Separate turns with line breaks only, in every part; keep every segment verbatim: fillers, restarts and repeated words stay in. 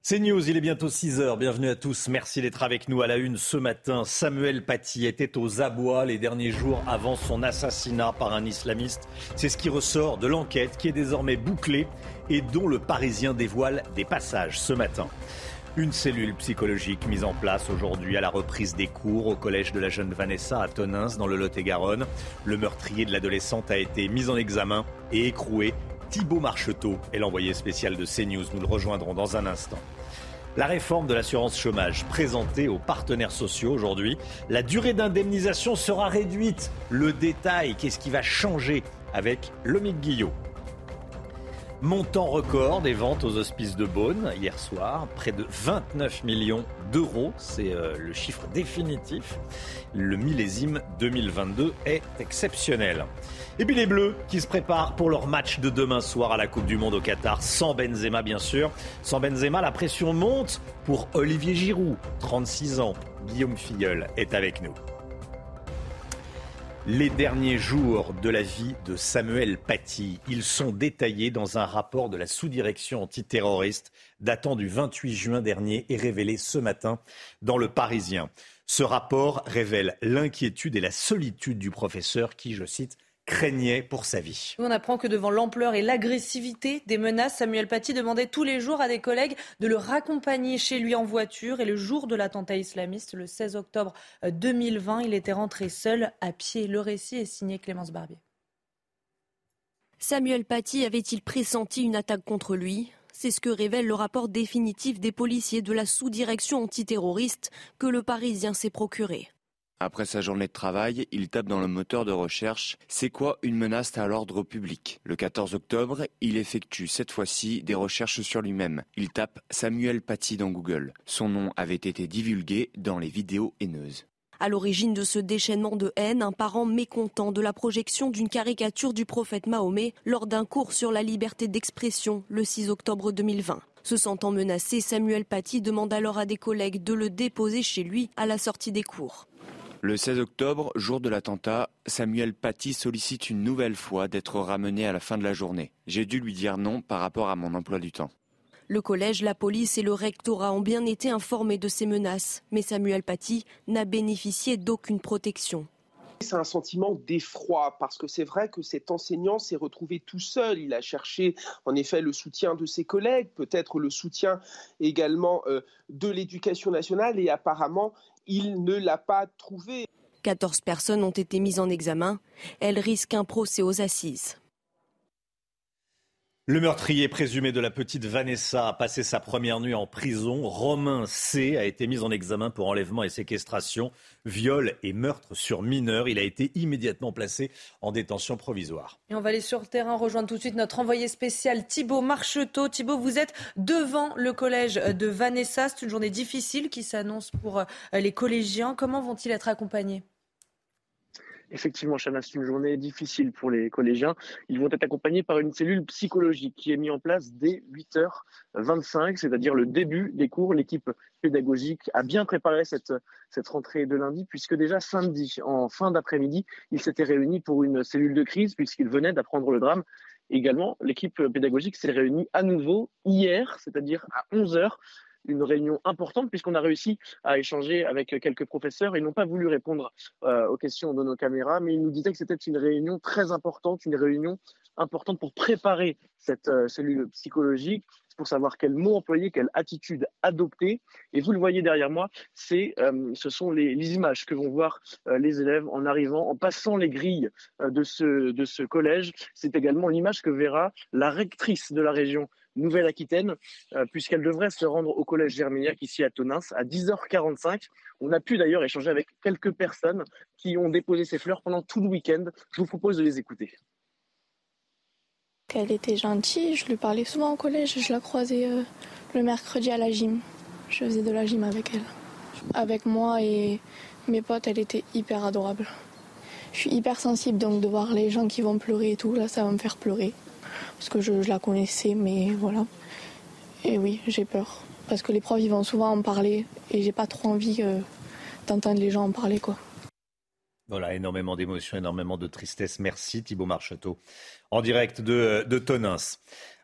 C'est News, il est bientôt six heures. Bienvenue à tous. Merci d'être avec nous à la une ce matin. Samuel Paty était aux abois les derniers jours avant son assassinat par un islamiste. C'est ce qui ressort de l'enquête qui est désormais bouclée et dont le Parisien dévoile des passages ce matin. Une cellule psychologique mise en place aujourd'hui à la reprise des cours au collège de la jeune Vanessa à Tonneins dans le Lot-et-Garonne. Le meurtrier de l'adolescente a été mis en examen et écroué. Thibaut Marcheteau est l'envoyé spécial de CNews. Nous le rejoindrons dans un instant. La réforme de l'assurance chômage présentée aux partenaires sociaux aujourd'hui. La durée d'indemnisation sera réduite. Le détail, qu'est-ce qui va changer avec Lomique Guillot? Montant record des ventes aux hospices de Beaune hier soir, près de vingt-neuf millions d'euros, c'est euh, le chiffre définitif. Le millésime deux mille vingt-deux est exceptionnel. Et puis les Bleus qui se préparent pour leur match de demain soir à la Coupe du Monde au Qatar, sans Benzema bien sûr. Sans Benzema, la pression monte pour Olivier Giroud, trente-six ans. Guillaume Filleul est avec nous. Les derniers jours de la vie de Samuel Paty, ils sont détaillés dans un rapport de la sous-direction antiterroriste datant du vingt-huit juin dernier et révélé ce matin dans Le Parisien. Ce rapport révèle l'inquiétude et la solitude du professeur qui, je cite, craignait pour sa vie.
On apprend que devant l'ampleur et l'agressivité des menaces, Samuel Paty demandait tous les jours à des collègues de le raccompagner chez lui en voiture. Et le jour de l'attentat islamiste, le seize octobre deux mille vingt, il était rentré seul à pied. Le récit est signé Clémence Barbier.
Samuel Paty avait-il pressenti une attaque contre lui ? C'est ce que révèle le rapport définitif des policiers de la sous-direction antiterroriste que Le Parisien s'est procuré.
Après sa journée de travail, il tape dans le moteur de recherche « C'est quoi une menace à l'ordre public ?» Le quatorze octobre, il effectue cette fois-ci des recherches sur lui-même. Il tape « Samuel Paty » dans Google. Son nom avait été divulgué dans les vidéos haineuses.
À l'origine de ce déchaînement de haine, un parent mécontent de la projection d'une caricature du prophète Mahomet lors d'un cours sur la liberté d'expression le six octobre deux mille vingt. Se sentant menacé, Samuel Paty demande alors à des collègues de le déposer chez lui à la sortie des cours.
Le seize octobre, jour de l'attentat, Samuel Paty sollicite une nouvelle fois d'être ramené à la fin de la journée. J'ai dû lui dire non par rapport à mon emploi du temps.
Le collège, la police et le rectorat ont bien été informés de ces menaces, mais Samuel Paty n'a bénéficié d'aucune protection.
C'est un sentiment d'effroi parce que c'est vrai que cet enseignant s'est retrouvé tout seul. Il a cherché en effet le soutien de ses collègues, peut-être le soutien également euh, de l'éducation nationale et apparemment il ne l'a pas trouvé.
quatorze personnes ont été mises en examen. Elles risquent un procès aux assises.
Le meurtrier présumé de la petite Vanessa a passé sa première nuit en prison. Romain C. a été mis en examen pour enlèvement et séquestration, viol et meurtre sur mineur. Il a été immédiatement placé en détention provisoire.
Et on va aller sur le terrain rejoindre tout de suite notre envoyé spécial Thibaut Marcheteau. Thibaut, vous êtes devant le collège de Vanessa. C'est une journée difficile qui s'annonce pour les collégiens. Comment vont-ils être accompagnés ?
Effectivement, Chana, c'est une journée difficile pour les collégiens. Ils vont être accompagnés par une cellule psychologique qui est mise en place dès huit heures vingt-cinq, c'est-à-dire le début des cours. L'équipe pédagogique a bien préparé cette, cette rentrée de lundi, puisque déjà samedi, en fin d'après-midi, ils s'étaient réunis pour une cellule de crise, puisqu'ils venaient d'apprendre le drame. Également, l'équipe pédagogique s'est réunie à nouveau hier, c'est-à-dire à onze heures. Une réunion importante puisqu'on a réussi à échanger avec quelques professeurs. Ils n'ont pas voulu répondre euh, aux questions de nos caméras, mais ils nous disaient que c'était une réunion très importante, une réunion importante pour préparer cette euh, cellule psychologique, pour savoir quels mots employer, quelle attitude adopter. Et vous le voyez derrière moi, c'est, euh, ce sont les, les images que vont voir euh, les élèves en arrivant, en passant les grilles euh, de, ce, de ce collège. C'est également l'image que verra la rectrice de la région Nouvelle-Aquitaine, euh, puisqu'elle devrait se rendre au collège Germignac ici à Tonneins à dix heures quarante-cinq. On a pu d'ailleurs échanger avec quelques personnes qui ont déposé ces fleurs pendant tout le week-end. Je vous propose de les écouter.
Elle était gentille, je lui parlais souvent au collège, je la croisais euh, le mercredi à la gym. Je faisais de la gym avec elle. Avec moi et mes potes, elle était hyper adorable. Je suis hyper sensible, donc de voir les gens qui vont pleurer et tout, là ça va me faire pleurer. Parce que je, je la connaissais, mais voilà. Et oui, j'ai peur. Parce que les profs, ils vont souvent en parler. Et j'ai pas trop envie euh, d'entendre les gens en parler, quoi.
Voilà, énormément d'émotions, énormément de tristesse. Merci Thibaut Marcheteau, en direct de, de Tonneins.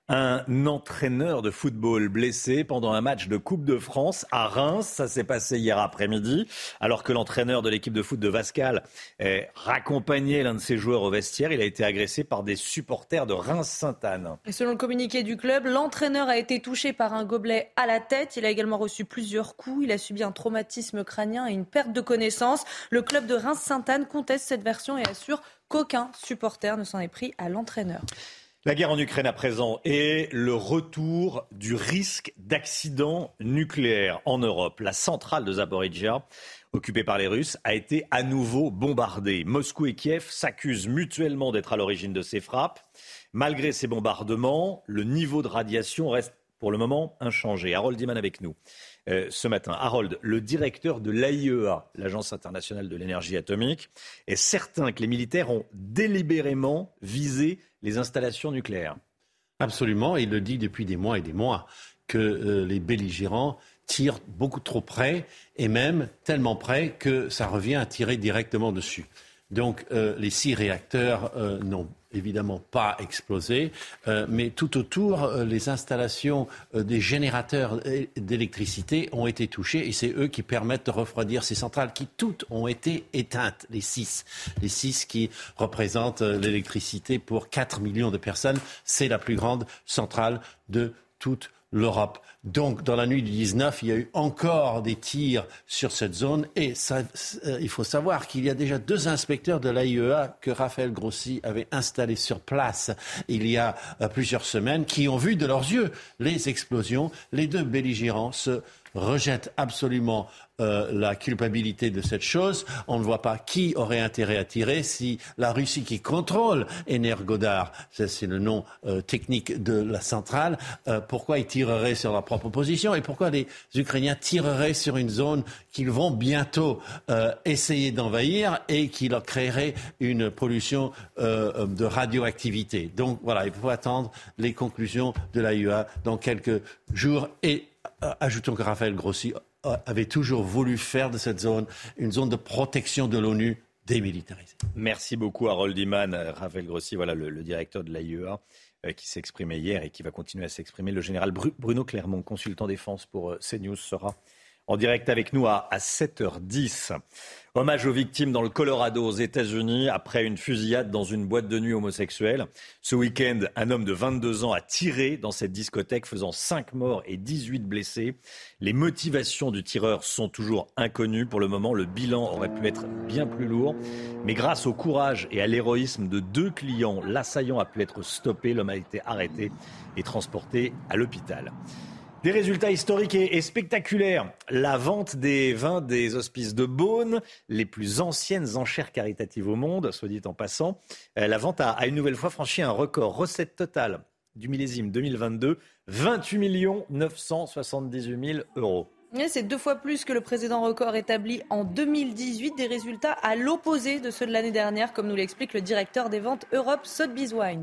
Un entraîneur de football blessé pendant un match de Coupe de France à Reims. Ça s'est passé hier après-midi, alors que l'entraîneur de l'équipe de foot de Vascal eh, raccompagnait l'un de ses joueurs au vestiaire. Il a été agressé par des supporters de Reims-Sainte-Anne.
Et selon le communiqué du club, l'entraîneur a été touché par un gobelet à la tête. Il a également reçu plusieurs coups. Il a subi un traumatisme crânien et une perte de connaissance. Le club de Reims-Sainte-Anne conteste cette version et assure qu'aucun supporter ne s'en est pris à l'entraîneur.
La guerre en Ukraine à présent et le retour du risque d'accident nucléaire en Europe. La centrale de Zaporijia, occupée par les Russes, a été à nouveau bombardée. Moscou et Kiev s'accusent mutuellement d'être à l'origine de ces frappes. Malgré ces bombardements, le niveau de radiation reste pour le moment inchangé. Harold Iman avec nous euh, ce matin. Harold, le directeur de l'A I E A, l'Agence internationale de l'énergie atomique, est certain que les militaires ont délibérément visé les installations nucléaires.
Absolument, il le dit depuis des mois et des mois, que euh, les belligérants tirent beaucoup trop près, et même tellement près que ça revient à tirer directement dessus. Donc euh, les six réacteurs euh, n'ont évidemment pas explosé, euh, mais tout autour, euh, les installations euh, des générateurs d'électricité ont été touchées, et c'est eux qui permettent de refroidir ces centrales qui toutes ont été éteintes, les six. Les six qui représentent euh, l'électricité pour quatre millions de personnes. C'est la plus grande centrale de toute l'Europe. Donc, dans la nuit du dix-neuf, il y a eu encore des tirs sur cette zone. Et ça, euh, il faut savoir qu'il y a déjà deux inspecteurs de l'A I E A que Raphaël Grossi avait installés sur place il y a euh, plusieurs semaines, qui ont vu de leurs yeux les explosions. Les deux belligérants se rejettent absolument euh, la culpabilité de cette chose. On ne voit pas qui aurait intérêt à tirer si la Russie, qui contrôle Energodar, ça c'est le nom euh, technique de la centrale, euh, pourquoi ils tireraient sur leur propre position et pourquoi les Ukrainiens tireraient sur une zone qu'ils vont bientôt euh, essayer d'envahir et qui leur créerait une pollution euh, de radioactivité. Donc voilà, il faut attendre les conclusions de l'A I E A dans quelques jours. Et euh, ajoutons que Raphaël Grossi avait toujours voulu faire de cette zone une zone de protection de l'ONU démilitarisée.
Merci beaucoup Harold Iman. Raphaël Grossi, voilà le, le directeur de l'A I E A euh, qui s'exprimait hier et qui va continuer à s'exprimer. Le général Bru- Bruno Clermont, consultant défense pour euh, CNews, sera en direct avec nous à, à sept heures dix. Hommage aux victimes dans le Colorado aux États-Unis après une fusillade dans une boîte de nuit homosexuelle. Ce week-end, un homme de vingt-deux ans a tiré dans cette discothèque, faisant cinq morts et dix-huit blessés. Les motivations du tireur sont toujours inconnues. Pour le moment, le bilan aurait pu être bien plus lourd. Mais grâce au courage et à l'héroïsme de deux clients, l'assaillant a pu être stoppé. L'homme a été arrêté et transporté à l'hôpital. Des résultats historiques et, et spectaculaires. La vente des vins des hospices de Beaune, les plus anciennes enchères caritatives au monde, soit dit en passant. Euh, la vente a, a une nouvelle fois franchi un record. Recette totale du millésime deux mille vingt-deux, vingt-huit millions neuf cent soixante-dix-huit mille euros.
Et c'est deux fois plus que le précédent record établi en deux mille dix-huit. Des résultats à l'opposé de ceux de l'année dernière, comme nous l'explique le directeur des ventes Europe, Sotheby's Wine.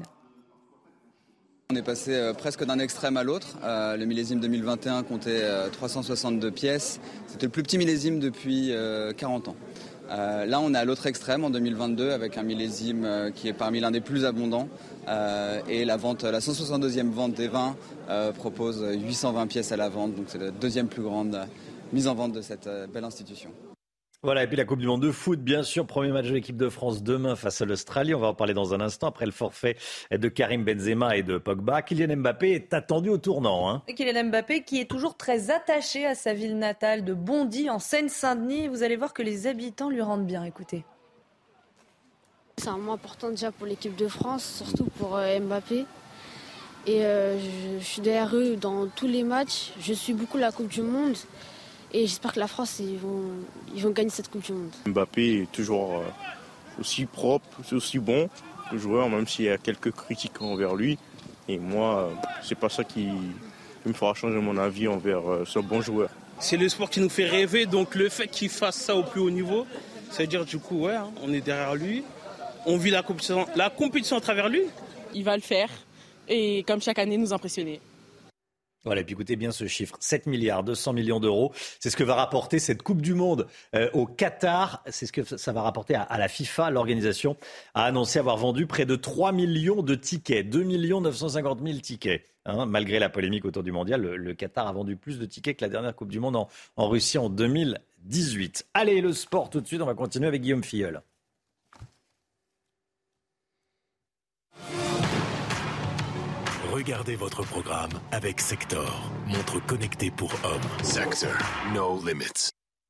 On est passé euh, presque d'un extrême à l'autre. Euh, le millésime deux mille vingt et un comptait euh, trois cent soixante-deux pièces. C'était le plus petit millésime depuis euh, quarante ans. Euh, là, on est à l'autre extrême en deux mille vingt-deux avec un millésime euh, qui est parmi l'un des plus abondants. Euh, et la vente, la cent soixante-deuxième vente des vins euh, propose huit cent vingt pièces à la vente. Donc c'est la deuxième plus grande euh, mise en vente de cette euh, belle institution.
Voilà, et puis la Coupe du Monde de foot, bien sûr. Premier match de l'équipe de France demain face à l'Australie. On va en parler dans un instant. Après le forfait de Karim Benzema et de Pogba, Kylian Mbappé est attendu au tournant. Hein.
Et Kylian Mbappé qui est toujours très attaché à sa ville natale de Bondy, en Seine-Saint-Denis. Vous allez voir que les habitants lui rendent bien. Écoutez.
C'est un moment important déjà pour l'équipe de France, surtout pour euh, Mbappé. Et euh, je, je suis derrière eux dans tous les matchs. Je suis beaucoup la Coupe du Monde. Et j'espère que la France, ils vont, ils vont gagner cette Coupe du Monde.
Mbappé est toujours aussi propre, aussi bon que joueur, même s'il y a quelques critiques envers lui. Et moi, c'est pas ça qui, qui me fera changer mon avis envers ce bon joueur.
C'est le sport qui nous fait rêver, donc le fait qu'il fasse ça au plus haut niveau, ça veut dire du coup, ouais, on est derrière lui. On vit la compétition, la compétition à travers lui.
Il va le faire et comme chaque année nous impressionner.
Voilà, et puis écoutez bien ce chiffre, sept milliards deux cents millions d'euros. C'est ce que va rapporter cette Coupe du Monde euh, au Qatar. C'est ce que ça va rapporter à, à la FIFA. L'organisation a annoncé avoir vendu près de trois millions de tickets, deux millions neuf cent cinquante mille tickets. Hein, malgré la polémique autour du mondial, le, le Qatar a vendu plus de tickets que la dernière Coupe du Monde en, en Russie en deux mille dix-huit. Allez, le sport tout de suite, on va continuer avec Guillaume Filleul.
Regardez votre programme avec Sector, montre connectée pour hommes. Sector, no limits.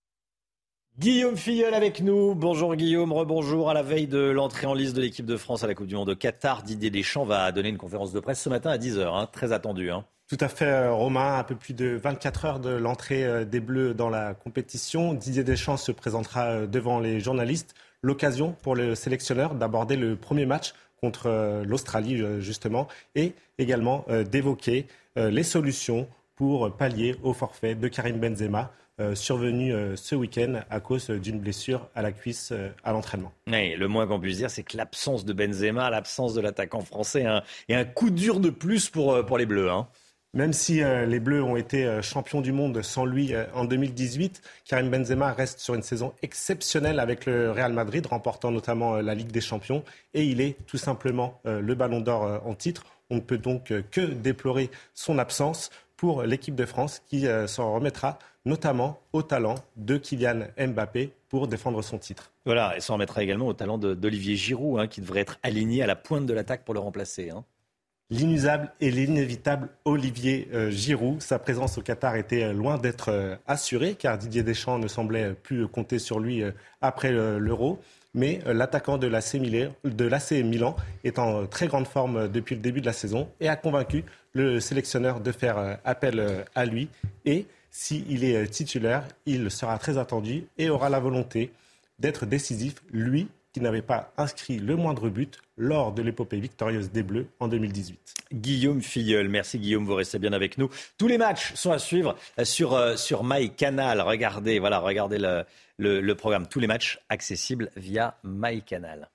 Guillaume Filleul avec nous. Bonjour Guillaume, rebonjour. À la veille de l'entrée en lice de l'équipe de France à la Coupe du Monde au Qatar, Didier Deschamps va donner une conférence de presse ce matin à dix heures, hein, très attendu. Hein.
Tout à fait, Romain. Un peu plus de vingt-quatre heures de l'entrée des Bleus dans la compétition. Didier Deschamps se présentera devant les journalistes. L'occasion pour le sélectionneur d'aborder le premier match contre l'Australie, justement, et également euh, d'évoquer euh, les solutions pour pallier au forfait de Karim Benzema, euh, survenu euh, ce week-end à cause d'une blessure à la cuisse euh, à l'entraînement.
Oui, le moins qu'on puisse dire, c'est que l'absence de Benzema, l'absence de l'attaquant français hein, est un coup dur de plus pour, pour les Bleus. Hein.
Même si euh, les Bleus ont été euh, champions du monde sans lui euh, en deux mille dix-huit, Karim Benzema reste sur une saison exceptionnelle avec le Real Madrid, remportant notamment euh, la Ligue des Champions. Et il est tout simplement euh, le Ballon d'Or euh, en titre. On ne peut donc euh, que déplorer son absence pour l'équipe de France qui euh, s'en remettra notamment au talent de Kylian Mbappé pour défendre son titre.
Voilà, et s'en remettra également au talent de, d'Olivier Giroud, hein, qui devrait être aligné à la pointe de l'attaque pour le remplacer. Hein.
L'inusable et l'inévitable Olivier euh, Giroud. Sa présence au Qatar était euh, loin d'être euh, assurée car Didier Deschamps ne semblait plus compter sur lui euh, après euh, l'Euro. Mais euh, l'attaquant de l'A C Milan, de l'A C Milan est en très grande forme euh, depuis le début de la saison et a convaincu le sélectionneur de faire euh, appel euh, à lui. Et s'il est euh, titulaire, il sera très attendu et aura la volonté d'être décisif, lui qui n'avait pas inscrit le moindre but lors de l'épopée victorieuse des Bleus en deux mille dix-huit.
Guillaume Filleul, merci Guillaume, vous restez bien avec nous. Tous les matchs sont à suivre sur, euh, sur MyCanal. Regardez, voilà, regardez le, le, le programme. Tous les matchs accessibles via MyCanal.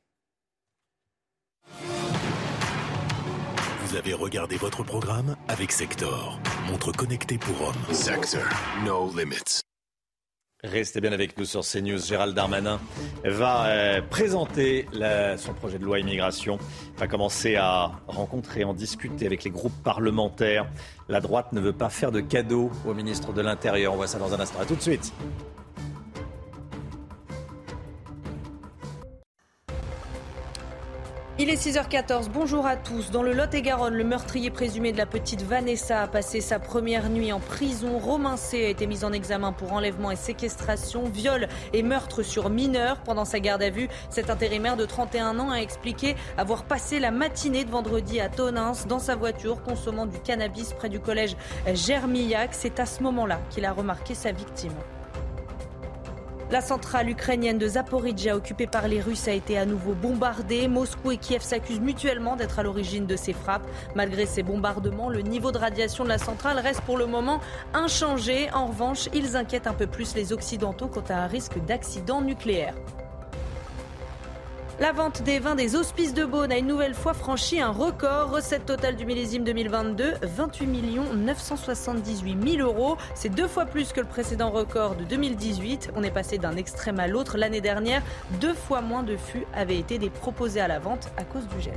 Vous avez regardé votre programme avec Sector, montre connectée pour hommes. Sector, no limits.
Restez bien avec nous sur CNews. Gérald Darmanin va euh, présenter la, son projet de loi immigration. Il va commencer à rencontrer, en discuter avec les groupes parlementaires. La droite ne veut pas faire de cadeaux au ministre de l'Intérieur. On voit ça dans un instant. À tout de suite.
Il est six heures quatorze, bonjour à tous. Dans le Lot-et-Garonne, le meurtrier présumé de la petite Vanessa a passé sa première nuit en prison. Romain C. a été mis en examen pour enlèvement et séquestration, viol et meurtre sur mineur. Pendant sa garde à vue, cet intérimaire de trente et un ans a expliqué avoir passé la matinée de vendredi à Tonins dans sa voiture, consommant du cannabis près du collège Germillac. C'est à ce moment-là qu'il a remarqué sa victime. La centrale ukrainienne de Zaporijia, occupée par les Russes, a été à nouveau bombardée. Moscou et Kiev s'accusent mutuellement d'être à l'origine de ces frappes. Malgré ces bombardements, le niveau de radiation de la centrale reste pour le moment inchangé. En revanche, ils inquiètent un peu plus les Occidentaux quant à un risque d'accident nucléaire. La vente des vins des Hospices de Beaune a une nouvelle fois franchi un record. Recette totale du millésime deux mille vingt-deux, vingt-huit millions neuf cent soixante-dix-huit mille euros. C'est deux fois plus que le précédent record de deux mille dix-huit. On est passé d'un extrême à l'autre. L'année dernière, deux fois moins de fûts avaient été proposés à la vente à cause du gel.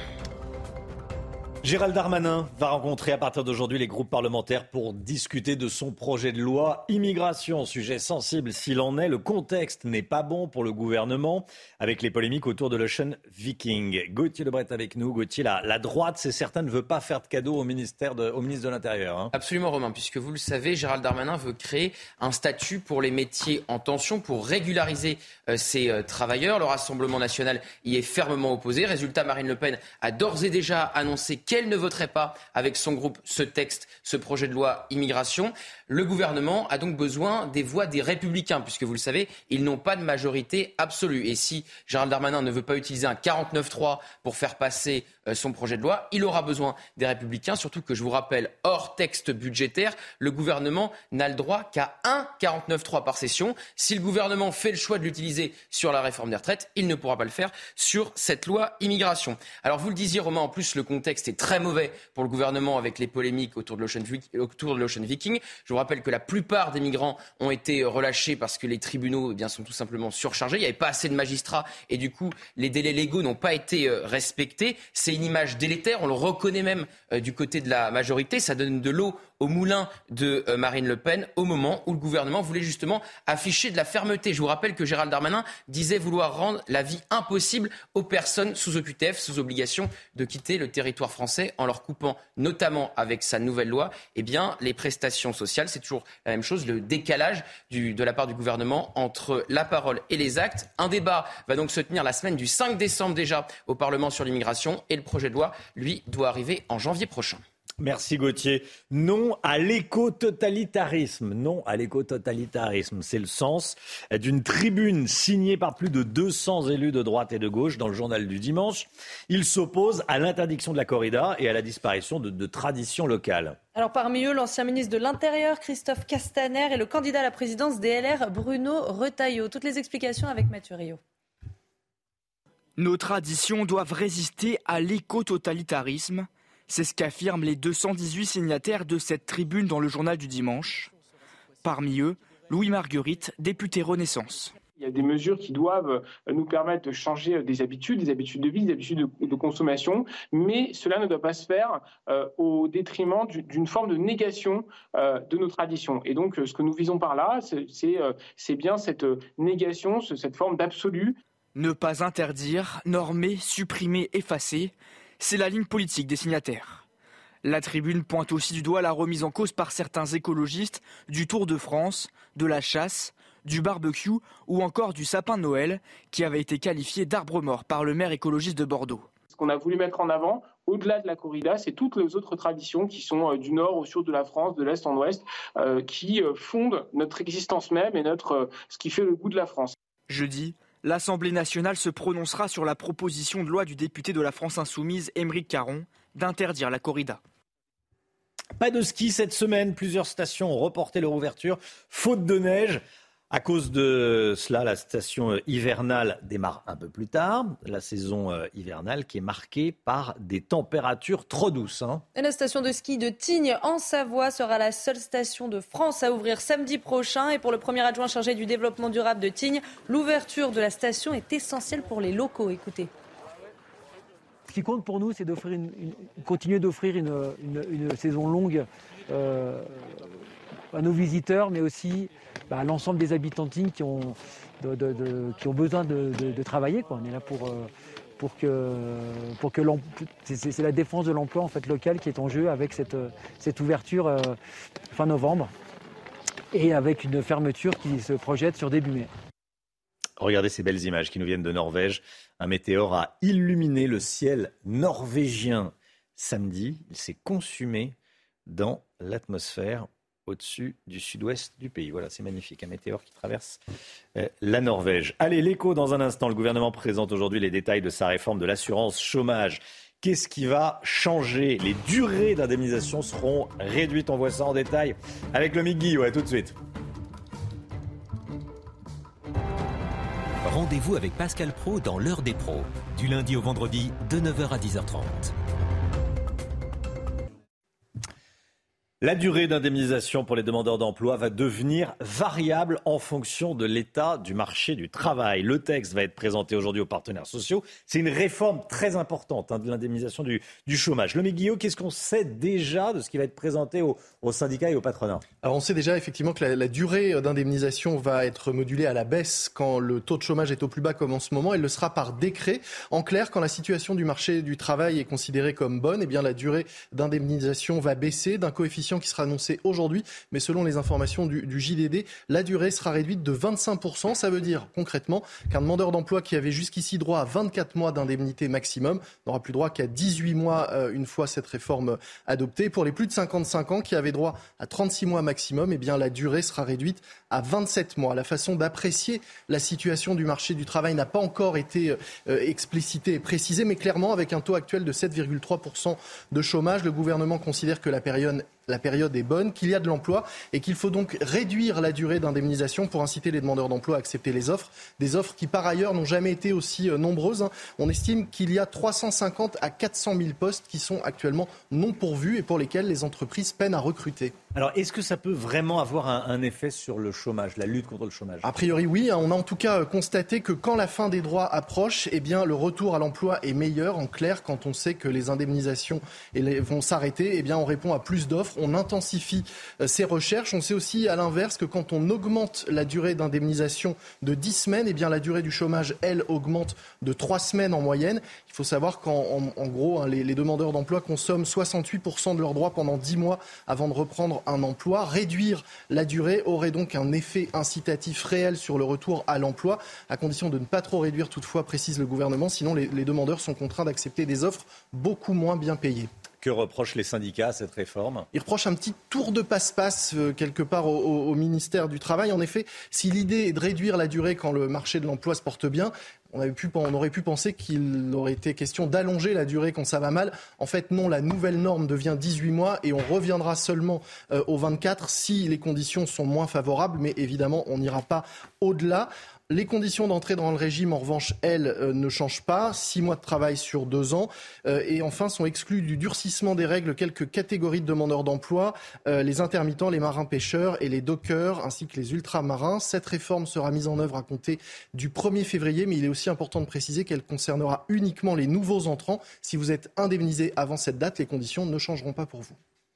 Gérald Darmanin va rencontrer à partir d'aujourd'hui les groupes parlementaires pour discuter de son projet de loi immigration. Sujet sensible s'il en est. Le contexte n'est pas bon pour le gouvernement avec les polémiques autour de l'Ocean Viking. Gauthier Lebret avec nous. Gauthier, la, la droite, c'est certain, ne veut pas faire de cadeaux au, ministère de, au ministre de l'Intérieur. Hein.
Absolument, Romain, puisque vous le savez, Gérald Darmanin veut créer un statut pour les métiers en tension pour régulariser euh, ces euh, travailleurs. Le Rassemblement national y est fermement opposé. Résultat, Marine Le Pen a d'ores et déjà annoncé qu'elle ne voterait pas avec son groupe ce texte, ce projet de loi immigration. Le gouvernement a donc besoin des voix des Républicains, puisque vous le savez, ils n'ont pas de majorité absolue. Et si Gérald Darmanin ne veut pas utiliser un quarante-neuf trois pour faire passer euh, son projet de loi, il aura besoin des Républicains, surtout que je vous rappelle, hors texte budgétaire, le gouvernement n'a le droit qu'à un quarante-neuf trois par session. Si le gouvernement fait le choix de l'utiliser sur la réforme des retraites, il ne pourra pas le faire sur cette loi immigration. Alors vous le disiez, Romain, en plus le contexte est très mauvais pour le gouvernement avec les polémiques autour de l'Ocean, autour de l'Ocean Viking. Je vous rappelle que la plupart des migrants ont été relâchés parce que les tribunaux eh bien, sont tout simplement surchargés. Il n'y avait pas assez de magistrats et du coup, les délais légaux n'ont pas été euh, respectés. C'est une image délétère, on le reconnaît même euh, du côté de la majorité. Ça donne de l'eau au moulin de euh, Marine Le Pen au moment où le gouvernement voulait justement afficher de la fermeté. Je vous rappelle que Gérald Darmanin disait vouloir rendre la vie impossible aux personnes sous O Q T F, sous obligation de quitter le territoire français en leur coupant, notamment avec sa nouvelle loi, eh bien, les prestations sociales. C'est toujours la même chose, le décalage du, de la part du gouvernement entre la parole et les actes. Un débat va donc se tenir la semaine du cinq décembre déjà au Parlement sur l'immigration et le projet de loi, lui, doit arriver en janvier prochain.
Merci Gauthier. Non à l'éco-totalitarisme. Non à l'éco-totalitarisme. C'est le sens d'une tribune signée par plus de deux cents élus de droite et de gauche dans le journal du dimanche. Ils s'opposent à l'interdiction de la corrida et à la disparition de, de traditions locales.
Alors parmi eux, l'ancien ministre de l'Intérieur, Christophe Castaner, et le candidat à la présidence des L R, Bruno Retailleau. Toutes les explications avec Mathieu Rio.
Nos traditions doivent résister à l'éco-totalitarisme. C'est ce qu'affirment les deux cent dix-huit signataires de cette tribune dans le journal du dimanche. Parmi eux, Louis Marguerite, député Renaissance.
Il y a des mesures qui doivent nous permettre de changer des habitudes, des habitudes de vie, des habitudes de, de consommation, mais cela ne doit pas se faire euh, au détriment du, d'une forme de négation euh, de nos traditions. Et donc, ce que nous visons par là, c'est, c'est, euh, c'est bien cette négation, cette forme d'absolu.
Ne pas interdire, normer, supprimer, effacer, c'est la ligne politique des signataires. La tribune pointe aussi du doigt la remise en cause par certains écologistes du Tour de France, de la chasse, du barbecue ou encore du sapin de Noël, qui avait été qualifié d'arbre mort par le maire écologiste de Bordeaux.
Ce qu'on a voulu mettre en avant, au-delà de la corrida, c'est toutes les autres traditions qui sont du nord au sud de la France, de l'est en ouest, euh, qui fondent notre existence même et notre, euh, ce qui fait le goût de la France.
Jeudi, l'Assemblée nationale se prononcera sur la proposition de loi du député de la France Insoumise, Aymeric Caron, d'interdire la corrida.
Pas de ski cette semaine. Plusieurs stations ont reporté leur ouverture, faute de neige. À cause de cela, la station hivernale démarre un peu plus tard. La saison hivernale qui est marquée par des températures trop douces. Hein.
Et la station de ski de Tignes en Savoie sera la seule station de France à ouvrir samedi prochain. Et pour le premier adjoint chargé du développement durable de Tignes, l'ouverture de la station est essentielle pour les locaux. Écoutez.
Ce qui compte pour nous, c'est d'offrir une, une, continuer d'offrir une, une, une saison longue euh, à nos visiteurs, mais aussi bah, à l'ensemble des habitants de Tignes qui ont, de, de, de, qui ont besoin de, de, de travailler, quoi. On est là pour, euh, pour que, pour que c'est, c'est la défense de l'emploi en fait, local qui est en jeu avec cette, cette ouverture euh, fin novembre et avec une fermeture qui se projette sur début mai.
Regardez ces belles images qui nous viennent de Norvège. Un météore a illuminé le ciel norvégien samedi. Il s'est consumé dans l'atmosphère au-dessus du sud-ouest du pays. Voilà, c'est magnifique, un météore qui traverse euh, la Norvège. Allez, l'écho dans un instant. Le gouvernement présente aujourd'hui les détails de sa réforme de l'assurance chômage. Qu'est-ce qui va changer ? Les durées d'indemnisation seront réduites. On voit ça en détail avec le Mick Guillot. À tout de suite.
Rendez-vous avec Pascal Praud dans l'heure des pros, du lundi au vendredi de neuf heures à dix heures trente.
La durée d'indemnisation pour les demandeurs d'emploi va devenir variable en fonction de l'état du marché du travail. Le texte va être présenté aujourd'hui aux partenaires sociaux. C'est une réforme très importante hein, de l'indemnisation du, du chômage. Le Guillaume, qu'est-ce qu'on sait déjà de ce qui va être présenté aux, aux syndicats et aux patronats ?
Alors on sait déjà effectivement que la, la durée d'indemnisation va être modulée à la baisse quand le taux de chômage est au plus bas comme en ce moment. Elle le sera par décret. En clair, quand la situation du marché du travail est considérée comme bonne, eh bien la durée d'indemnisation va baisser d'un coefficient qui sera annoncé aujourd'hui, mais selon les informations du, du J D D, la durée sera réduite de vingt-cinq pour cent. Ça veut dire concrètement qu'un demandeur d'emploi qui avait jusqu'ici droit à vingt-quatre mois d'indemnité maximum n'aura plus droit qu'à dix-huit mois euh, une fois cette réforme adoptée. Pour les plus de cinquante-cinq ans qui avaient droit à trente-six mois maximum, eh bien la durée sera réduite à vingt-sept mois. La façon d'apprécier la situation du marché du travail n'a pas encore été euh, explicitée et précisée, mais clairement avec un taux actuel de sept virgule trois pour cent de chômage, le gouvernement considère que la période la période est bonne, qu'il y a de l'emploi et qu'il faut donc réduire la durée d'indemnisation pour inciter les demandeurs d'emploi à accepter les offres. Des offres qui, par ailleurs, n'ont jamais été aussi nombreuses. On estime qu'il y a trois cent cinquante à quatre cent mille postes qui sont actuellement non pourvus et pour lesquels les entreprises peinent à recruter.
Alors, est-ce que ça peut vraiment avoir un, un effet sur le chômage, la lutte contre le chômage ?
A priori, oui. On a en tout cas constaté que quand la fin des droits approche, eh bien, le retour à l'emploi est meilleur. En clair, quand on sait que les indemnisations vont s'arrêter, eh bien, on répond à plus d'offres, on intensifie ses recherches. On sait aussi, à l'inverse, que quand on augmente la durée d'indemnisation de dix semaines, eh bien, la durée du chômage, elle, augmente de trois semaines en moyenne. Il faut savoir qu'en en, en gros, hein, les, les demandeurs d'emploi consomment soixante-huit pour cent de leurs droits pendant dix mois avant de reprendre un emploi. Réduire la durée aurait donc un effet incitatif réel sur le retour à l'emploi, à condition de ne pas trop réduire toutefois, précise le gouvernement, sinon les, les demandeurs sont contraints d'accepter des offres beaucoup moins bien payées.
Que reprochent les syndicats à cette réforme ?
Ils reprochent un petit tour de passe-passe euh, quelque part au, au, au ministère du Travail. En effet, si l'idée est de réduire la durée quand le marché de l'emploi se porte bien, on, avait pu, on aurait pu penser qu'il aurait été question d'allonger la durée quand ça va mal. En fait, non, la nouvelle norme devient dix-huit mois et on reviendra seulement euh, au vingt-quatre si les conditions sont moins favorables. Mais évidemment, on n'ira pas au-delà. Les conditions d'entrée dans le régime, en revanche, elles, euh, ne changent pas. Six mois de travail sur deux ans. Euh, et enfin, sont exclus du durcissement des règles quelques catégories de demandeurs d'emploi, euh, les intermittents, les marins-pêcheurs et les dockers, ainsi que les ultramarins. Cette réforme sera mise en œuvre à compter du premier février, mais il est aussi important de préciser qu'elle concernera uniquement les nouveaux entrants. Si vous êtes indemnisé avant cette date, les conditions ne changeront pas pour vous.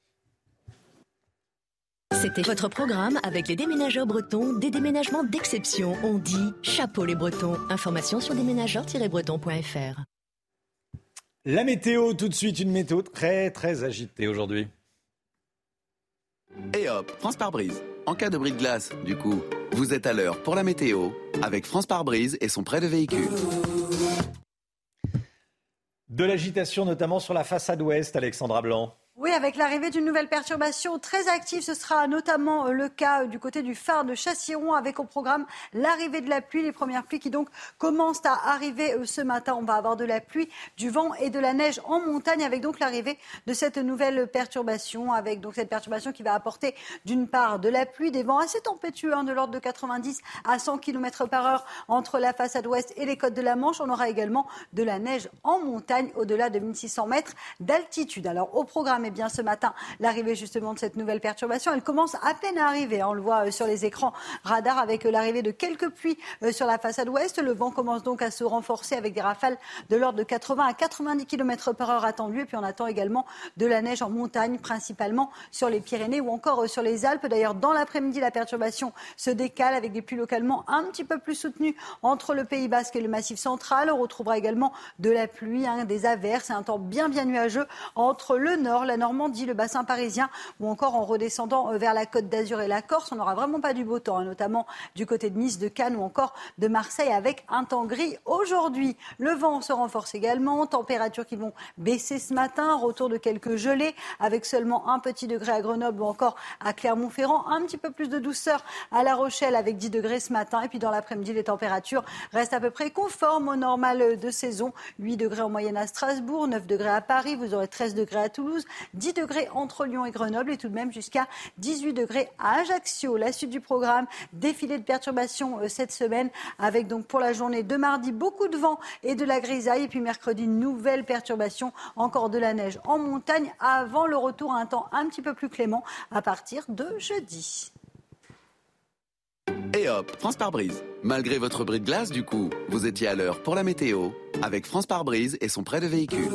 C'était votre programme avec les déménageurs bretons, des déménagements d'exception. On dit chapeau les Bretons. Information sur déménageurs tiret bretons point f r.
La météo, tout de suite, une météo très très agitée aujourd'hui.
Et hop, France Pare-Brise. En cas de bris de glace, du coup, vous êtes à l'heure pour la météo avec France Pare-Brise et son prêt de véhicule.
De l'agitation notamment sur la façade ouest, Alexandra Blanc.
Oui, avec l'arrivée d'une nouvelle perturbation très active, ce sera notamment le cas du côté du phare de Châtillon avec au programme l'arrivée de la pluie, les premières pluies qui donc commencent à arriver ce matin. On va avoir de la pluie, du vent et de la neige en montagne avec donc l'arrivée de cette nouvelle perturbation, avec donc cette perturbation qui va apporter d'une part de la pluie, des vents assez tempétueux hein, de l'ordre de quatre-vingt-dix à cent kilomètres par heure entre la façade ouest et les côtes de la Manche. On aura également de la neige en montagne au-delà de mille six cents mètres d'altitude. Alors au programme, eh bien, ce matin, l'arrivée justement de cette nouvelle perturbation, elle commence à peine à arriver. Hein. On le voit sur les écrans radars avec l'arrivée de quelques pluies sur la façade ouest. Le vent commence donc à se renforcer avec des rafales de l'ordre de quatre-vingts à quatre-vingt-dix kilomètres par heure attendues. Et puis on attend également de la neige en montagne, principalement sur les Pyrénées ou encore sur les Alpes. D'ailleurs, dans l'après-midi, la perturbation se décale avec des pluies localement un petit peu plus soutenues entre le Pays Basque et le Massif central. On retrouvera également de la pluie, hein, des averses et un temps bien bien nuageux entre le nord, la Normandie, le bassin parisien ou encore en redescendant vers la Côte d'Azur et la Corse. On n'aura vraiment pas du beau temps, hein, notamment du côté de Nice, de Cannes ou encore de Marseille avec un temps gris aujourd'hui. Le vent se renforce également, températures qui vont baisser ce matin, retour de quelques gelées avec seulement un petit degré à Grenoble ou encore à Clermont-Ferrand, un petit peu plus de douceur à La Rochelle avec dix degrés ce matin et puis dans l'après-midi les températures restent à peu près conformes au normal de saison, huit degrés en moyenne à Strasbourg, neuf degrés à Paris, vous aurez treize degrés à Toulouse, dix degrés entre Lyon et Grenoble et tout de même jusqu'à dix-huit degrés à Ajaccio. La suite du programme, défilé de perturbations cette semaine avec donc pour la journée de mardi beaucoup de vent et de la grisaille et puis mercredi une nouvelle perturbation, encore de la neige en montagne avant le retour à un temps un petit peu plus clément à partir de jeudi.
Et hop, France Pare-Brise. Malgré votre bris de glace, du coup, vous étiez à l'heure pour la météo avec France Pare-Brise et son prêt de véhicule.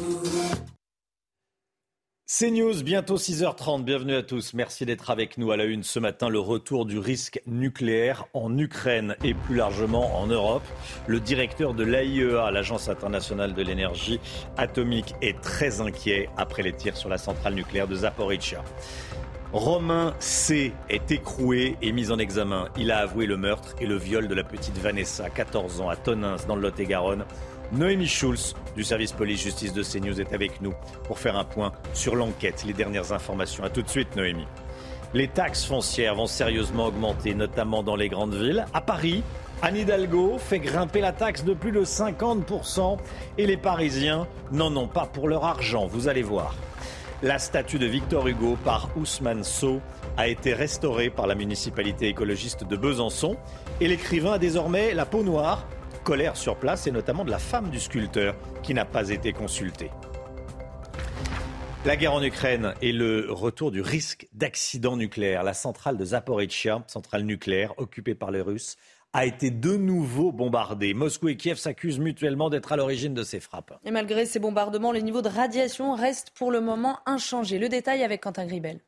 C'est News, bientôt six heures trente. Bienvenue à tous. Merci d'être avec nous à la une ce matin. Le retour du risque nucléaire en Ukraine et plus largement en Europe. Le directeur de l'A I E A, l'Agence internationale de l'énergie atomique, est très inquiet après les tirs sur la centrale nucléaire de Zaporijjia. Romain C. est écroué et mis en examen. Il a avoué le meurtre et le viol de la petite Vanessa, quatorze ans, à Tonneins, dans le Lot-et-Garonne. Noémie Schulz, du service police-justice de CNews, est avec nous pour faire un point sur l'enquête, les dernières informations. A tout de suite, Noémie. Les taxes foncières vont sérieusement augmenter, notamment dans les grandes villes. À Paris, Anne Hidalgo fait grimper la taxe de plus de cinquante pour cent et les Parisiens n'en ont pas pour leur argent, vous allez voir. La statue de Victor Hugo par Ousmane Sow a été restaurée par la municipalité écologiste de Besançon. Et l'écrivain a désormais la peau noire. Colère sur place et notamment de la femme du sculpteur qui n'a pas été consultée. La guerre en Ukraine et le retour du risque d'accident nucléaire. La centrale de Zaporizhzhia, centrale nucléaire occupée par les Russes, a été de nouveau bombardée. Moscou et Kiev s'accusent mutuellement d'être à l'origine de ces frappes.
Et malgré ces bombardements, les niveaux de radiation restent pour le moment inchangés. Le détail avec Quentin Gribel.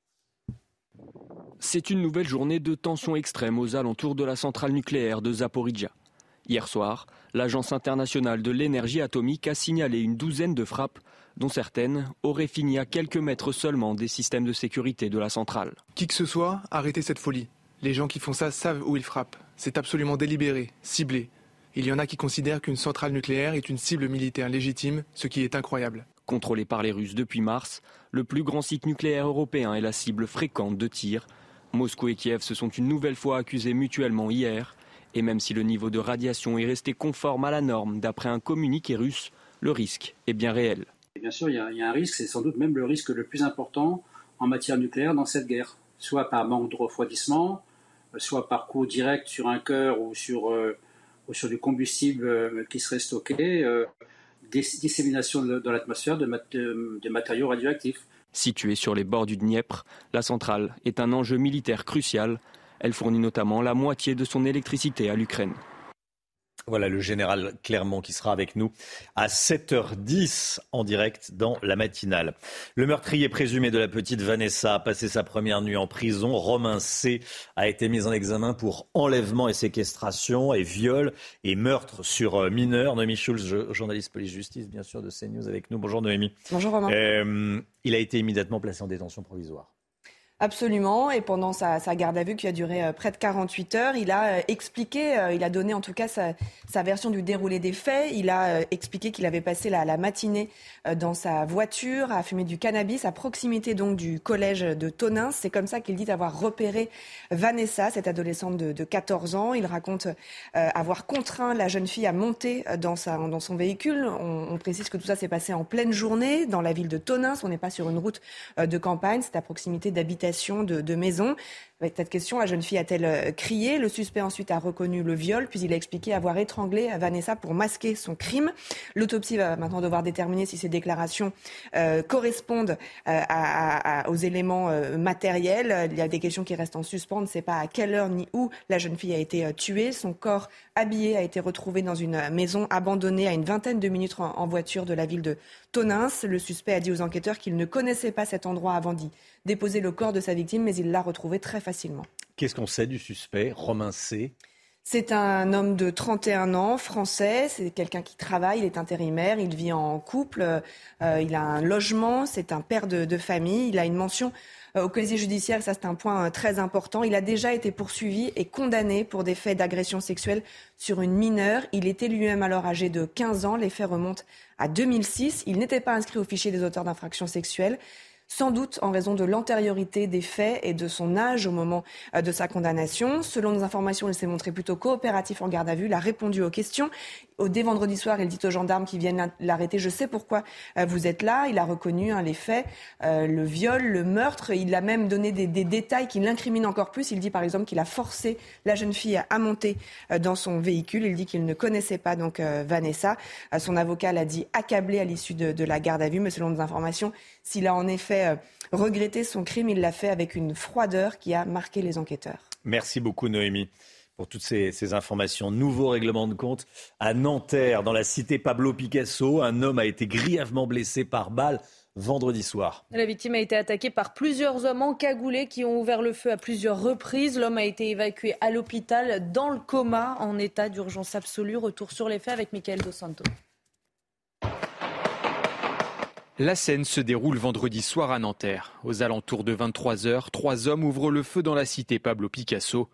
C'est une nouvelle journée de tensions extrêmes aux alentours de la centrale nucléaire de Zaporizhzhia. Hier soir, l'Agence internationale de l'énergie atomique a signalé une douzaine de frappes, dont certaines auraient fini à quelques mètres seulement des systèmes de sécurité de la centrale.
Qui que ce soit, arrêtez cette folie. Les gens qui font ça savent où ils frappent. C'est absolument délibéré, ciblé. Il y en a qui considèrent qu'une centrale nucléaire est une cible militaire légitime, ce qui est incroyable.
Contrôlé par les Russes depuis mars, le plus grand site nucléaire européen est la cible fréquente de tirs. Moscou et Kiev se sont une nouvelle fois accusés mutuellement hier. Et même si le niveau de radiation est resté conforme à la norme d'après un communiqué russe, le risque est bien réel.
Et bien sûr, il y, a, il y a un risque, c'est sans doute même le risque le plus important en matière nucléaire dans cette guerre. Soit par manque de refroidissement, soit par coup direct sur un cœur ou sur, euh, ou sur du combustible euh, qui serait stocké, euh, dis- dissémination de, dans l'atmosphère de, mat- de, de matériaux radioactifs.
Située sur les bords du Dniepr, la centrale est un enjeu militaire crucial. Elle fournit notamment la moitié de son électricité à l'Ukraine.
Voilà le général Clermont qui sera avec nous à sept heures dix en direct dans la matinale. Le meurtrier présumé de la petite Vanessa a passé sa première nuit en prison. Romain C. a été mis en examen pour enlèvement et séquestration et viol et meurtre sur mineur. Noémie Schulz, journaliste police-justice bien sûr de CNews avec nous. Bonjour Noémie.
Bonjour Romain.
Euh, il a été immédiatement placé en détention provisoire.
Absolument, et pendant sa, sa garde à vue qui a duré euh, près de quarante-huit heures, il a euh, expliqué, euh, il a donné en tout cas sa, sa version du déroulé des faits. Il a euh, expliqué qu'il avait passé la, la matinée euh, dans sa voiture à fumer du cannabis à proximité donc du collège de Tonneins. C'est comme ça qu'il dit avoir repéré Vanessa, cette adolescente de, de quatorze ans. Il raconte euh, avoir contraint la jeune fille à monter dans, sa, dans son véhicule. On, on précise que tout ça s'est passé en pleine journée dans la ville de Tonneins. On n'est pas sur une route euh, de campagne, c'est à proximité d'habitation De, de maison. Avec cette question, la jeune fille a-t-elle crié ? Le suspect ensuite a reconnu le viol, puis il a expliqué avoir étranglé Vanessa pour masquer son crime. L'autopsie va maintenant devoir déterminer si ces déclarations euh, correspondent euh, à, à, aux éléments euh, matériels. Il y a des questions qui restent en suspens. On ne sait pas à quelle heure ni où la jeune fille a été euh, tuée. Son corps habillé a été retrouvé dans une maison abandonnée à une vingtaine de minutes en, en voiture de la ville de Tonneins. Le suspect a dit aux enquêteurs qu'il ne connaissait pas cet endroit avant d'y déposer le corps de sa victime, mais il l'a retrouvé très facilement.
Qu'est-ce qu'on sait du suspect, Romain C. ?
C'est un homme de trente et un ans, français, c'est quelqu'un qui travaille, il est intérimaire, il vit en couple, euh, il a un logement, c'est un père de, de famille, il a une mention euh, au casier judiciaire, ça c'est un point euh, très important. Il a déjà été poursuivi et condamné pour des faits d'agression sexuelle sur une mineure. Il était lui-même alors âgé de quinze ans, les faits remontent à deux mille six. Il n'était pas inscrit au fichier des auteurs d'infractions sexuelles. Sans doute en raison de l'antériorité des faits et de son âge au moment de sa condamnation. Selon nos informations, il s'est montré plutôt coopératif en garde à vue. Il a répondu aux questions. Dès vendredi soir, il dit aux gendarmes qui viennent l'arrêter « Je sais pourquoi vous êtes là ». Il a reconnu hein, les faits, euh, le viol, le meurtre. Il a même donné des, des détails qui l'incriminent encore plus. Il dit par exemple qu'il a forcé la jeune fille à monter euh, dans son véhicule. Il dit qu'il ne connaissait pas donc euh, Vanessa. Euh, son avocat l'a dit accablé à l'issue de, de la garde à vue. Mais selon nos informations, s'il a en effet euh, regretté son crime, il l'a fait avec une froideur qui a marqué les enquêteurs.
Merci beaucoup Noémie pour toutes ces, ces informations. Nouveau règlement de compte à Nanterre, dans la cité Pablo Picasso. Un homme a été grièvement blessé par balle vendredi soir.
La victime a été attaquée par plusieurs hommes encagoulés qui ont ouvert le feu à plusieurs reprises. L'homme a été évacué à l'hôpital dans le coma en état d'urgence absolue. Retour sur les faits avec Mickaël Dos Santos.
La scène se déroule vendredi soir à Nanterre. Aux alentours de vingt-trois heures, trois hommes ouvrent le feu dans la cité Pablo Picasso.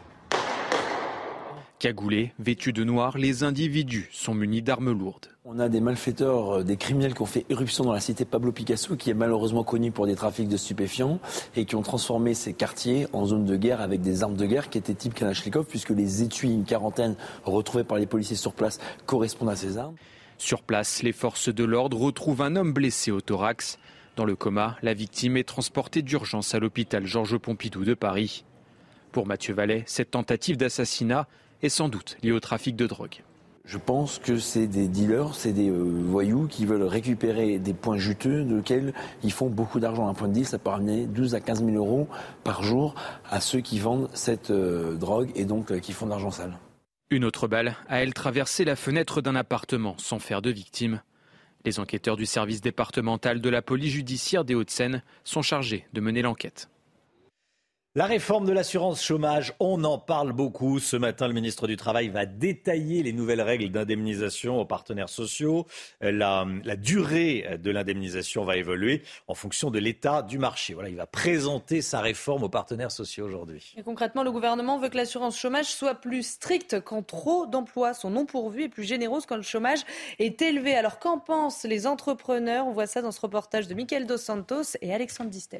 Cagoulés, vêtus de noir, les individus sont munis d'armes lourdes.
On a des malfaiteurs, des criminels qui ont fait éruption dans la cité Pablo Picasso, qui est malheureusement connue pour des trafics de stupéfiants et qui ont transformé ces quartiers en zone de guerre avec des armes de guerre qui étaient type Kalachnikov, puisque les étuis, une quarantaine retrouvés par les policiers sur place, correspondent à ces armes.
Sur place, les forces de l'ordre retrouvent un homme blessé au thorax. Dans le coma, la victime est transportée d'urgence à l'hôpital Georges Pompidou de Paris. Pour Mathieu Vallet, cette tentative d'assassinat est sans doute liée au trafic de drogue.
Je pense que c'est des dealers, c'est des euh, voyous qui veulent récupérer des points juteux de lesquels ils font beaucoup d'argent. Un point de deal, ça peut ramener douze à quinze mille euros par jour à ceux qui vendent cette euh, drogue et donc euh, qui font de l'argent sale.
Une autre balle a, elle, traversé la fenêtre d'un appartement sans faire de victime. Les enquêteurs du service départemental de la police judiciaire des Hauts-de-Seine sont chargés de mener l'enquête.
La réforme de l'assurance chômage, on en parle beaucoup. Ce matin, le ministre du Travail va détailler les nouvelles règles d'indemnisation aux partenaires sociaux. La, la durée de l'indemnisation va évoluer en fonction de l'état du marché. Voilà, il va présenter sa réforme aux partenaires sociaux aujourd'hui.
Et concrètement, le gouvernement veut que l'assurance chômage soit plus stricte quand trop d'emplois sont non pourvus et plus généreuse quand le chômage est élevé. Alors qu'en pensent les entrepreneurs ? On voit ça dans ce reportage de Mickaël Dos Santos et Alexandre Distel.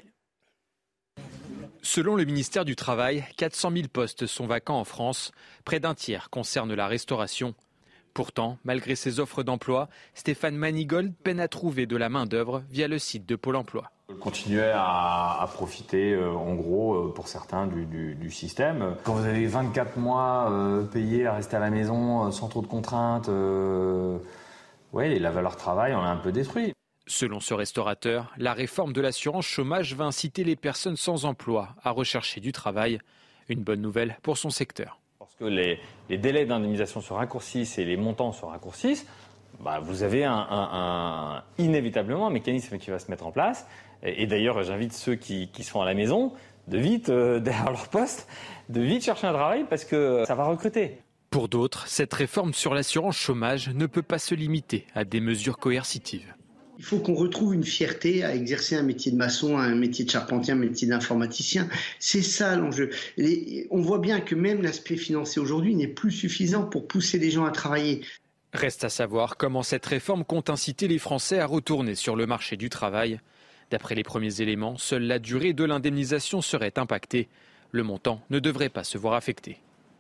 Selon le ministère du Travail, quatre cent mille postes sont vacants en France. Près d'un tiers concerne la restauration. Pourtant, malgré ces offres d'emploi, Stéphane Manigold peine à trouver de la main-d'œuvre via le site de Pôle emploi.
Continuer à, à profiter, euh, en gros, euh, pour certains, du, du, du système. Quand vous avez vingt-quatre mois euh, payés à rester à la maison euh, sans trop de contraintes, euh, ouais, la valeur travail, on l'a un peu détruit.
Selon ce restaurateur, la réforme de l'assurance chômage va inciter les personnes sans emploi à rechercher du travail. Une bonne nouvelle pour son secteur.
Parce que les, les délais d'indemnisation se raccourcissent et les montants se raccourcissent, bah vous avez un, un, un, inévitablement un mécanisme qui va se mettre en place. Et, et d'ailleurs, j'invite ceux qui, qui sont à la maison de vite, euh, derrière leur poste, de vite chercher un travail parce que ça va recruter.
Pour d'autres, cette réforme sur l'assurance chômage ne peut pas se limiter à des mesures coercitives.
Il faut qu'on retrouve une fierté à exercer un métier de maçon, un métier de charpentier, un métier d'informaticien. C'est ça l'enjeu. Les, on voit bien que même l'aspect financier aujourd'hui n'est plus suffisant pour pousser les gens à travailler.
Reste à savoir comment cette réforme compte inciter les Français à retourner sur le marché du travail. D'après les premiers éléments, seule la durée de l'indemnisation serait impactée. Le montant ne devrait pas se voir affecté.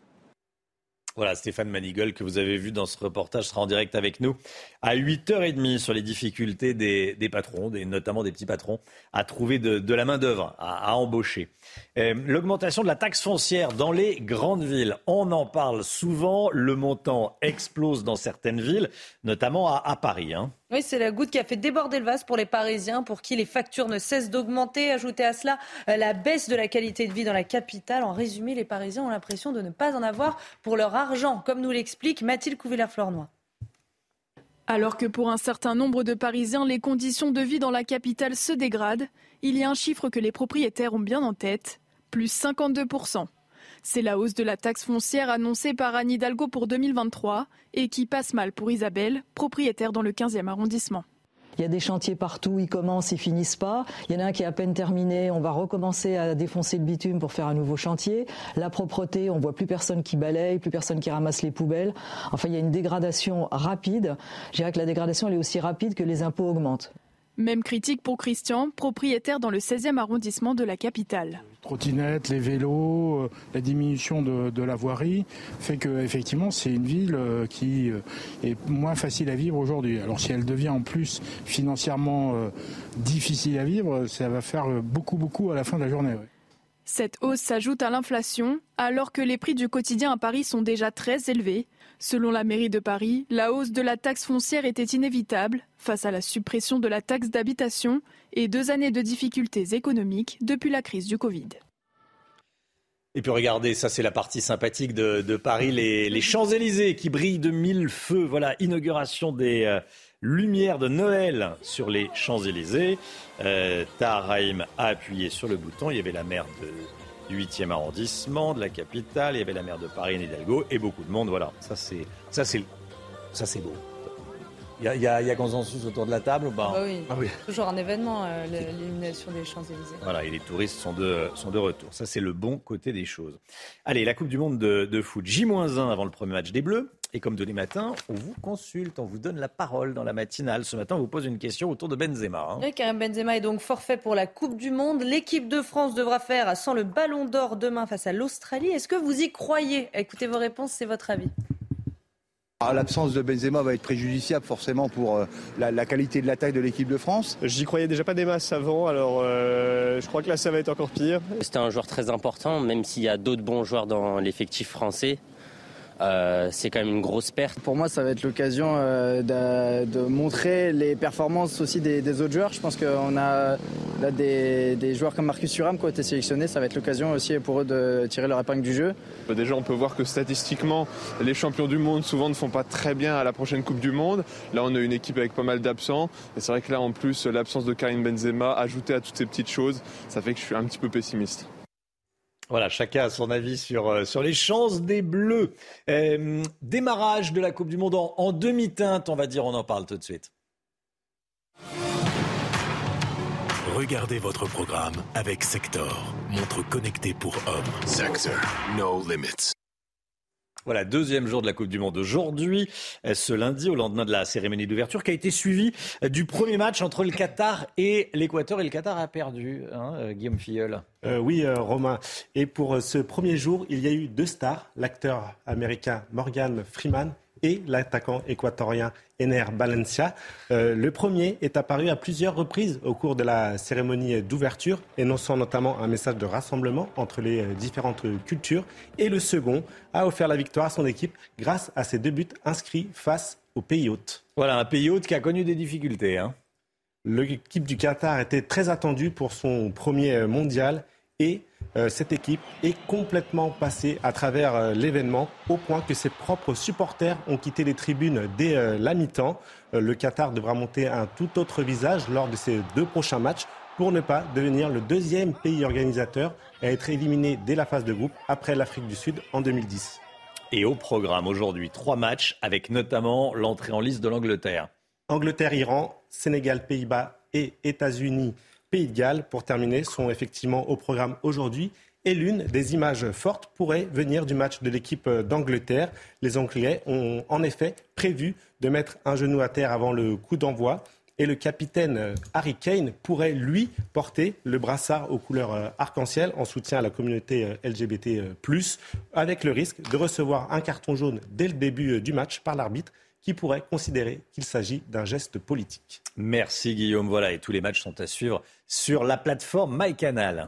Voilà, Stéphane Manigold, que vous avez vu dans ce reportage, sera en direct avec nous à huit heures trente sur les difficultés des, des patrons, des, notamment des petits patrons, à trouver de, de la main-d'œuvre, à, à embaucher. Euh, l'augmentation de la taxe foncière dans les grandes villes, on en parle souvent. Le montant explose dans certaines villes, notamment à, à Paris. Hein.
Oui, c'est la goutte qui a fait déborder le vase pour les Parisiens, pour qui les factures ne cessent d'augmenter. Ajoutez à cela la baisse de la qualité de vie dans la capitale. En résumé, les Parisiens ont l'impression de ne pas en avoir pour leur argent, comme nous l'explique Mathilde Couvillard-Flornoy.
Alors que pour un certain nombre de Parisiens, les conditions de vie dans la capitale se dégradent, il y a un chiffre que les propriétaires ont bien en tête, plus cinquante-deux pour cent. C'est la hausse de la taxe foncière annoncée par Anne Hidalgo pour deux mille vingt-trois et qui passe mal pour Isabelle, propriétaire dans le quinzième arrondissement.
Il y a des chantiers partout, ils commencent, ils finissent pas. Il y en a un qui est à peine terminé, on va recommencer à défoncer le bitume pour faire un nouveau chantier. La propreté, on voit plus personne qui balaye, plus personne qui ramasse les poubelles. Enfin, il y a une dégradation rapide. Je dirais que la dégradation, elle est aussi rapide que les impôts augmentent.
Même critique pour Christian, propriétaire dans le seizième arrondissement de la capitale.
Trottinettes, les vélos, la diminution de, de la voirie fait que effectivement c'est une ville qui est moins facile à vivre aujourd'hui. Alors si elle devient en plus financièrement difficile à vivre, ça va faire beaucoup beaucoup à la fin de la journée. Ouais.
Cette hausse s'ajoute à l'inflation, alors que les prix du quotidien à Paris sont déjà très élevés. Selon la mairie de Paris, la hausse de la taxe foncière était inévitable face à la suppression de la taxe d'habitation et deux années de difficultés économiques depuis la crise du Covid.
Et puis regardez, ça c'est la partie sympathique de, de Paris, les, les Champs-Élysées qui brillent de mille feux. Voilà, inauguration des euh, lumières de Noël sur les Champs-Élysées. Euh, Tahar Rahim a appuyé sur le bouton, il y avait la maire de... du huitième arrondissement, de la capitale, il y avait la maire de Paris, Anne Hidalgo, et beaucoup de monde. Voilà, ça c'est, ça c'est, ça c'est beau. Il y a, il y a, il y a consensus autour de la table ou pas?
Ah oui.
Ah oui.
Toujours un événement, euh, l'illumination des Champs-Élysées.
Voilà, et les touristes sont de, sont de retour. Ça, c'est le bon côté des choses. Allez, la Coupe du Monde de, de foot, J moins un avant le premier match des Bleus. Et comme tous les matins, on vous consulte, on vous donne la parole dans la matinale. Ce matin, on vous pose une question autour de Benzema. Hein.
Oui, Karim Benzema est donc forfait pour la Coupe du Monde. L'équipe de France devra faire sans le ballon d'or demain face à l'Australie. Est-ce que vous y croyez? Écoutez vos réponses, c'est votre avis.
Ah, l'absence de Benzema va être préjudiciable forcément pour euh, la, la qualité de l'attaque de l'équipe de France.
J'y croyais déjà pas des masses avant, alors euh, je crois que là ça va être encore pire.
C'était un joueur très important, même s'il y a d'autres bons joueurs dans l'effectif français. Euh, c'est quand même une grosse perte.
Pour moi, ça va être l'occasion euh, de, de montrer les performances aussi des, des autres joueurs. Je pense qu'on a là, des, des joueurs comme Marcus Thuram qui ont été sélectionnés. Ça va être l'occasion aussi pour eux de tirer leur épingle du jeu.
Déjà, on peut voir que statistiquement, les champions du monde souvent ne font pas très bien à la prochaine Coupe du Monde. Là, on a une équipe avec pas mal d'absents. Et c'est vrai que là, en plus, l'absence de Karim Benzema, ajoutée à toutes ces petites choses, ça fait que je suis un petit peu pessimiste.
Voilà, chacun a son avis sur, euh, sur les chances des Bleus. Euh, démarrage de la Coupe du Monde en, en demi-teinte, on va dire, on en parle tout de suite.
Regardez votre programme avec Sector, montre connectée pour hommes. Sector, no limits.
Voilà, deuxième jour de la Coupe du Monde aujourd'hui, ce lundi, au lendemain de la cérémonie d'ouverture, qui a été suivi du premier match entre le Qatar et l'Équateur. Et le Qatar a perdu, hein, Guillaume Filleul.
Euh, oui, euh, Romain. Et pour ce premier jour, il y a eu deux stars, l'acteur américain Morgan Freeman et l'attaquant équatorien Ener Valencia. Euh, le premier est apparu à plusieurs reprises au cours de la cérémonie d'ouverture, énonçant notamment un message de rassemblement entre les différentes cultures. Et le second a offert la victoire à son équipe grâce à ses deux buts inscrits face au pays hôte.
Voilà, un pays hôte qui a connu des difficultés, hein.
L'équipe du Qatar était très attendue pour son premier mondial et euh, cette équipe est complètement passée à travers euh, l'événement au point que ses propres supporters ont quitté les tribunes dès euh, la mi-temps. Euh, le Qatar devra monter un tout autre visage lors de ses deux prochains matchs pour ne pas devenir le deuxième pays organisateur à être éliminé dès la phase de groupe après l'Afrique du Sud en deux mille dix.
Et au programme aujourd'hui, trois matchs avec notamment l'entrée en liste de l'Angleterre.
Angleterre-Iran, Sénégal-Pays-Bas et États-Unis. Pays de Galles, pour terminer, sont effectivement au programme aujourd'hui. Et l'une des images fortes pourrait venir du match de l'équipe d'Angleterre. Les Anglais ont en effet prévu de mettre un genou à terre avant le coup d'envoi. Et le capitaine Harry Kane pourrait, lui, porter le brassard aux couleurs arc-en-ciel en soutien à la communauté L G B T plus, avec le risque de recevoir un carton jaune dès le début du match par l'arbitre, qui pourrait considérer qu'il s'agit d'un geste politique.
Merci Guillaume. Voilà, et tous les matchs sont à suivre sur la plateforme MyCanal.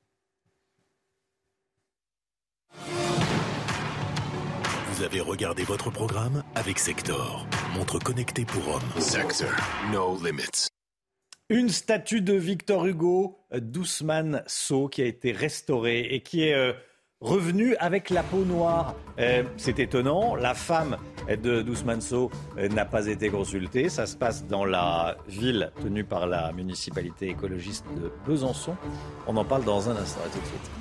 Vous avez regardé votre programme avec Sector, montre connectée pour hommes. Sector, no limits.
Une statue de Victor Hugo d'Ousmane Sow qui a été restaurée et qui est... Euh, revenu avec la peau noire. Euh, c'est étonnant, la femme de d'Ousmane Sow euh, n'a pas été consultée. Ça se passe dans la ville tenue par la municipalité écologiste de Besançon. On en parle dans un instant. À tout de suite.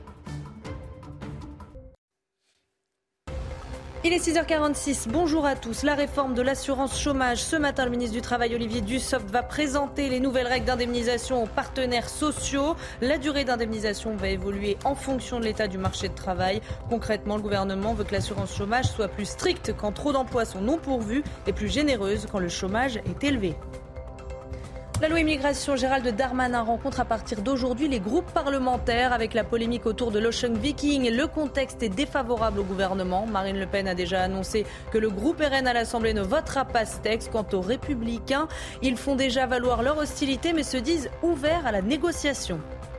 Il est six heures quarante-six, bonjour à tous. La réforme de l'assurance chômage. Ce matin, le ministre du Travail, Olivier Dussopt, va présenter les nouvelles règles d'indemnisation aux partenaires sociaux. La durée d'indemnisation va évoluer en fonction de l'état du marché de travail. Concrètement, le gouvernement veut que l'assurance chômage soit plus stricte quand trop d'emplois sont non pourvus et plus généreuse quand le chômage est élevé. La loi immigration, Gérald Darmanin rencontre à partir d'aujourd'hui les groupes parlementaires avec la polémique autour de l'Ocean Viking. Le contexte est défavorable au gouvernement. Marine Le Pen a déjà annoncé que le groupe R N à l'Assemblée ne votera pas ce texte. Quant aux Républicains, ils font déjà valoir leur hostilité mais se disent ouverts à la négociation.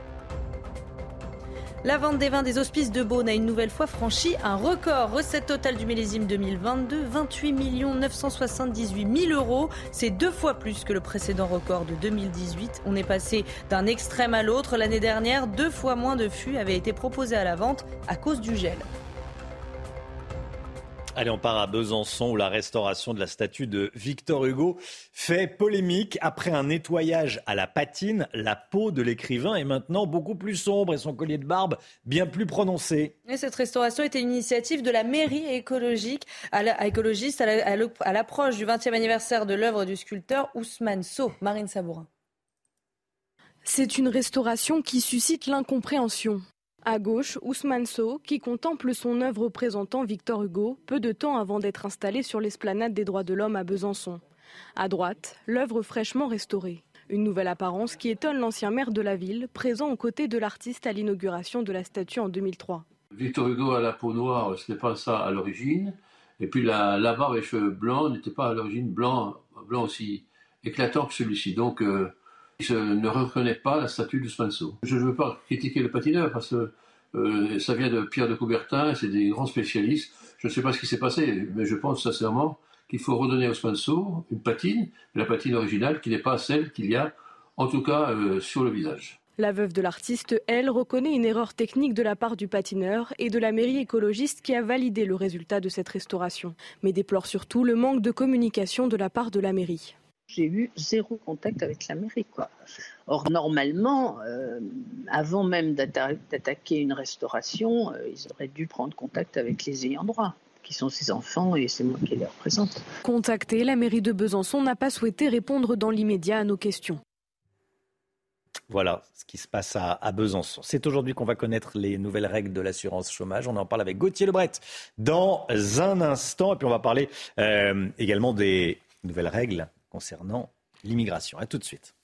La vente des vins des Hospices de Beaune a une nouvelle fois franchi un record. Recette totale du millésime deux mille vingt-deux, vingt-huit millions neuf cent soixante-dix-huit mille euros. C'est deux fois plus que le précédent record de deux mille dix-huit. On est passé d'un extrême à l'autre. L'année dernière, deux fois moins de fûts avaient été proposés à la vente à cause du gel.
Allez, on part à Besançon où la restauration de la statue de Victor Hugo fait polémique. Après un nettoyage à la patine, la peau de l'écrivain est maintenant beaucoup plus sombre et son collier de barbe bien plus prononcé.
Et cette restauration était une initiative de la mairie écologique, à la, écologiste à, la, à l'approche du vingtième anniversaire de l'œuvre du sculpteur Ousmane Sow. Marine Sabourin.
C'est une restauration qui suscite l'incompréhension. À gauche, Ousmane Sow, qui contemple son œuvre représentant Victor Hugo, peu de temps avant d'être installé sur l'esplanade des droits de l'homme à Besançon. À droite, l'œuvre fraîchement restaurée. Une nouvelle apparence qui étonne l'ancien maire de la ville, présent aux côtés de l'artiste à l'inauguration de la statue en deux mille trois.
Victor Hugo à la peau noire, ce n'est pas ça à l'origine.
Et puis la, la barbe et les cheveux blancs n'étaient pas à l'origine blancs, blancs aussi éclatants que celui-ci. Donc euh, je ne reconnais pas la statue de Spanso. Je ne veux pas critiquer le patineur parce que euh, ça vient de Pierre de Coubertin, c'est des grands spécialistes. Je ne sais pas ce qui s'est passé, mais je pense sincèrement qu'il faut redonner au Spanso une patine, la patine originale qui n'est pas celle qu'il y a, en tout cas euh, sur le visage.
La veuve de l'artiste, elle, reconnaît une erreur technique de la part du patineur et de la mairie écologiste qui a validé le résultat de cette restauration, mais déplore surtout le manque de communication de la part de la mairie.
J'ai eu zéro contact avec la mairie, quoi. Or, normalement, euh, avant même d'atta- d'attaquer une restauration, euh, ils auraient dû prendre contact avec les ayants droit, qui sont ses enfants, et c'est moi qui les représente.
Contactée, la mairie de Besançon n'a pas souhaité répondre dans l'immédiat à nos questions.
Voilà ce qui se passe à, à Besançon. C'est aujourd'hui qu'on va connaître les nouvelles règles de l'assurance chômage. On en parle avec Gauthier Lebret dans un instant. Et puis on va parler euh, également des nouvelles règles concernant l'immigration. À tout de suite.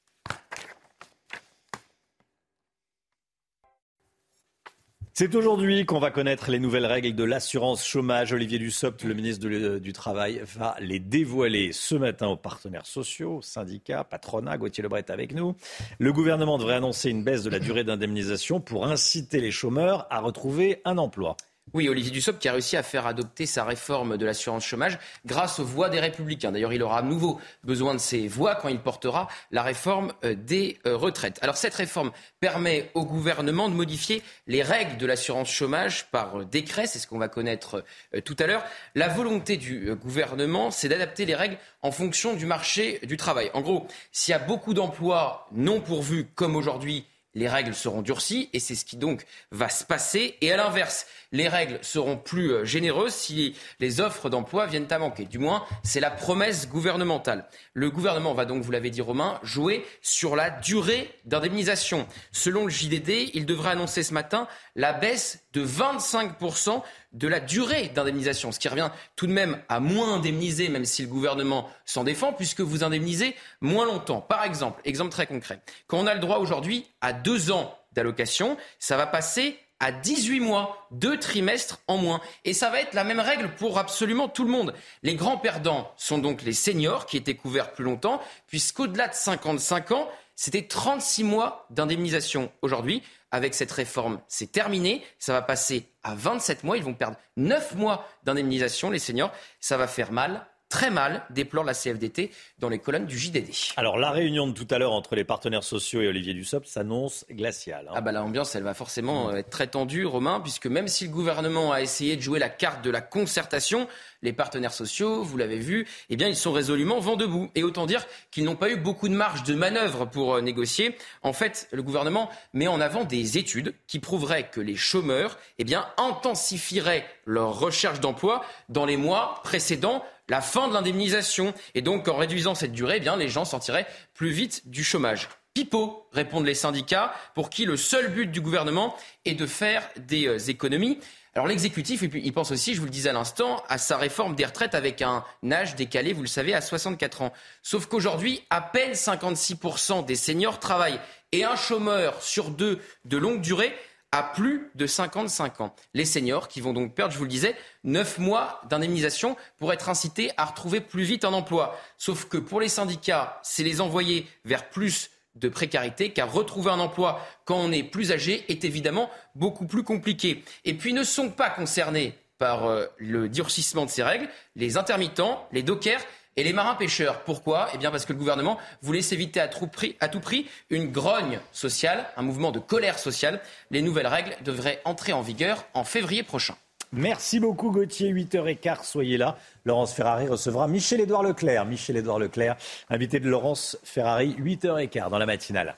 C'est aujourd'hui qu'on va connaître les nouvelles règles de l'assurance chômage. Olivier Dussopt, le ministre de, du Travail, va les dévoiler ce matin aux partenaires sociaux, syndicats, patronat. Gauthier Lebret avec nous. Le gouvernement devrait annoncer une baisse de la durée d'indemnisation pour inciter les chômeurs à retrouver un emploi.
Oui, Olivier Dussopt qui a réussi à faire adopter sa réforme de l'assurance chômage grâce aux voix des Républicains. D'ailleurs, il aura à nouveau besoin de ces voix quand il portera la réforme des retraites. Alors cette réforme permet au gouvernement de modifier les règles de l'assurance chômage par décret, c'est ce qu'on va connaître tout à l'heure. La volonté du gouvernement, c'est d'adapter les règles en fonction du marché du travail. En gros, s'il y a beaucoup d'emplois non pourvus comme aujourd'hui, les règles seront durcies et c'est ce qui donc va se passer. Et à l'inverse, les règles seront plus généreuses si les offres d'emploi viennent à manquer. Du moins, c'est la promesse gouvernementale. Le gouvernement va donc, vous l'avez dit Romain, jouer sur la durée d'indemnisation. Selon le J D D, il devrait annoncer ce matin la baisse de vingt-cinq pour cent de la durée d'indemnisation, ce qui revient tout de même à moins indemniser, même si le gouvernement s'en défend, puisque vous indemnisez moins longtemps. Par exemple, exemple très concret, quand on a le droit aujourd'hui à deux ans d'allocation, ça va passer à dix-huit mois, deux trimestres en moins. Et ça va être la même règle pour absolument tout le monde. Les grands perdants sont donc les seniors qui étaient couverts plus longtemps, puisqu'au-delà de cinquante-cinq ans, c'était trente-six mois d'indemnisation. Aujourd'hui, avec cette réforme, c'est terminé. Ça va passer à vingt-sept mois. Ils vont perdre neuf mois d'indemnisation, les seniors. Ça va faire mal. Très mal, déplore la C F D T dans les colonnes du J D D.
Alors la réunion de tout à l'heure entre les partenaires sociaux et Olivier Dussopt s'annonce glaciale. Hein.
Ah bah l'ambiance elle va forcément être très tendue, Romain, puisque même si le gouvernement a essayé de jouer la carte de la concertation, les partenaires sociaux, vous l'avez vu, eh bien ils sont résolument vent debout. Et autant dire qu'ils n'ont pas eu beaucoup de marge de manœuvre pour négocier. En fait, le gouvernement met en avant des études qui prouveraient que les chômeurs eh bien, intensifieraient leur recherche d'emploi dans les mois précédant la fin de l'indemnisation. Et donc, en réduisant cette durée, eh bien, les gens sortiraient plus vite du chômage. Pipeau, répondent les syndicats, pour qui le seul but du gouvernement est de faire des euh, économies. Alors l'exécutif, il pense aussi, je vous le disais à l'instant, à sa réforme des retraites avec un âge décalé, vous le savez, à soixante-quatre ans. Sauf qu'aujourd'hui, à peine cinquante-six pour cent des seniors travaillent et un chômeur sur deux de longue durée à plus de cinquante-cinq ans. Les seniors qui vont donc perdre, je vous le disais, neuf mois d'indemnisation pour être incités à retrouver plus vite un emploi. Sauf que pour les syndicats, c'est les envoyer vers plus de précarité, car retrouver un emploi quand on est plus âgé est évidemment beaucoup plus compliqué. Et puis ne sont pas concernés par euh, le durcissement de ces règles les intermittents, les dockers et les marins-pêcheurs. Pourquoi ? Eh bien parce que le gouvernement voulait s'éviter à tout prix, à tout prix une grogne sociale, un mouvement de colère sociale. Les nouvelles règles devraient entrer en vigueur en février prochain.
Merci beaucoup Gauthier, huit heures quinze, soyez là. Laurence Ferrari recevra Michel-Édouard Leclerc. Michel-Édouard Leclerc, invité de Laurence Ferrari, huit heures quinze dans la matinale.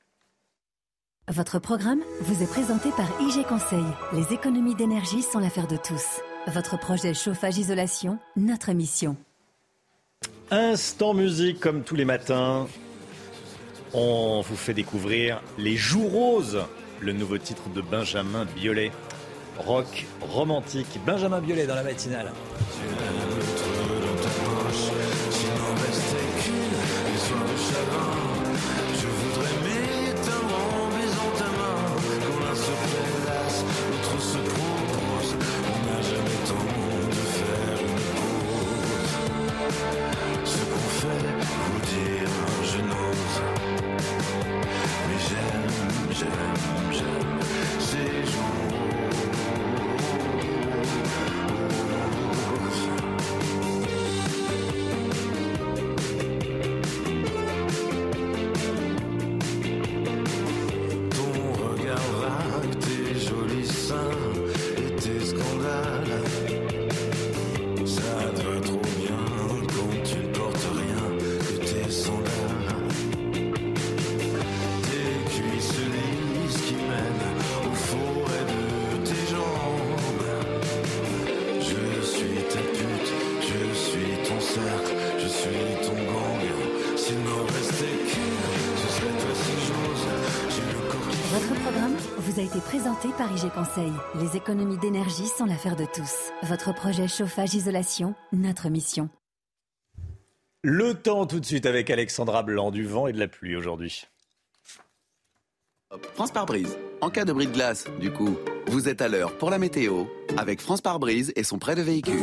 Votre programme vous est présenté par I G Conseil. Les économies d'énergie sont l'affaire de tous. Votre projet chauffage-isolation, notre mission.
Instant musique comme tous les matins. On vous fait découvrir Les Joues Roses, le nouveau titre de Benjamin Biolay. Rock romantique. Benjamin Biolay dans la matinale.
Se propose, on n'a jamais tant de faire
vous a été présenté par I G Conseil. Les économies d'énergie sont l'affaire de tous. Votre projet chauffage-isolation, notre mission.
Le temps tout de suite avec Alexandra Blanc, du vent et de la pluie aujourd'hui.
France Pare-Brise. En cas de bris de glace, du coup, vous êtes à l'heure pour la météo avec France Pare-Brise et son prêt de véhicule.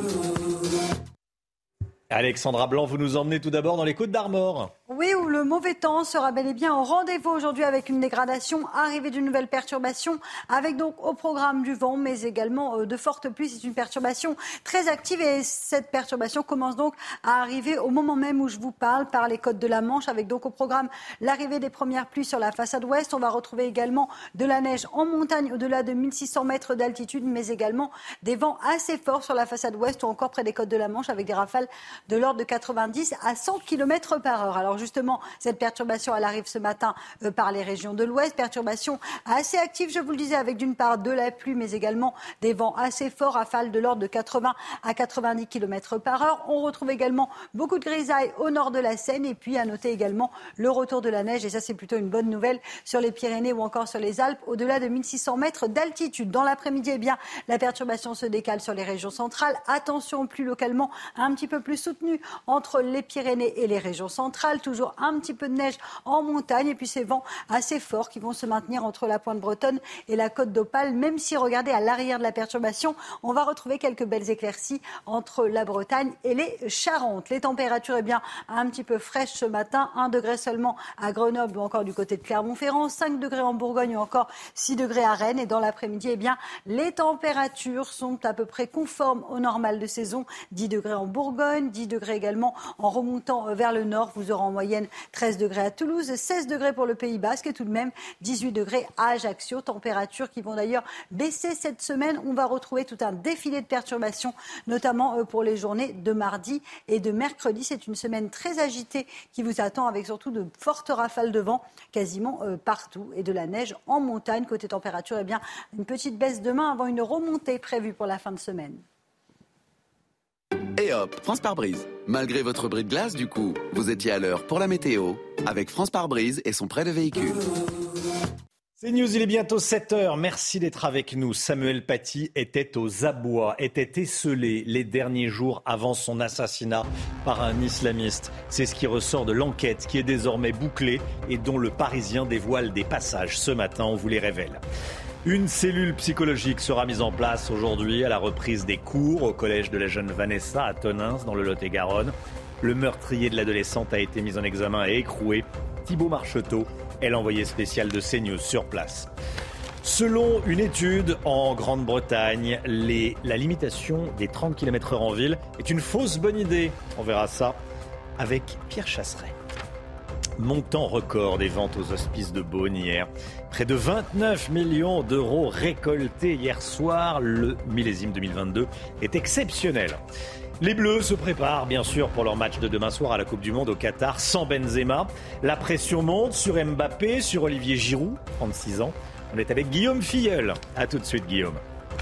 Alexandra Blanc, vous nous emmenez tout d'abord dans les Côtes d'Armor.
Oui, où le mauvais temps sera bel et bien au rendez-vous aujourd'hui avec une dégradation, arrivée d'une nouvelle perturbation, avec donc au programme du vent, mais également euh, de fortes pluies. C'est une perturbation très active et cette perturbation commence donc à arriver au moment même où je vous parle par les côtes de la Manche, avec donc au programme l'arrivée des premières pluies sur la façade ouest. On va retrouver également de la neige en montagne au-delà de mille six cents mètres d'altitude, mais également des vents assez forts sur la façade ouest ou encore près des côtes de la Manche avec des rafales de l'ordre de quatre-vingt-dix à cent kilomètres par heure. Alors justement, cette perturbation, elle arrive ce matin euh, par les régions de l'ouest. Perturbation assez active, je vous le disais, avec d'une part de la pluie, mais également des vents assez forts, rafales de l'ordre de quatre-vingts à quatre-vingt-dix kilomètres par heure. On retrouve également beaucoup de grisailles au nord de la Seine. Et puis à noter également le retour de la neige. Et ça, c'est plutôt une bonne nouvelle sur les Pyrénées ou encore sur les Alpes, au-delà de mille six cents mètres d'altitude. Dans l'après-midi, eh bien, la perturbation se décale sur les régions centrales. Attention, plus localement, un petit peu plus soutenue entre les Pyrénées et les régions centrales. Toujours un petit peu de neige en montagne et puis ces vents assez forts qui vont se maintenir entre la pointe bretonne et la côte d'Opale. Même si, regardez, à l'arrière de la perturbation, on va retrouver quelques belles éclaircies entre la Bretagne et les Charentes. Les températures, eh bien, un petit peu fraîches ce matin. un degré seulement à Grenoble ou encore du côté de Clermont-Ferrand. cinq degrés en Bourgogne ou encore six degrés à Rennes. Et dans l'après-midi, eh bien, les températures sont à peu près conformes au normal de saison. dix degrés en Bourgogne, dix degrés également en remontant vers le nord. Vous aurez en moyenne treize degrés à Toulouse, seize degrés pour le Pays Basque et tout de même dix-huit degrés à Ajaccio. Températures qui vont d'ailleurs baisser cette semaine. On va retrouver tout un défilé de perturbations, notamment pour les journées de mardi et de mercredi. C'est une semaine très agitée qui vous attend avec surtout de fortes rafales de vent quasiment partout et de la neige en montagne. Côté température, eh bien, une petite baisse demain avant une remontée prévue pour la fin de semaine.
Et hop, France Pare-Brise. Malgré votre bris de glace, du coup, vous étiez à l'heure pour la météo avec France Pare-Brise et son prêt de véhicule.
C'est News, il est bientôt sept heures. Merci d'être avec nous. Samuel Paty était aux abois, était esseulé les derniers jours avant son assassinat par un islamiste. C'est ce qui ressort de l'enquête qui est désormais bouclée et dont le Parisien dévoile des passages. Ce matin, on vous les révèle. Une cellule psychologique sera mise en place aujourd'hui à la reprise des cours au collège de la jeune Vanessa à Tonins dans le Lot-et-Garonne. Le meurtrier de l'adolescente a été mis en examen et écroué. Thibaut Marcheteau est l'envoyé spécial de CNews sur place. Selon une étude en Grande-Bretagne, les, la limitation des trente kilomètres heure en ville est une fausse bonne idée. On verra ça avec Pierre Chasseret. Montant record des ventes aux hospices de Beaune hier. Près de vingt-neuf millions d'euros récoltés hier soir. Le millésime deux mille vingt-deux est exceptionnel. Les Bleus se préparent bien sûr pour leur match de demain soir à la Coupe du Monde au Qatar sans Benzema. La pression monte sur Mbappé, sur Olivier Giroud, trente-six ans. On est avec Guillaume Filleul. A tout de suite Guillaume.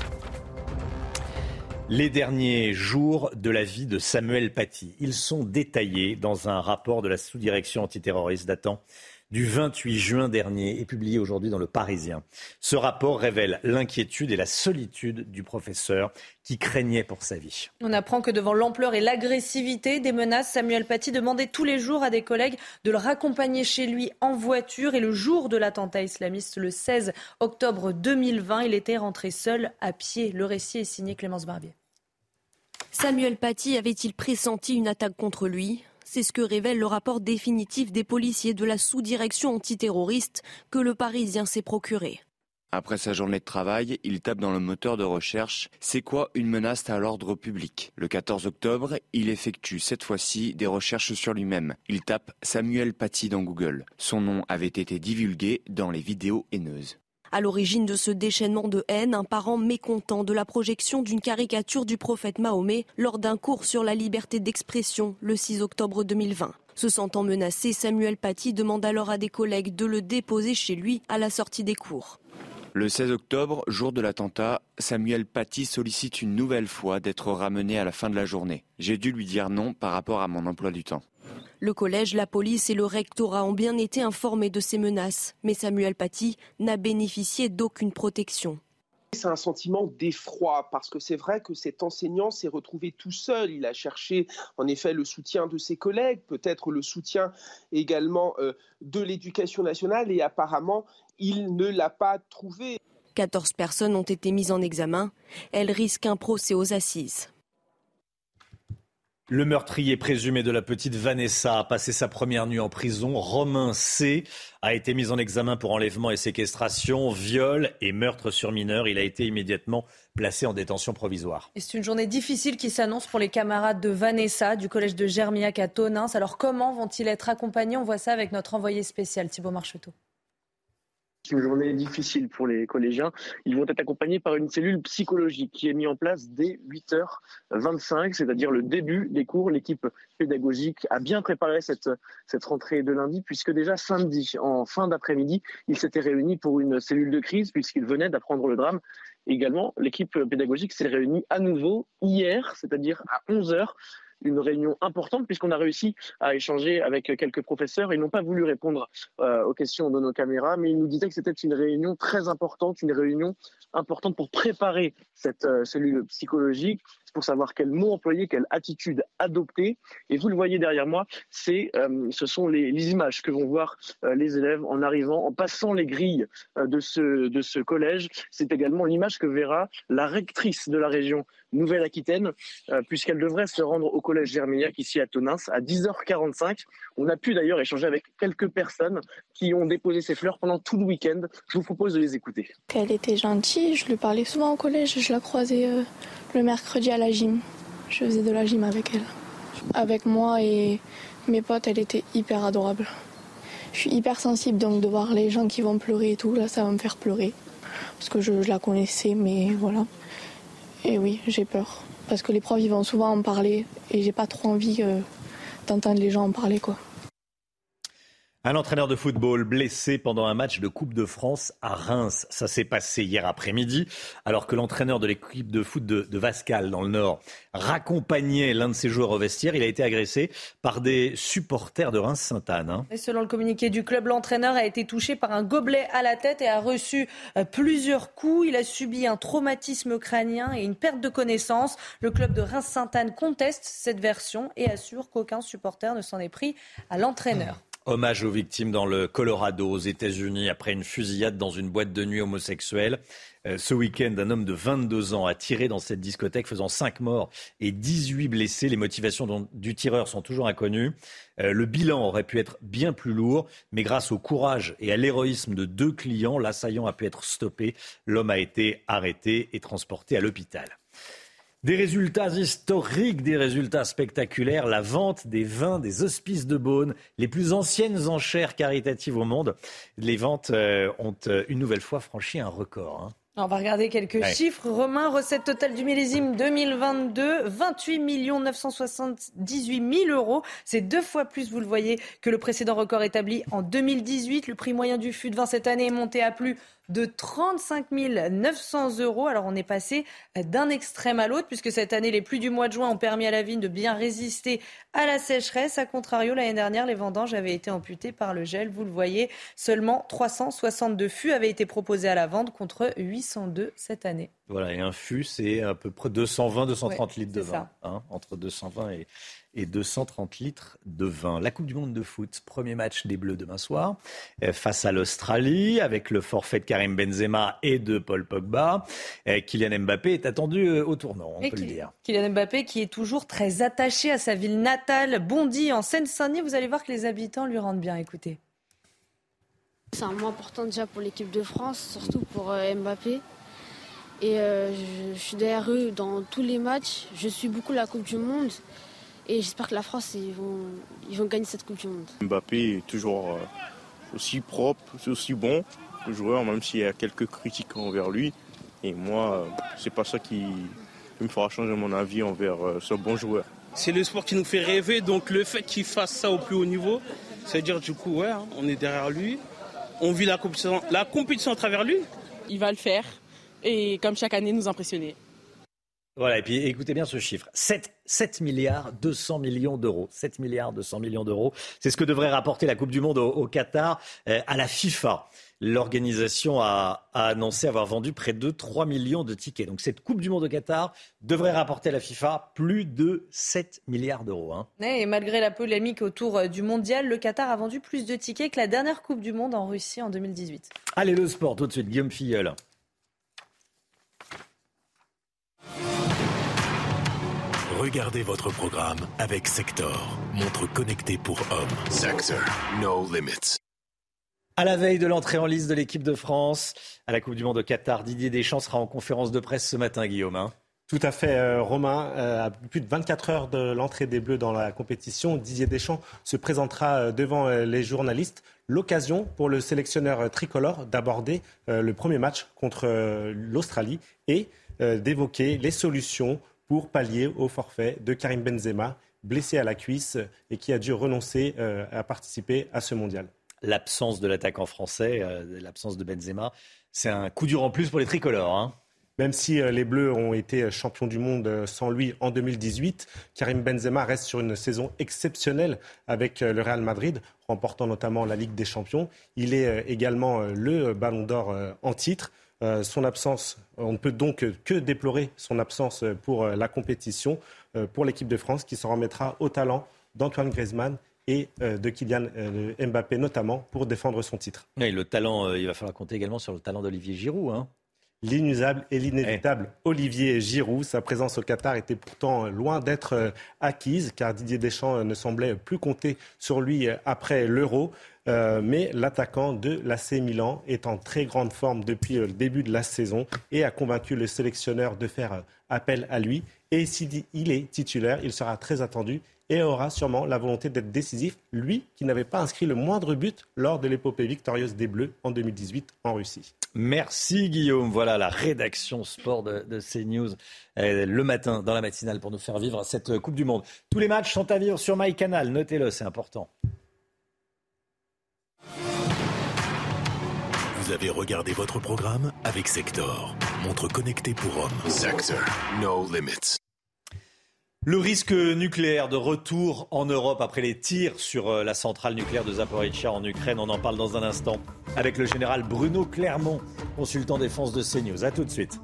Les derniers jours de la vie de Samuel Paty, ils sont détaillés dans un rapport de la sous-direction antiterroriste datant du vingt-huit juin dernier et publié aujourd'hui dans Le Parisien. Ce rapport révèle l'inquiétude et la solitude du professeur qui craignait pour sa vie.
On apprend que devant l'ampleur et l'agressivité des menaces, Samuel Paty demandait tous les jours à des collègues de le raccompagner chez lui en voiture. Et le jour de l'attentat islamiste, le seize octobre deux mille vingt, il était rentré seul à pied. Le récit est signé Clémence Barbier.
Samuel Paty avait-il pressenti une attaque contre lui ? C'est ce que révèle le rapport définitif des policiers de la sous-direction antiterroriste que le Parisien s'est procuré.
Après sa journée de travail, il tape dans le moteur de recherche « C'est quoi une menace à l'ordre public ?» Le quatorze octobre, il effectue cette fois-ci des recherches sur lui-même. Il tape « Samuel Paty » dans Google. Son nom avait été divulgué dans les vidéos haineuses.
À l'origine de ce déchaînement de haine, un parent mécontent de la projection d'une caricature du prophète Mahomet lors d'un cours sur la liberté d'expression le six octobre deux mille vingt. Se sentant menacé, Samuel Paty demande alors à des collègues de le déposer chez lui à la sortie des cours.
Le seize octobre, jour de l'attentat, Samuel Paty sollicite une nouvelle fois d'être ramené à la fin de la journée. J'ai dû lui dire non par rapport à mon emploi du temps.
Le collège, la police et le rectorat ont bien été informés de ces menaces, mais Samuel Paty n'a bénéficié d'aucune protection.
C'est un sentiment d'effroi parce que c'est vrai que cet enseignant s'est retrouvé tout seul. Il a cherché en effet le soutien de ses collègues, peut-être le soutien également euh, de l'éducation nationale et apparemment il ne l'a pas trouvé.
quatorze personnes ont été mises en examen. Elles risquent un procès aux assises.
Le meurtrier présumé de la petite Vanessa a passé sa première nuit en prison. Romain C. a été mis en examen pour enlèvement et séquestration, viol et meurtre sur mineur. Il a été immédiatement placé en détention provisoire.
Et c'est une journée difficile qui s'annonce pour les camarades de Vanessa du collège de Germillac à Tonneins. Alors comment vont-ils être accompagnés? On voit ça avec notre envoyé spécial Thibaut Marcheteau.
C'est une journée difficile pour les collégiens. Ils vont être accompagnés par une cellule psychologique qui est mise en place dès huit heures vingt-cinq, c'est-à-dire le début des cours. L'équipe pédagogique a bien préparé cette, cette rentrée de lundi, puisque déjà samedi, en fin d'après-midi, ils s'étaient réunis pour une cellule de crise, puisqu'ils venaient d'apprendre le drame. Également, l'équipe pédagogique s'est réunie à nouveau hier, c'est-à-dire à onze heures. Une réunion importante puisqu'on a réussi à échanger avec quelques professeurs. Ils n'ont pas voulu répondre euh, aux questions de nos caméras, mais ils nous disaient que c'était une réunion très importante, une réunion importante pour préparer cette euh, cellule psychologique, pour savoir quels mots employer, quelle attitude adopter. Et vous le voyez derrière moi, c'est, euh, ce sont les, les images que vont voir euh, les élèves en arrivant, en passant les grilles euh, de, ce, de ce collège. C'est également l'image que verra la rectrice de la région Nouvelle-Aquitaine, euh, puisqu'elle devrait se rendre au collège Germillac ici à Tonneins à dix heures quarante-cinq. On a pu d'ailleurs échanger avec quelques personnes qui ont déposé ces fleurs pendant tout le week-end. Je vous propose de les écouter.
Elle était gentille, je lui parlais souvent au collège, je la croisais euh, le mercredi à la gym. Je faisais de la gym avec elle. Avec moi et mes potes, elle était hyper adorable. Je suis hyper sensible, donc de voir les gens qui vont pleurer et tout, là ça va me faire pleurer. Parce que je, je la connaissais, mais voilà. Et oui, j'ai peur. Parce que les profs, ils vont souvent en parler et j'ai pas trop envie euh, d'entendre les gens en parler, quoi.
Un entraîneur de football blessé pendant un match de Coupe de France à Reims. Ça s'est passé hier après-midi, alors que l'entraîneur de l'équipe de foot de, de Vascal, dans le Nord, raccompagnait l'un de ses joueurs au vestiaire. Il a été agressé par des supporters de Reims-Sainte-Anne. Hein.
Et selon le communiqué du club, l'entraîneur a été touché par un gobelet à la tête et a reçu euh, plusieurs coups. Il a subi un traumatisme crânien et une perte de connaissance. Le club de Reims-Sainte-Anne conteste cette version et assure qu'aucun supporter ne s'en est pris à l'entraîneur.
Hommage aux victimes dans le Colorado, aux États-Unis, après une fusillade dans une boîte de nuit homosexuelle. Euh, ce week-end, un homme de vingt-deux ans a tiré dans cette discothèque, faisant cinq morts et dix-huit blessés. Les motivations dont, du tireur sont toujours inconnues. Euh, le bilan aurait pu être bien plus lourd, mais grâce au courage et à l'héroïsme de deux clients, l'assaillant a pu être stoppé. L'homme a été arrêté et transporté à l'hôpital. Des résultats historiques, des résultats spectaculaires, la vente des vins des Hospices de Beaune, les plus anciennes enchères caritatives au monde. Les ventes euh, ont euh, une nouvelle fois franchi un record. Hein.
On va regarder quelques ouais. chiffres. Romain, recette totale du millésime deux mille vingt-deux, vingt-huit millions neuf cent soixante-dix-huit mille euros. C'est deux fois plus, vous le voyez, que le précédent record établi en deux mille dix-huit. Le prix moyen du fût de vin cette année est monté à plus de trente-cinq mille neuf cents euros. Alors on est passé d'un extrême à l'autre, puisque cette année, les pluies du mois de juin ont permis à la vigne de bien résister à la sécheresse. A contrario, l'année dernière, les vendanges avaient été amputées par le gel. Vous le voyez, seulement trois cent soixante-deux fûts avaient été proposés à la vente contre huit cent deux cette année.
Voilà, et un fût, c'est à peu près deux cent vingt à deux cent trente ouais, litres de vin. Hein, entre deux cent vingt et, et deux cent trente litres de vin. La Coupe du Monde de foot, premier match des Bleus demain soir, euh, face à l'Australie, avec le forfait de Karim Benzema et de Paul Pogba. Euh, Kylian Mbappé est attendu euh, au tournant, on et peut qui, le dire.
Kylian Mbappé qui est toujours très attaché à sa ville natale, Bondy, en Seine-Saint-Denis. Vous allez voir que les habitants lui rendent bien, écoutez.
C'est un mois important déjà pour l'équipe de France, surtout pour euh, Mbappé. Et euh, je, je suis derrière eux dans tous les matchs. Je suis beaucoup la Coupe du Monde. Et j'espère que la France, ils vont, ils vont gagner cette Coupe du Monde.
Mbappé est toujours euh, aussi propre, aussi bon que joueur, même s'il y a quelques critiques envers lui. Et moi, euh, c'est pas ça qui, qui me fera changer mon avis envers euh, ce bon joueur.
C'est le sport qui nous fait rêver. Donc le fait qu'il fasse ça au plus haut niveau, ça veut dire du coup, ouais, hein, on est derrière lui. On vit la compétition, la compétition à travers lui.
Il va le faire. Et comme chaque année, nous impressionner.
Voilà, et puis écoutez bien ce chiffre. sept milliards deux cents millions d'euros. sept milliards deux cents millions d'euros. C'est ce que devrait rapporter la Coupe du Monde au, au Qatar euh, à la FIFA. L'organisation a, a annoncé avoir vendu près de trois millions de tickets. Donc cette Coupe du Monde au Qatar devrait rapporter à la FIFA plus de sept milliards d'euros. Hein.
Et malgré la polémique autour du mondial, le Qatar a vendu plus de tickets que la dernière Coupe du Monde en Russie en deux mille dix-huit.
Allez, le sport tout de suite, Guillaume Filleul.
Regardez votre programme avec Sector, montre connectée pour hommes. Sector, no limits.
À la veille de l'entrée en lice de l'équipe de France à la Coupe du Monde au Qatar, Didier Deschamps sera en conférence de presse ce matin, Guillaume. Hein.
Tout à fait, euh, Romain. Euh, à plus de vingt-quatre heures de l'entrée des Bleus dans la compétition, Didier Deschamps se présentera euh, devant euh, les journalistes. L'occasion pour le sélectionneur euh, tricolore d'aborder euh, le premier match contre euh, l'Australie et euh, d'évoquer les solutions pour pallier au forfait de Karim Benzema, blessé à la cuisse et qui a dû renoncer euh, à participer à ce mondial.
L'absence de l'attaquant français, euh, l'absence de Benzema, c'est un coup dur en plus pour les tricolores. Hein.
Même si euh, les Bleus ont été champions du monde euh, sans lui en deux mille dix-huit, Karim Benzema reste sur une saison exceptionnelle avec euh, le Real Madrid, remportant notamment la Ligue des Champions. Il est euh, également euh, le Ballon d'Or euh, en titre. Euh, son absence, on ne peut donc que déplorer son absence pour euh, la compétition, euh, pour l'équipe de France qui s'en remettra au talent d'Antoine Griezmann et euh, de Kylian euh, Mbappé notamment pour défendre son titre.
Oui, le talent, euh, il va falloir compter également sur le talent d'Olivier Giroud. Hein.
L'inusable et l'inévitable hey. Olivier Giroud. Sa présence au Qatar était pourtant loin d'être acquise car Didier Deschamps ne semblait plus compter sur lui après l'Euro. Euh, mais l'attaquant de l'A C Milan est en très grande forme depuis le début de la saison et a convaincu le sélectionneur de faire appel à lui. Et s'il est titulaire, il sera très attendu et aura sûrement la volonté d'être décisif, lui qui n'avait pas inscrit le moindre but lors de l'épopée victorieuse des Bleus en deux mille dix-huit en Russie.
Merci Guillaume. Voilà la rédaction sport de, de CNews euh, le matin dans la matinale pour nous faire vivre cette Coupe du Monde. Tous les matchs sont à vivre sur MyCanal, notez-le, c'est important.
Vous avez regardé votre programme avec Sector, montre connectée pour hommes. Sector, no limits.
Le risque nucléaire de retour en Europe après les tirs sur la centrale nucléaire de Zaporijia en Ukraine, on en parle dans un instant avec le général Bruno Clermont, consultant défense de CNews. A tout de suite.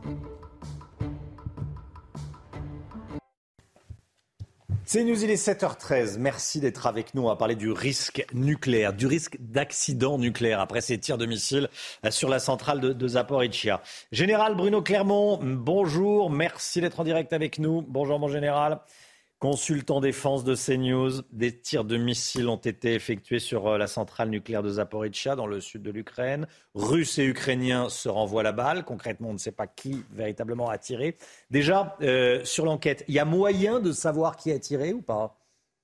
CNews, il est sept heures treize. Merci d'être avec nous. On va parler du risque nucléaire, du risque d'accident nucléaire après ces tirs de missiles sur la centrale de, de Zaporijia. Général Bruno Clermont, bonjour. Merci d'être en direct avec nous. Bonjour, mon général. Consultant défense de CNews, des tirs de missiles ont été effectués sur la centrale nucléaire de Zaporijia dans le sud de l'Ukraine. Russes et Ukrainiens se renvoient la balle. Concrètement, on ne sait pas qui véritablement a tiré. Déjà, euh, sur l'enquête, il y a moyen de savoir qui a tiré ou pas ?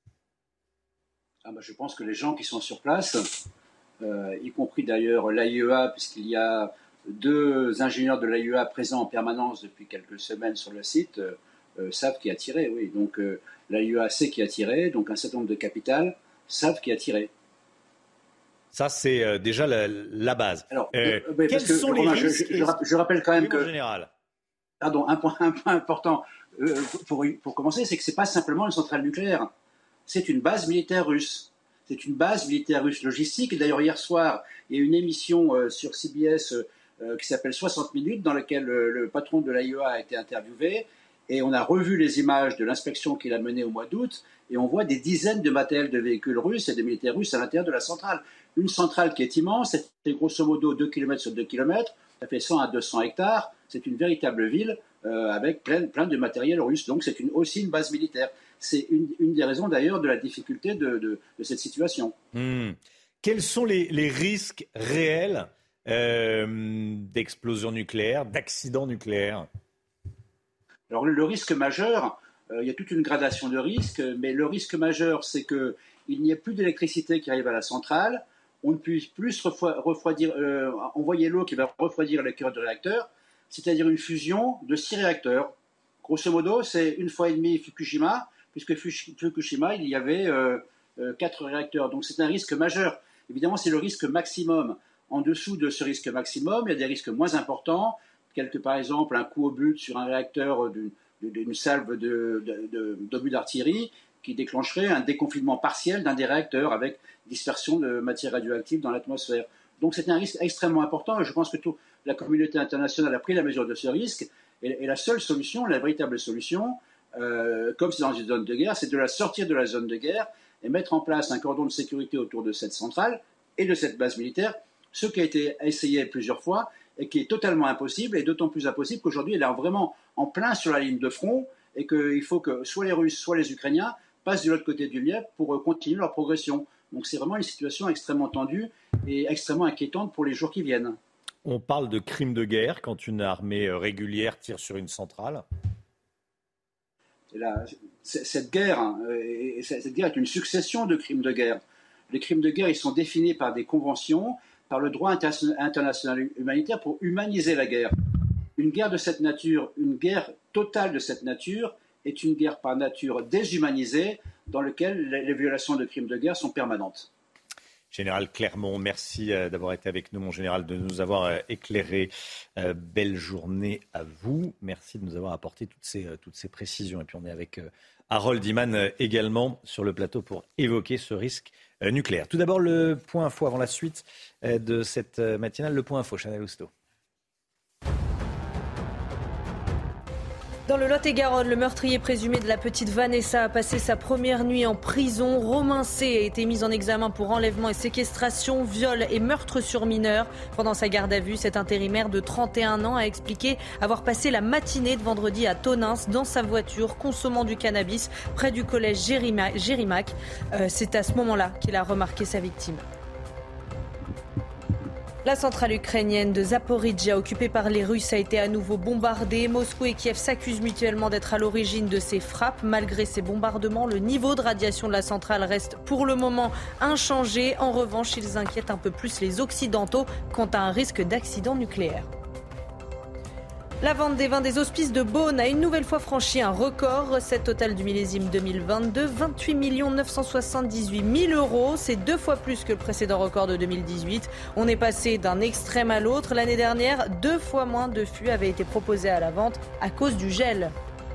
ah bah, Je pense que les gens qui sont sur place, euh, y compris d'ailleurs l'A I E A, puisqu'il y a deux ingénieurs de l'A I E A présents en permanence depuis quelques semaines sur le site, euh, Euh, savent qui a tiré, oui. Donc euh, l'A I E A sait qui a tiré, donc un certain nombre de capitales savent qui a tiré.
Ça, c'est euh, déjà la, la base.
Alors,
euh,
euh, quels que, sont les risques je, je, je, je rappelle quand même que...
Général.
Pardon, un point, un point important euh, pour, pour commencer, c'est que ce n'est pas simplement une centrale nucléaire. C'est une base militaire russe. C'est une base militaire russe logistique. Et d'ailleurs, hier soir, il y a une émission euh, sur C B S euh, qui s'appelle soixante minutes, dans laquelle euh, le patron de l'A I E A a été interviewé. Et on a revu les images de l'inspection qu'il a menée au mois d'août, et on voit des dizaines de matériels de véhicules russes et de militaires russes à l'intérieur de la centrale. Une centrale qui est immense, c'est grosso modo deux kilomètres sur deux kilomètres, ça fait cent à deux cents hectares, c'est une véritable ville euh, avec plein, plein de matériel russe, donc c'est une, aussi une base militaire. C'est une, une des raisons d'ailleurs de la difficulté de, de, de cette situation.
Mmh. Quels sont les, les risques réels euh, d'explosion nucléaire, d'accident nucléaire ?
Alors le risque majeur, euh, il y a toute une gradation de risques, mais le risque majeur, c'est qu'il n'y ait plus d'électricité qui arrive à la centrale, on ne puisse plus refroidir, euh, envoyer l'eau qui va refroidir les cœurs de réacteurs, c'est-à-dire une fusion de six réacteurs. Grosso modo, c'est une fois et demi Fukushima, puisque Fukushima, il y avait euh, euh, quatre réacteurs. Donc c'est un risque majeur. Évidemment, c'est le risque maximum. En dessous de ce risque maximum, il y a des risques moins importants, tels que par exemple un coup au but sur un réacteur d'une, d'une salve de, de, de, d'obus d'artillerie qui déclencherait un déconfinement partiel d'un des réacteurs avec dispersion de matières radioactives dans l'atmosphère. Donc c'est un risque extrêmement important et je pense que toute la communauté internationale a pris la mesure de ce risque et, et la seule solution, la véritable solution, euh, comme c'est dans une zone de guerre, c'est de la sortir de la zone de guerre et mettre en place un cordon de sécurité autour de cette centrale et de cette base militaire, ce qui a été essayé plusieurs fois et qui est totalement impossible, et d'autant plus impossible qu'aujourd'hui elle est vraiment en plein sur la ligne de front et qu'il faut que soit les Russes, soit les Ukrainiens passent de l'autre côté du Dniepr pour continuer leur progression. Donc c'est vraiment une situation extrêmement tendue et extrêmement inquiétante pour les jours qui viennent.
On parle de crimes de guerre quand une armée régulière tire sur une centrale.
Et là, cette guerre, hein, cette guerre est une succession de crimes de guerre. Les crimes de guerre, ils sont définis par des conventions, par le droit international humanitaire pour humaniser la guerre. Une guerre de cette nature, une guerre totale de cette nature, est une guerre par nature déshumanisée dans laquelle les violations de crimes de guerre sont permanentes.
Général Clermont, merci d'avoir été avec nous, mon général, de nous avoir éclairé. Euh, belle journée à vous. Merci de nous avoir apporté toutes ces, toutes ces précisions. Et puis on est avec Harold Iman également sur le plateau pour évoquer ce risque nucléaire. Tout d'abord, le point info avant la suite de cette matinale. Le point info, Chanel Housteau.
Dans le Lot-et-Garonne, le meurtrier présumé de la petite Vanessa a passé sa première nuit en prison. Romain C. a été mis en examen pour enlèvement et séquestration, viol et meurtre sur mineur. Pendant sa garde à vue, cet intérimaire de trente et un ans a expliqué avoir passé la matinée de vendredi à Tonneins dans sa voiture, consommant du cannabis près du collège Gérimac. Euh, c'est à ce moment-là qu'il a remarqué sa victime. La centrale ukrainienne de Zaporijia, occupée par les Russes, a été à nouveau bombardée. Moscou et Kiev s'accusent mutuellement d'être à l'origine de ces frappes. Malgré ces bombardements, le niveau de radiation de la centrale reste pour le moment inchangé. En revanche, ils inquiètent un peu plus les Occidentaux quant à un risque d'accident nucléaire. La vente des vins des Hospices de Beaune a une nouvelle fois franchi un record. Recette totale du millésime deux mille vingt-deux, vingt-huit millions neuf cent soixante-dix-huit mille euros. C'est deux fois plus que le précédent record de deux mille dix-huit. On est passé d'un extrême à l'autre. L'année dernière, deux fois moins de fûts avaient été proposés à la vente à cause du gel.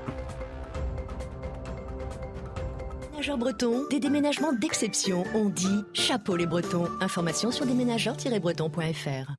Déménageurs bretons, des déménagements d'exception. On dit chapeau les Bretons. Information sur déménageurs tiret breton point f r.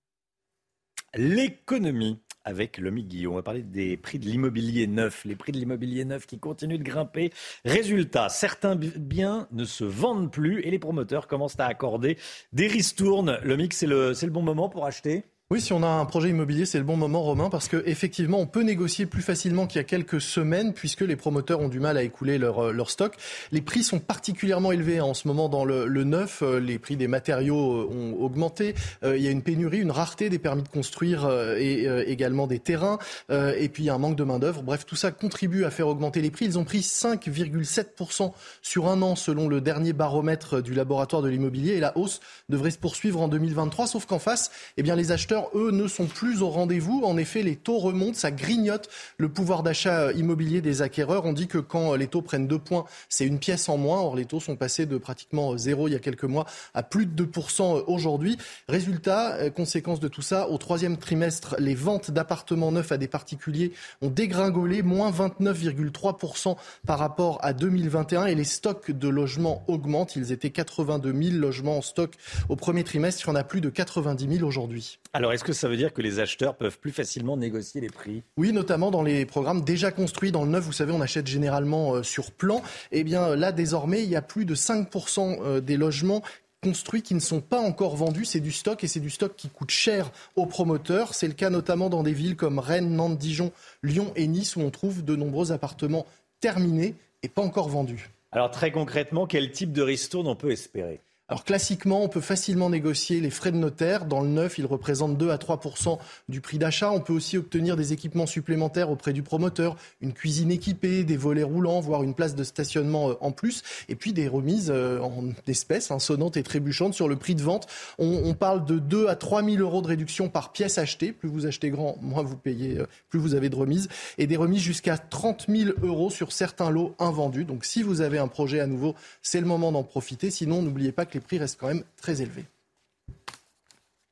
L'économie. Avec Lomi Guillaume, on va parler des prix de l'immobilier neuf, les prix de l'immobilier neuf qui continuent de grimper. Résultat, certains biens ne se vendent plus et les promoteurs commencent à accorder des ristournes. Lomi, c'est le, c'est le bon moment pour acheter ?
Oui, si on a un projet immobilier, c'est le bon moment, Romain, parce que effectivement, on peut négocier plus facilement qu'il y a quelques semaines, puisque les promoteurs ont du mal à écouler leur, leur stock. Les prix sont particulièrement élevés en ce moment dans le, le neuf. Les prix des matériaux ont augmenté. Euh, il y a une pénurie, une rareté des permis de construire euh, et euh, également des terrains. Euh, et puis, il y a un manque de main-d'œuvre. Bref, tout ça contribue à faire augmenter les prix. Ils ont pris cinq virgule sept pour cent sur un an, selon le dernier baromètre du laboratoire de l'immobilier. Et la hausse devrait se poursuivre en deux mille vingt-trois, sauf qu'en face, eh bien, les acheteurs eux, ne sont plus au rendez-vous. En effet, les taux remontent, ça grignote le pouvoir d'achat immobilier des acquéreurs. On dit que quand les taux prennent deux points, c'est une pièce en moins. Or, les taux sont passés de pratiquement zéro il y a quelques mois à plus de deux pour cent aujourd'hui. Résultat, conséquence de tout ça, au troisième trimestre, les ventes d'appartements neufs à des particuliers ont dégringolé, moins vingt-neuf virgule trois pour cent par rapport à deux mille vingt et un. Et les stocks de logements augmentent. Ils étaient quatre-vingt-deux mille logements en stock au premier trimestre. Il y en a plus de quatre-vingt-dix mille aujourd'hui.
Alors, est-ce que ça veut dire que les acheteurs peuvent plus facilement négocier les prix ?
Oui, notamment dans les programmes déjà construits. Dans le neuf, vous savez, on achète généralement euh, sur plan. Eh bien, là, désormais, il y a plus de cinq pour cent des logements construits qui ne sont pas encore vendus. C'est du stock et c'est du stock qui coûte cher aux promoteurs. C'est le cas notamment dans des villes comme Rennes, Nantes, Dijon, Lyon et Nice où on trouve de nombreux appartements terminés et pas encore vendus.
Alors, très concrètement, quel type de ristourne on peut espérer ?
Alors classiquement, on peut facilement négocier les frais de notaire. Dans le neuf, ils représentent deux à trois pour cent du prix d'achat. On peut aussi obtenir des équipements supplémentaires auprès du promoteur, une cuisine équipée, des volets roulants, voire une place de stationnement en plus. Et puis des remises en espèces, hein, sonnantes et trébuchantes sur le prix de vente. On, on parle de deux à trois mille euros de réduction par pièce achetée. Plus vous achetez grand, moins vous payez, plus vous avez de remises. Et des remises jusqu'à trente mille euros sur certains lots invendus. Donc si vous avez un projet à nouveau, c'est le moment d'en profiter. Sinon, n'oubliez pas que les prix restent quand même très élevés.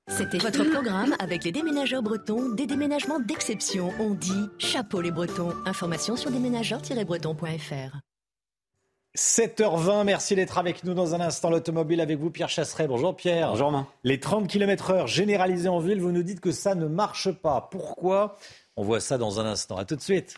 C'était votre programme avec les déménageurs bretons, des déménagements d'exception. On dit chapeau les Bretons. Information sur déménageurs tiret bretons point f r.
sept heures vingt, merci d'être avec nous dans un instant. L'automobile avec vous, Pierre Chasseret. Bonjour Pierre.
Bonjour Romain.
Les trente kilomètres heure généralisés en ville, vous nous dites que ça ne marche pas. Pourquoi ? On voit ça dans un instant. À tout de suite.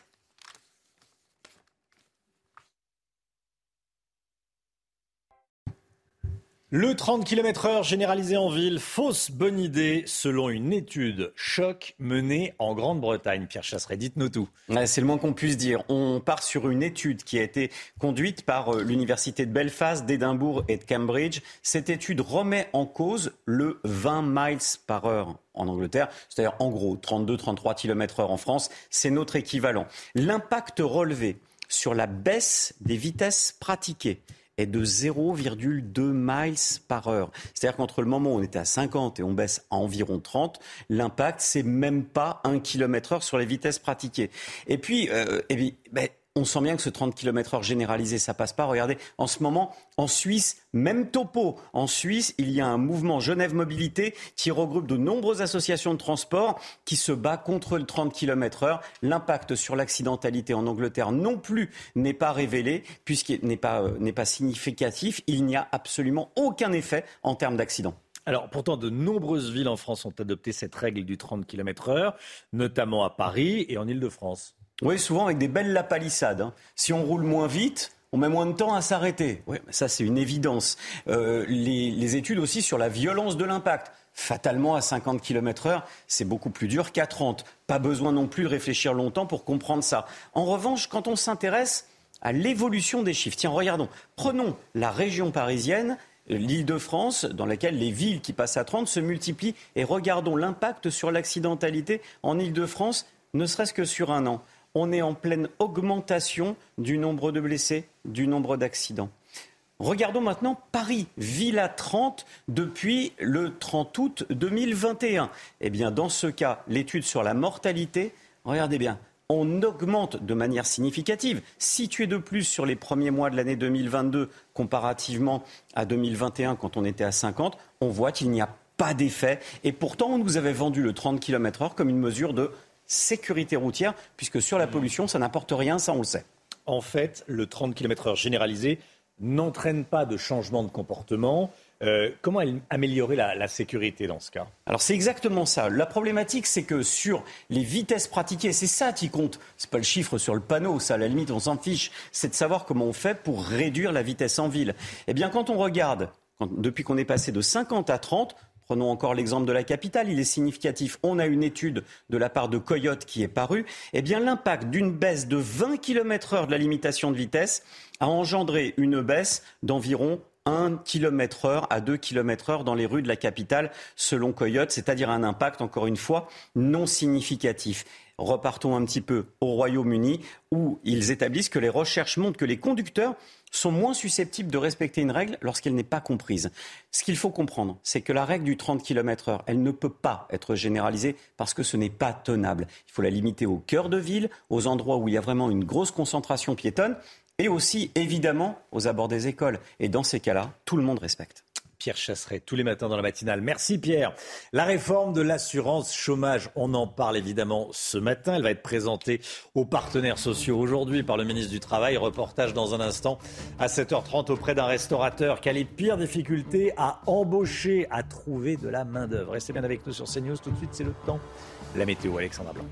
Le trente kilomètres heure généralisé en ville, fausse bonne idée selon une étude choc menée en Grande-Bretagne. Pierre Chasseret, dites-nous tout.
Ouais, c'est le moins qu'on puisse dire. On part sur une étude qui a été conduite par l'université de Belfast, d'Édimbourg et de Cambridge. Cette étude remet en cause le vingt miles par heure en Angleterre, c'est-à-dire en gros trente-deux à trente-trois kilomètres heure en France. C'est notre équivalent. L'impact relevé sur la baisse des vitesses pratiquées est de zéro virgule deux miles par heure. C'est-à-dire qu'entre le moment où on était à cinquante et on baisse à environ trente, l'impact, c'est même pas un kilomètre heure sur les vitesses pratiquées. Et puis, euh, et puis ben, on sent bien que ce trente kilomètres heure généralisé, ça passe pas. Regardez, en ce moment, en Suisse, même topo. En Suisse, il y a un mouvement Genève Mobilité qui regroupe de nombreuses associations de transport qui se bat contre le trente kilomètres heure. L'impact sur l'accidentalité en Angleterre non plus n'est pas révélé puisqu'il n'est pas, euh, n'est pas significatif. Il n'y a absolument aucun effet en termes d'accident.
Alors pourtant, de nombreuses villes en France ont adopté cette règle du trente kilomètres heure, notamment à Paris et en Île-de-France.
Oui, souvent avec des belles lapalissades. Hein. Si on roule moins vite, on met moins de temps à s'arrêter. Oui, ça c'est une évidence. Euh, les, les études aussi sur la violence de l'impact. Fatalement, à cinquante kilomètres heure, c'est beaucoup plus dur qu'à trente. Pas besoin non plus de réfléchir longtemps pour comprendre ça. En revanche, quand on s'intéresse à l'évolution des chiffres, tiens, regardons, prenons la région parisienne, l'Île-de-France, dans laquelle les villes qui passent à trente se multiplient, et regardons l'impact sur l'accidentalité en Île-de-France, ne serait-ce que sur un an. On est en pleine augmentation du nombre de blessés, du nombre d'accidents. Regardons maintenant Paris, ville à trente depuis le trente août deux mille vingt et un. Eh bien, dans ce cas, l'étude sur la mortalité, regardez bien, on augmente de manière significative, situé de plus sur les premiers mois de l'année deux mille vingt-deux comparativement à deux mille vingt et un quand on était à cinquante. On voit qu'il n'y a pas d'effet. Et pourtant, on nous avait vendu le trente kilomètres heure comme une mesure de sécurité routière, puisque sur la pollution, ça n'apporte rien, ça on le sait.
En fait, le trente kilomètres heure généralisé n'entraîne pas de changement de comportement. Euh, comment améliorer la, la sécurité dans ce cas ?
Alors c'est exactement ça. La problématique, c'est que sur les vitesses pratiquées, c'est ça qui compte. C'est pas le chiffre sur le panneau, ça à la limite on s'en fiche. C'est de savoir comment on fait pour réduire la vitesse en ville. Eh bien quand on regarde, quand, depuis qu'on est passé de cinquante à trente, prenons encore l'exemple de la capitale, il est significatif. On a une étude de la part de Coyote qui est parue. Eh bien, l'impact d'une baisse de vingt kilomètres heure de la limitation de vitesse a engendré une baisse d'environ un kilomètre heure à deux kilomètres heure dans les rues de la capitale, selon Coyote, c'est-à-dire un impact, encore une fois, non significatif. Repartons un petit peu au Royaume-Uni, où ils établissent que les recherches montrent que les conducteurs sont moins susceptibles de respecter une règle lorsqu'elle n'est pas comprise. Ce qu'il faut comprendre, c'est que la règle du trente kilomètres heure, elle ne peut pas être généralisée parce que ce n'est pas tenable. Il faut la limiter au cœur de ville, aux endroits où il y a vraiment une grosse concentration piétonne, et aussi, évidemment, aux abords des écoles. Et dans ces cas-là, tout le monde respecte.
Pierre Chasseret, tous les matins dans la matinale. Merci Pierre. La réforme de l'assurance chômage, on en parle évidemment ce matin. Elle va être présentée aux partenaires sociaux aujourd'hui par le ministre du Travail. Reportage dans un instant à sept heures trente auprès d'un restaurateur qui a les pires difficultés à embaucher, à trouver de la main-d'œuvre. Restez bien avec nous sur CNews. Tout de suite, c'est le temps. La météo, Alexandra Blanc.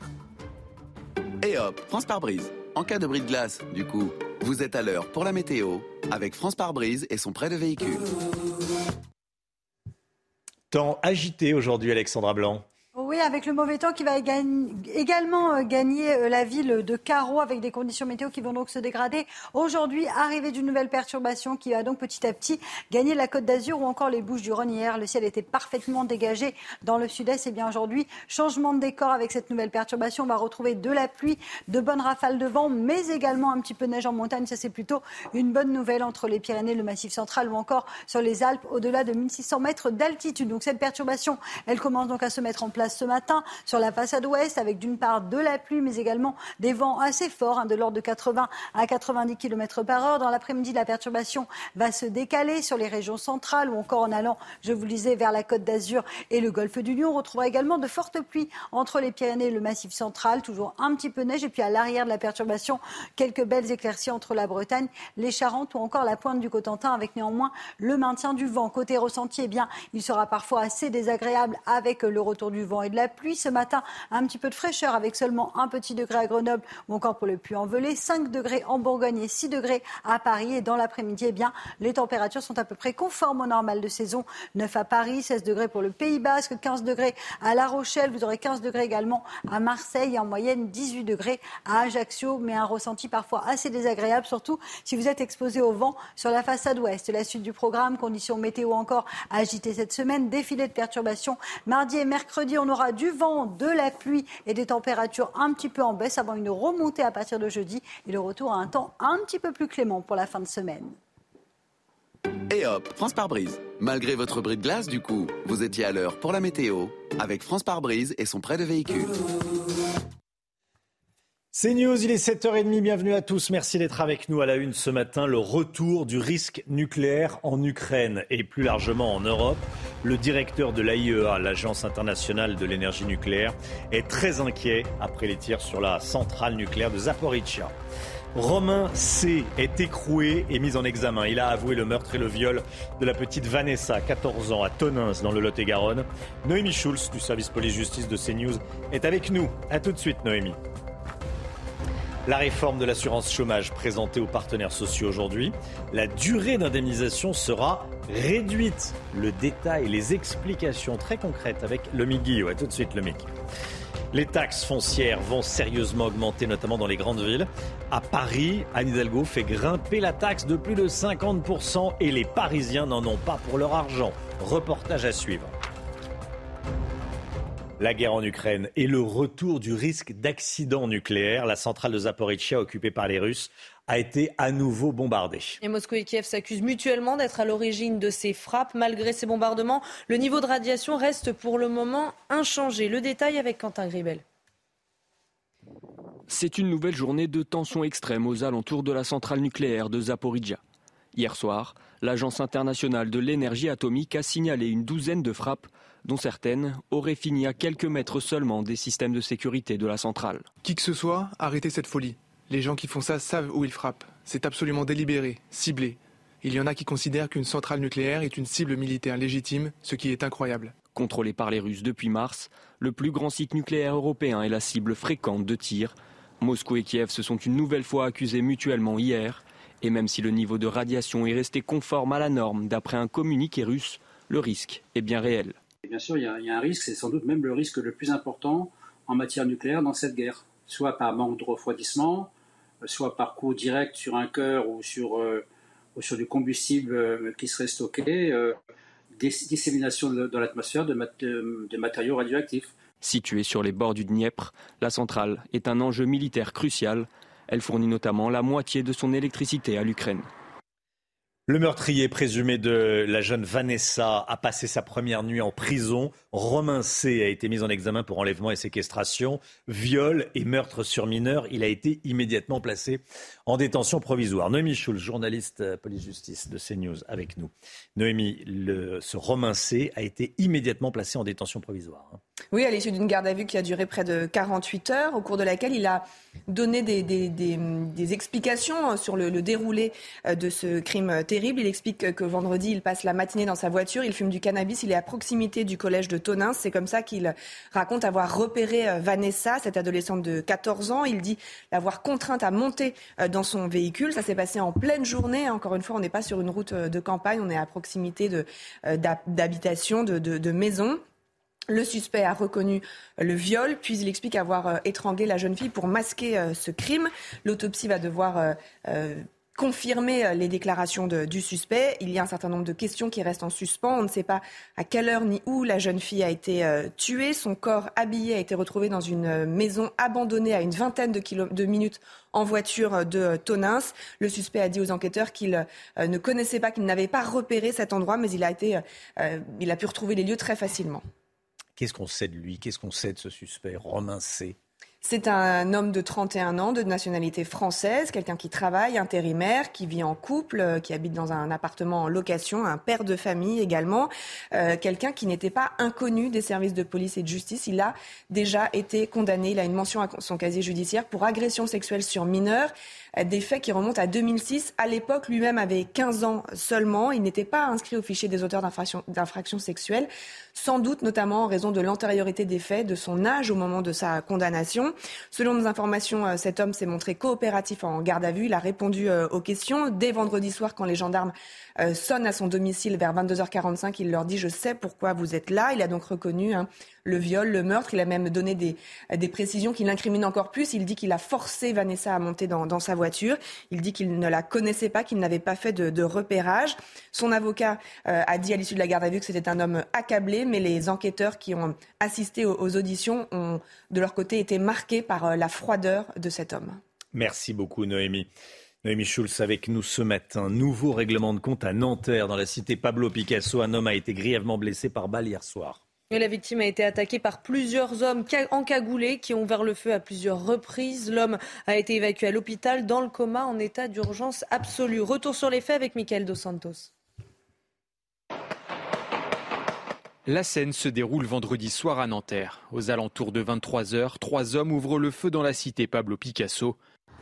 Et hop, France Pare-Brise. En cas de bris de glace, du coup, vous êtes à l'heure pour la météo avec France Pare-Brise et son prêt de véhicule.
Temps agité aujourd'hui, Alexandra Blanc.
Oui, avec le mauvais temps qui va également gagner la ville de Carreau avec des conditions météo qui vont donc se dégrader. Aujourd'hui, arrivée d'une nouvelle perturbation qui va donc petit à petit gagner la Côte d'Azur ou encore les Bouches-du-Rhône. Hier, le ciel était parfaitement dégagé dans le sud-est. Et bien aujourd'hui, changement de décor avec cette nouvelle perturbation. On va retrouver de la pluie, de bonnes rafales de vent, mais également un petit peu de neige en montagne. Ça, c'est plutôt une bonne nouvelle entre les Pyrénées, le Massif central ou encore sur les Alpes au-delà de mille six cents mètres d'altitude. Donc cette perturbation, elle commence donc à se mettre en place ce matin sur la façade ouest avec d'une part de la pluie mais également des vents assez forts, hein, de l'ordre de quatre-vingts à quatre-vingt-dix kilomètres par heure. Dans l'après-midi, la perturbation va se décaler sur les régions centrales ou encore en allant, je vous le disais, vers la Côte d'Azur et le golfe du Lion. On retrouvera également de fortes pluies entre les Pyrénées et le Massif central, toujours un petit peu neige et puis à l'arrière de la perturbation, quelques belles éclaircies entre la Bretagne, les Charentes ou encore la pointe du Cotentin avec néanmoins le maintien du vent. Côté ressenti, eh bien, il sera parfois assez désagréable avec le retour du vent et de la pluie. Ce matin, un petit peu de fraîcheur avec seulement un petit degré à Grenoble ou encore pour le Puy-en-Velay, cinq degrés en Bourgogne et six degrés à Paris. Et dans l'après-midi, eh bien, les températures sont à peu près conformes au normal de saison. neuf à Paris, seize degrés pour le Pays Basque, quinze degrés à La Rochelle, vous aurez quinze degrés également à Marseille et en moyenne dix-huit degrés à Ajaccio, mais un ressenti parfois assez désagréable, surtout si vous êtes exposé au vent sur la façade ouest. La suite du programme, conditions météo encore agitées cette semaine, défilé de perturbations. Mardi et mercredi, on aura du vent, de la pluie et des températures un petit peu en baisse avant une remontée à partir de jeudi et le retour à un temps un petit peu plus clément pour la fin de semaine.
Et hop, France par brise. Malgré votre bris de glace, du coup, vous étiez à l'heure pour la météo avec France par brise et son prêt de véhicule.
C'est News, il est sept heures trente, bienvenue à tous. Merci d'être avec nous à la une ce matin. Le retour du risque nucléaire en Ukraine et plus largement en Europe. Le directeur de l'A I E A, l'Agence internationale de l'énergie nucléaire, est très inquiet après les tirs sur la centrale nucléaire de Zaporijjia. Romain C. est écroué et mis en examen. Il a avoué le meurtre et le viol de la petite Vanessa, quatorze ans, à Tonneins, dans le Lot-et-Garonne. Noémie Schulz, du service police-justice de CNews, est avec nous. A tout de suite, Noémie. La réforme de l'assurance chômage présentée aux partenaires sociaux aujourd'hui. La durée d'indemnisation sera réduite. Le détail, les explications très concrètes avec Lomique Guillot. A tout de suite, Lomique. Les taxes foncières vont sérieusement augmenter, notamment dans les grandes villes. À Paris, Anne Hidalgo fait grimper la taxe de plus de cinquante pour cent et les Parisiens n'en ont pas pour leur argent. Reportage à suivre. La guerre en Ukraine et le retour du risque d'accident nucléaire. La centrale de Zaporijjia, occupée par les Russes, a été à nouveau bombardée.
Et Moscou et Kiev s'accusent mutuellement d'être à l'origine de ces frappes. Malgré ces bombardements, le niveau de radiation reste pour le moment inchangé. Le détail avec Quentin Gribel.
C'est une nouvelle journée de tensions extrêmes aux alentours de la centrale nucléaire de Zaporijjia. Hier soir, l'Agence internationale de l'énergie atomique a signalé une douzaine de frappes, dont certaines auraient fini à quelques mètres seulement des systèmes de sécurité de la centrale.
Qui que ce soit, arrêtez cette folie. Les gens qui font ça savent où ils frappent. C'est absolument délibéré, ciblé. Il y en a qui considèrent qu'une centrale nucléaire est une cible militaire légitime, ce qui est incroyable.
Contrôlé par les Russes depuis mars, le plus grand site nucléaire européen est la cible fréquente de tirs. Moscou et Kiev se sont une nouvelle fois accusés mutuellement hier. Et même si le niveau de radiation est resté conforme à la norme d'après un communiqué russe, le risque est bien réel.
Et bien sûr, il y, a, il y a un risque, c'est sans doute même le risque le plus important en matière nucléaire dans cette guerre. Soit par manque de refroidissement, soit par coup direct sur un cœur ou sur, euh, ou sur du combustible euh, qui serait stocké, euh, dissémination de, dans l'atmosphère de, mat- de matériaux radioactifs.
Située sur les bords du Dniepr, la centrale est un enjeu militaire crucial. Elle fournit notamment la moitié de son électricité à l'Ukraine.
Le meurtrier présumé de la jeune Vanessa a passé sa première nuit en prison. Romain C. a été mis en examen pour enlèvement et séquestration, viol et meurtre sur mineur. Il a été immédiatement placé en détention provisoire. Noémie Schulz, journaliste police-justice de CNews, avec nous. Noémie, le, ce Romain C. a été immédiatement placé en détention provisoire.
Oui, à l'issue d'une garde à vue qui a duré près de quarante-huit heures, au cours de laquelle il a donné des, des, des, des explications sur le, le déroulé de ce crime terrible. Il explique que vendredi, il passe la matinée dans sa voiture, il fume du cannabis, il est à proximité du collège de Tonneins. C'est comme ça qu'il raconte avoir repéré Vanessa, cette adolescente de quatorze ans. Il dit l'avoir contrainte à monter dans son véhicule. Ça s'est passé en pleine journée. Encore une fois, on n'est pas sur une route de campagne, on est à proximité de, d'habitation, de, de, de maisons. Le suspect a reconnu le viol, puis il explique avoir étranglé la jeune fille pour masquer ce crime. L'autopsie va devoir euh, confirmer les déclarations de, du suspect. Il y a un certain nombre de questions qui restent en suspens. On ne sait pas à quelle heure ni où la jeune fille a été euh, tuée. Son corps habillé a été retrouvé dans une maison abandonnée à une vingtaine de, kilo- de minutes en voiture de Tonneins. Le suspect a dit aux enquêteurs qu'il euh, ne connaissait pas, qu'il n'avait pas repéré cet endroit, mais il a, été, euh, il a pu retrouver les lieux très facilement.
Qu'est-ce qu'on sait de lui? Qu'est-ce qu'on sait de ce suspect, Romain C?
C'est un homme de trente et un ans, de nationalité française, quelqu'un qui travaille, intérimaire, qui vit en couple, qui habite dans un appartement en location, un père de famille également, euh, quelqu'un qui n'était pas inconnu des services de police et de justice. Il a déjà été condamné, il a une mention à son casier judiciaire pour agression sexuelle sur mineurs, des faits qui remontent à deux mille six. À l'époque, lui-même avait quinze ans seulement. Il n'était pas inscrit au fichier des auteurs d'infractions, d'infractions sexuelles, sans doute notamment en raison de l'antériorité des faits, de son âge au moment de sa condamnation. Selon nos informations, cet homme s'est montré coopératif en garde à vue. Il a répondu aux questions. Dès vendredi soir, quand les gendarmes sonnent à son domicile vers vingt-deux heures quarante-cinq, il leur dit « Je sais pourquoi vous êtes là ». Il a donc reconnu hein, le viol, le meurtre. Il a même donné des, des précisions qui l'incriminent encore plus. Il dit qu'il a forcé Vanessa à monter dans, dans sa voiture. Il dit qu'il ne la connaissait pas, qu'il n'avait pas fait de, de repérage. Son avocat euh, a dit à l'issue de la garde à vue que c'était un homme accablé, mais les enquêteurs qui ont assisté aux, aux auditions ont, de leur côté, été marqués par euh, la froideur de cet homme.
Merci beaucoup, Noémie. Noémie Schulz avec nous ce matin. Nouveau règlement de compte à Nanterre, dans la cité Pablo Picasso. Un homme a été grièvement blessé par balle hier soir.
Et la victime a été attaquée par plusieurs hommes encagoulés qui ont ouvert le feu à plusieurs reprises. L'homme a été évacué à l'hôpital dans le coma en état d'urgence absolue. Retour sur les faits avec Mickaël Dos Santos.
La scène se déroule vendredi soir à Nanterre. Aux alentours de vingt-trois heures, trois hommes ouvrent le feu dans la cité Pablo Picasso.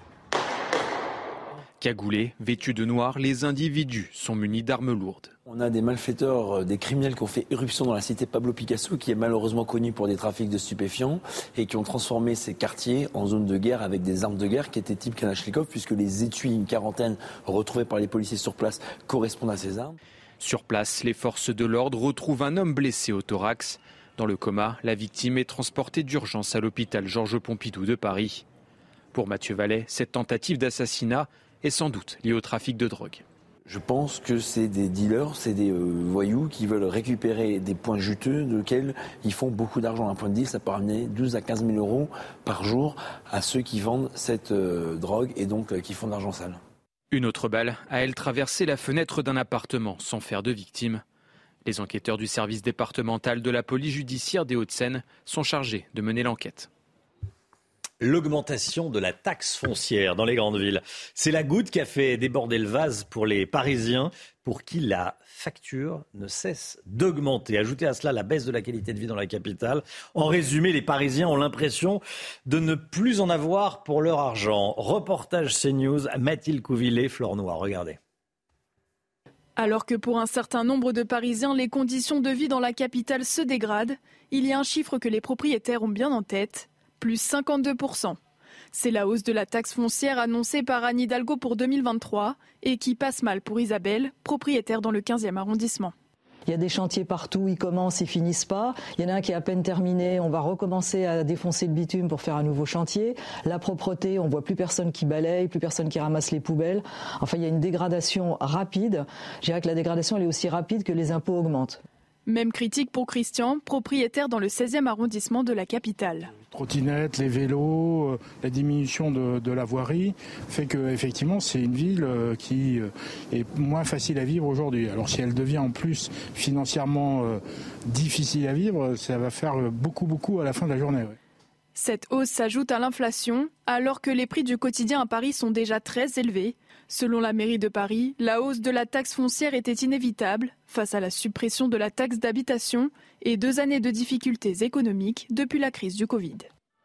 Cagoulés, vêtus de noir, les individus sont munis d'armes lourdes.
On a des malfaiteurs, des criminels qui ont fait éruption dans la cité Pablo Picasso, qui est malheureusement connue pour des trafics de stupéfiants et qui ont transformé ces quartiers en zone de guerre avec des armes de guerre qui étaient type Kalachnikov, puisque les étuis, une quarantaine retrouvés par les policiers sur place, correspondent à ces armes.
Sur place, les forces de l'ordre retrouvent un homme blessé au thorax. Dans le coma, la victime est transportée d'urgence à l'hôpital Georges Pompidou de Paris. Pour Mathieu Vallet, cette tentative d'assassinat est sans doute liée au trafic de drogue.
Je pense que c'est des dealers, c'est des euh, voyous qui veulent récupérer des points juteux de lesquels ils font beaucoup d'argent. Un point de deal, ça peut ramener douze à quinze mille euros par jour à ceux qui vendent cette euh, drogue et donc euh, qui font de l'argent sale.
Une autre balle a, elle, traversé la fenêtre d'un appartement sans faire de victime. Les enquêteurs du service départemental de la police judiciaire des Hauts-de-Seine sont chargés de mener l'enquête.
L'augmentation de la taxe foncière dans les grandes villes. C'est la goutte qui a fait déborder le vase pour les Parisiens, pour qui la facture ne cesse d'augmenter. Ajoutez à cela la baisse de la qualité de vie dans la capitale. En résumé, les Parisiens ont l'impression de ne plus en avoir pour leur argent. Reportage CNews, Mathilde Couvillet, Flore Noir. Regardez.
Alors que pour un certain nombre de Parisiens, les conditions de vie dans la capitale se dégradent, il y a un chiffre que les propriétaires ont bien en tête. Plus cinquante-deux pour cent. C'est la hausse de la taxe foncière annoncée par Anne Hidalgo pour deux mille vingt-trois et qui passe mal pour Isabelle, propriétaire dans le quinzième arrondissement.
Il y a des chantiers partout, ils commencent, ils finissent pas. Il y en a un qui est à peine terminé, on va recommencer à défoncer le bitume pour faire un nouveau chantier. La propreté, on voit plus personne qui balaye, plus personne qui ramasse les poubelles. Enfin, il y a une dégradation rapide. Je dirais que la dégradation, elle est aussi rapide que les impôts augmentent.
Même critique pour Christian, propriétaire dans le seizième arrondissement de la capitale.
Les trottinettes, les vélos, euh, la diminution de, de la voirie fait que effectivement c'est une ville euh, qui euh, est moins facile à vivre aujourd'hui. Alors si elle devient en plus financièrement euh, difficile à vivre, ça va faire beaucoup beaucoup à la fin de la journée. Ouais.
Cette hausse s'ajoute à l'inflation, alors que les prix du quotidien à Paris sont déjà très élevés. Selon la mairie de Paris, la hausse de la taxe foncière était inévitable face à la suppression de la taxe d'habitation et deux années de difficultés économiques depuis la crise du Covid.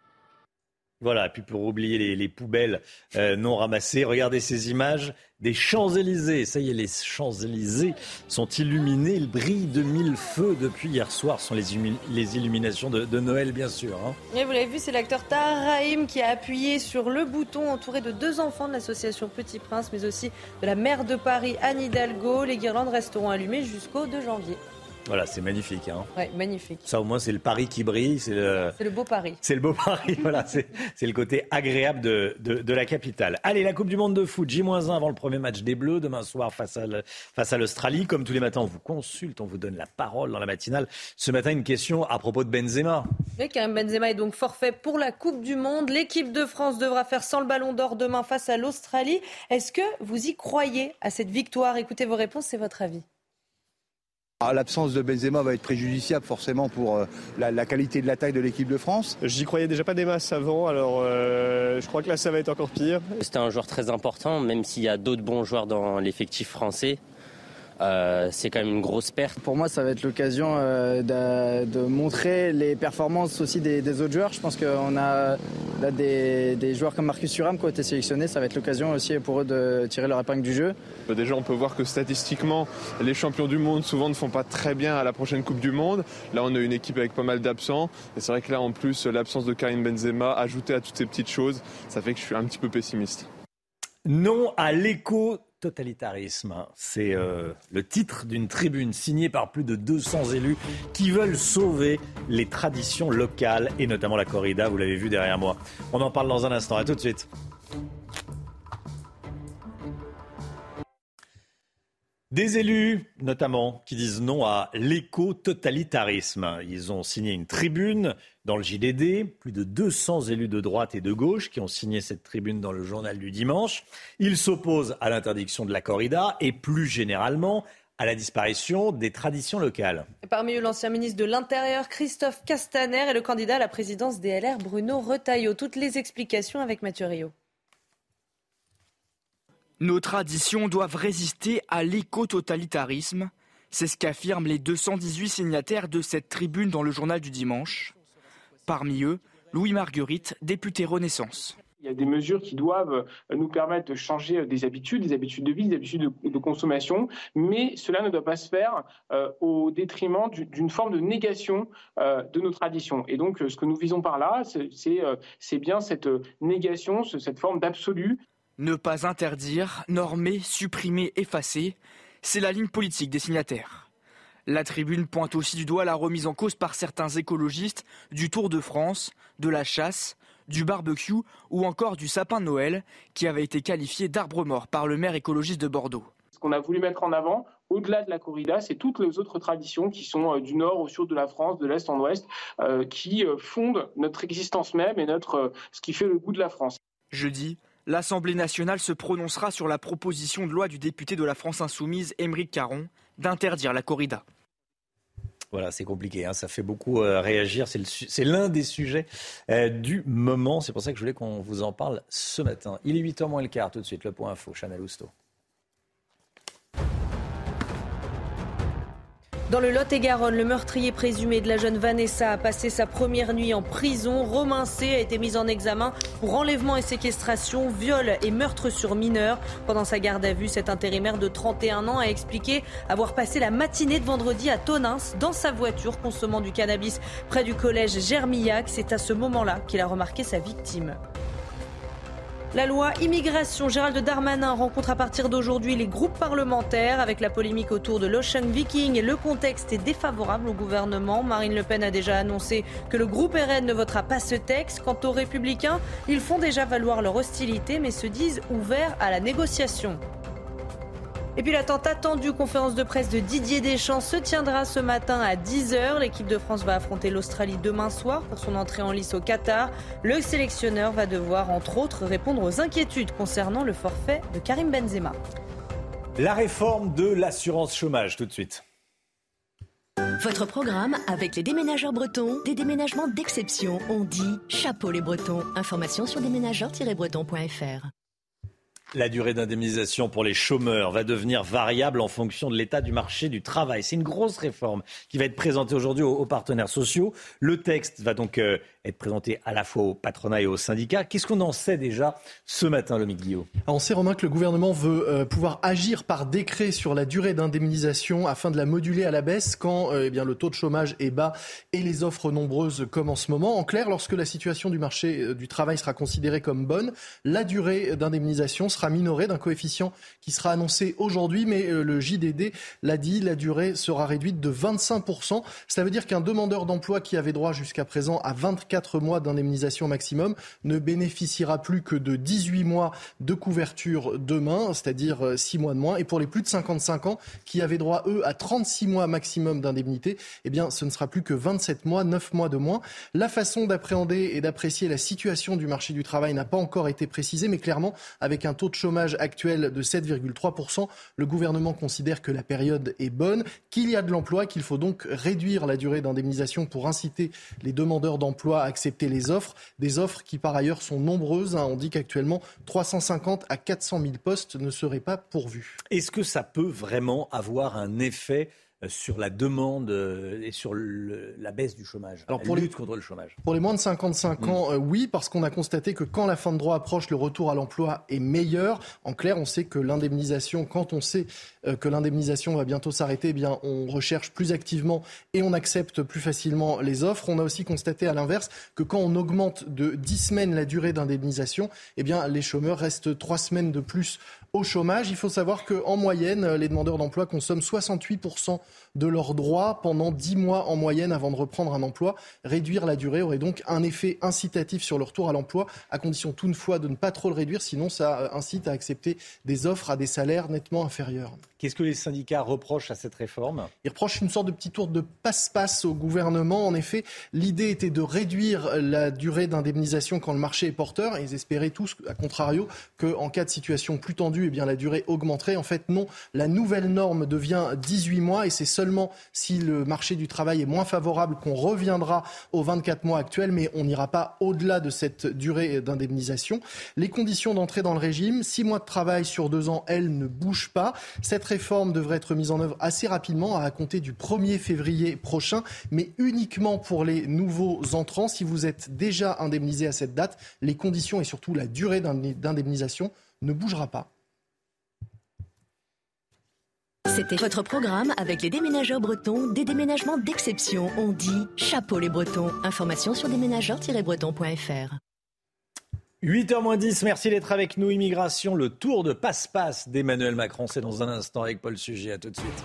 Voilà, et puis pour oublier les, les poubelles euh, non ramassées, regardez ces images des Champs-Élysées. Ça y est, les Champs-Élysées sont illuminés, ils brillent de mille feux depuis hier soir. Ce sont les, les illuminations de, de Noël, bien sûr. Hein.
Et vous l'avez vu, c'est l'acteur Tahar Rahim qui a appuyé sur le bouton, entouré de deux enfants de l'association Petit Prince, mais aussi de la maire de Paris, Anne Hidalgo. Les guirlandes resteront allumées jusqu'au deux janvier.
Voilà, c'est magnifique. Hein.
Ouais, magnifique.
Ça, au moins, c'est le Paris qui brille. C'est le,
c'est le beau Paris.
C'est le beau Paris, voilà. C'est, c'est le côté agréable de, de, de la capitale. Allez, la Coupe du Monde de foot, J moins un avant le premier match des Bleus, demain soir face à, le, face à l'Australie. Comme tous les matins, on vous consulte, on vous donne la parole dans la matinale. Ce matin, une question à propos de Benzema.
Oui, Karim Benzema est donc forfait pour la Coupe du Monde. L'équipe de France devra faire sans le ballon d'or demain face à l'Australie. Est-ce que vous y croyez à cette victoire ? Écoutez vos réponses, c'est votre avis.
Ah, l'absence de Benzema va être préjudiciable forcément pour euh, la, la qualité de l'attaque de l'équipe de France.
J'y croyais déjà pas des masses avant, alors euh, je crois que là ça va être encore pire.
C'était un joueur très important, même s'il y a d'autres bons joueurs dans l'effectif français. Euh, c'est quand même une grosse perte.
Pour moi, ça va être l'occasion euh, de, de montrer les performances aussi des, des autres joueurs. Je pense qu'on a là, des, des joueurs comme Marcus Thuram qui ont été sélectionnés. Ça va être l'occasion aussi pour eux de tirer leur épingle du jeu.
Déjà, on peut voir que statistiquement, les champions du monde souvent ne font pas très bien à la prochaine Coupe du Monde. Là, on a une équipe avec pas mal d'absents. Et c'est vrai que là, en plus, l'absence de Karim Benzema, ajoutée à toutes ces petites choses, ça fait que je suis un petit peu pessimiste.
Non à l'éco-totalitarisme. C'est euh, le titre d'une tribune signée par plus de deux cents élus qui veulent sauver les traditions locales et notamment la corrida, vous l'avez vu derrière moi. On en parle dans un instant, à tout de suite. Des élus, notamment, qui disent non à l'éco-totalitarisme. Ils ont signé une tribune dans le J D D. Plus de deux cents élus de droite et de gauche qui ont signé cette tribune dans le journal du dimanche. Ils s'opposent à l'interdiction de la corrida et plus généralement à la disparition des traditions locales.
Et parmi eux, l'ancien ministre de l'Intérieur, Christophe Castaner, et le candidat à la présidence des L R, Bruno Retailleau. Toutes les explications avec Mathieu Rio.
Nos traditions doivent résister à l'éco-totalitarisme. C'est ce qu'affirment les deux cent dix-huit signataires de cette tribune dans le journal du dimanche. Parmi eux, Louis Marguerite, député Renaissance.
Il y a des mesures qui doivent nous permettre de changer des habitudes, des habitudes de vie, des habitudes de, de consommation, mais cela ne doit pas se faire euh, au détriment du, d'une forme de négation euh, de nos traditions. Et donc, ce que nous visons par là, c'est, c'est, euh, c'est bien cette négation, cette forme d'absolu.
Ne pas interdire, normer, supprimer, effacer, c'est la ligne politique des signataires. La tribune pointe aussi du doigt la remise en cause par certains écologistes du Tour de France, de la chasse, du barbecue ou encore du sapin de Noël, qui avait été qualifié d'arbre mort par le maire écologiste de Bordeaux.
Ce qu'on a voulu mettre en avant, au-delà de la corrida, c'est toutes les autres traditions qui sont euh, du nord au sud de la France, de l'est en ouest, euh, qui euh, fondent notre existence même et notre, euh, ce qui fait le goût de la France.
Jeudi, l'Assemblée nationale se prononcera sur la proposition de loi du député de la France Insoumise, Aymeric Caron, d'interdire la corrida.
Voilà, c'est compliqué, hein, ça fait beaucoup euh, réagir. C'est, le su- c'est l'un des sujets euh, du moment. C'est pour ça que je voulais qu'on vous en parle ce matin. Il est huit heures moins le quart, tout de suite, le point info, Chanel Housteau.
Dans le Lot-et-Garonne, le meurtrier présumé de la jeune Vanessa a passé sa première nuit en prison. Romain C. a été mis en examen pour enlèvement et séquestration, viol et meurtre sur mineur. Pendant sa garde à vue, cet intérimaire de trente et un ans a expliqué avoir passé la matinée de vendredi à Tonneins dans sa voiture, consommant du cannabis près du collège Germillac. C'est à ce moment-là qu'il a remarqué sa victime. La loi immigration, Gérald Darmanin rencontre à partir d'aujourd'hui les groupes parlementaires. Avec la polémique autour de l'Ocean Viking, le contexte est défavorable au gouvernement. Marine Le Pen a déjà annoncé que le groupe R N ne votera pas ce texte. Quant aux Républicains, ils font déjà valoir leur hostilité mais se disent ouverts à la négociation. Et puis la tant attendue conférence de presse de Didier Deschamps se tiendra ce matin à dix heures. L'équipe de France va affronter l'Australie demain soir pour son entrée en lice au Qatar. Le sélectionneur va devoir entre autres répondre aux inquiétudes concernant le forfait de Karim Benzema.
La réforme de l'assurance chômage, tout de suite.
Votre programme avec les déménageurs bretons, des déménagements d'exception. On dit chapeau les Bretons. Information sur déménageurs tiret breton point f r.
La durée d'indemnisation pour les chômeurs va devenir variable en fonction de l'état du marché du travail. C'est une grosse réforme qui va être présentée aujourd'hui aux, aux partenaires sociaux. Le texte va donc euh, être présenté à la fois au patronat et aux syndicats. Qu'est-ce qu'on en sait déjà ce matin, Lomique Guillot ?
Alors on sait, Romain, que le gouvernement veut euh, pouvoir agir par décret sur la durée d'indemnisation afin de la moduler à la baisse quand euh, eh bien, le taux de chômage est bas et les offres nombreuses comme en ce moment. En clair, lorsque la situation du marché euh, du travail sera considérée comme bonne, la durée d'indemnisation sera sera minoré d'un coefficient qui sera annoncé aujourd'hui, mais euh, le J D D l'a dit, la durée sera réduite de vingt-cinq pour cent. Ça veut dire qu'un demandeur d'emploi qui avait droit jusqu'à présent à vingt-quatre mois d'indemnisation maximum ne bénéficiera plus que de dix-huit mois de couverture demain, c'est-à-dire six mois de moins. Et pour les plus de cinquante-cinq ans qui avaient droit, eux, à trente-six mois maximum d'indemnité, eh bien, ce ne sera plus que vingt-sept mois, neuf mois de moins. La façon d'appréhender et d'apprécier la situation du marché du travail n'a pas encore été précisée, mais clairement, avec un taux taux de chômage actuel de sept virgule trois pour cent, le gouvernement considère que la période est bonne, qu'il y a de l'emploi, qu'il faut donc réduire la durée d'indemnisation pour inciter les demandeurs d'emploi à accepter les offres. Des offres qui par ailleurs sont nombreuses. On dit qu'actuellement trois cent cinquante à quatre cent mille postes ne seraient pas pourvus.
Est-ce que ça peut vraiment avoir un effet sur la demande et sur le, la baisse du chômage,
Alors
la
pour
lutte
les,
contre le chômage?
Pour les moins de cinquante-cinq
mmh.
ans, euh, oui, parce qu'on a constaté que quand la fin de droit approche, le retour à l'emploi est meilleur. En clair, on sait que l'indemnisation, quand on sait euh, que l'indemnisation va bientôt s'arrêter, eh bien, on recherche plus activement et on accepte plus facilement les offres. On a aussi constaté à l'inverse que quand on augmente de dix semaines la durée d'indemnisation, eh bien, les chômeurs restent trois semaines de plus au chômage. Il faut savoir qu'en moyenne, les demandeurs d'emploi consomment soixante-huit pour cent de leurs droits pendant dix mois en moyenne avant de reprendre un emploi. Réduire la durée aurait donc un effet incitatif sur le retour à l'emploi, à condition toutefois de ne pas trop le réduire, sinon ça incite à accepter des offres à des salaires nettement inférieurs.
Qu'est-ce que les syndicats reprochent à cette réforme ?
Ils reprochent une sorte de petit tour de passe-passe au gouvernement. En effet, l'idée était de réduire la durée d'indemnisation quand le marché est porteur, et ils espéraient tous, à contrario, qu'en cas de situation plus tendue, eh bien, la durée augmenterait. En fait, non. La nouvelle norme devient dix-huit mois, et c'est seulement si le marché du travail est moins favorable qu'on reviendra aux vingt-quatre mois actuels, mais on n'ira pas au-delà de cette durée d'indemnisation. Les conditions d'entrée dans le régime, six mois de travail sur deux ans, elles ne bougent pas. Cette réforme devrait être mise en œuvre assez rapidement, à compter du premier février prochain, mais uniquement pour les nouveaux entrants. Si vous êtes déjà indemnisé à cette date, les conditions et surtout la durée d'indemnisation ne bougera pas.
C'était votre programme avec les déménageurs bretons, des déménagements d'exception. On dit chapeau les Bretons. Information sur déménageurs tiret breton point f r.
huit heures moins dix, merci d'être avec nous. Immigration, le tour de passe-passe d'Emmanuel Macron. C'est dans un instant avec Paul Sugy. À tout de suite.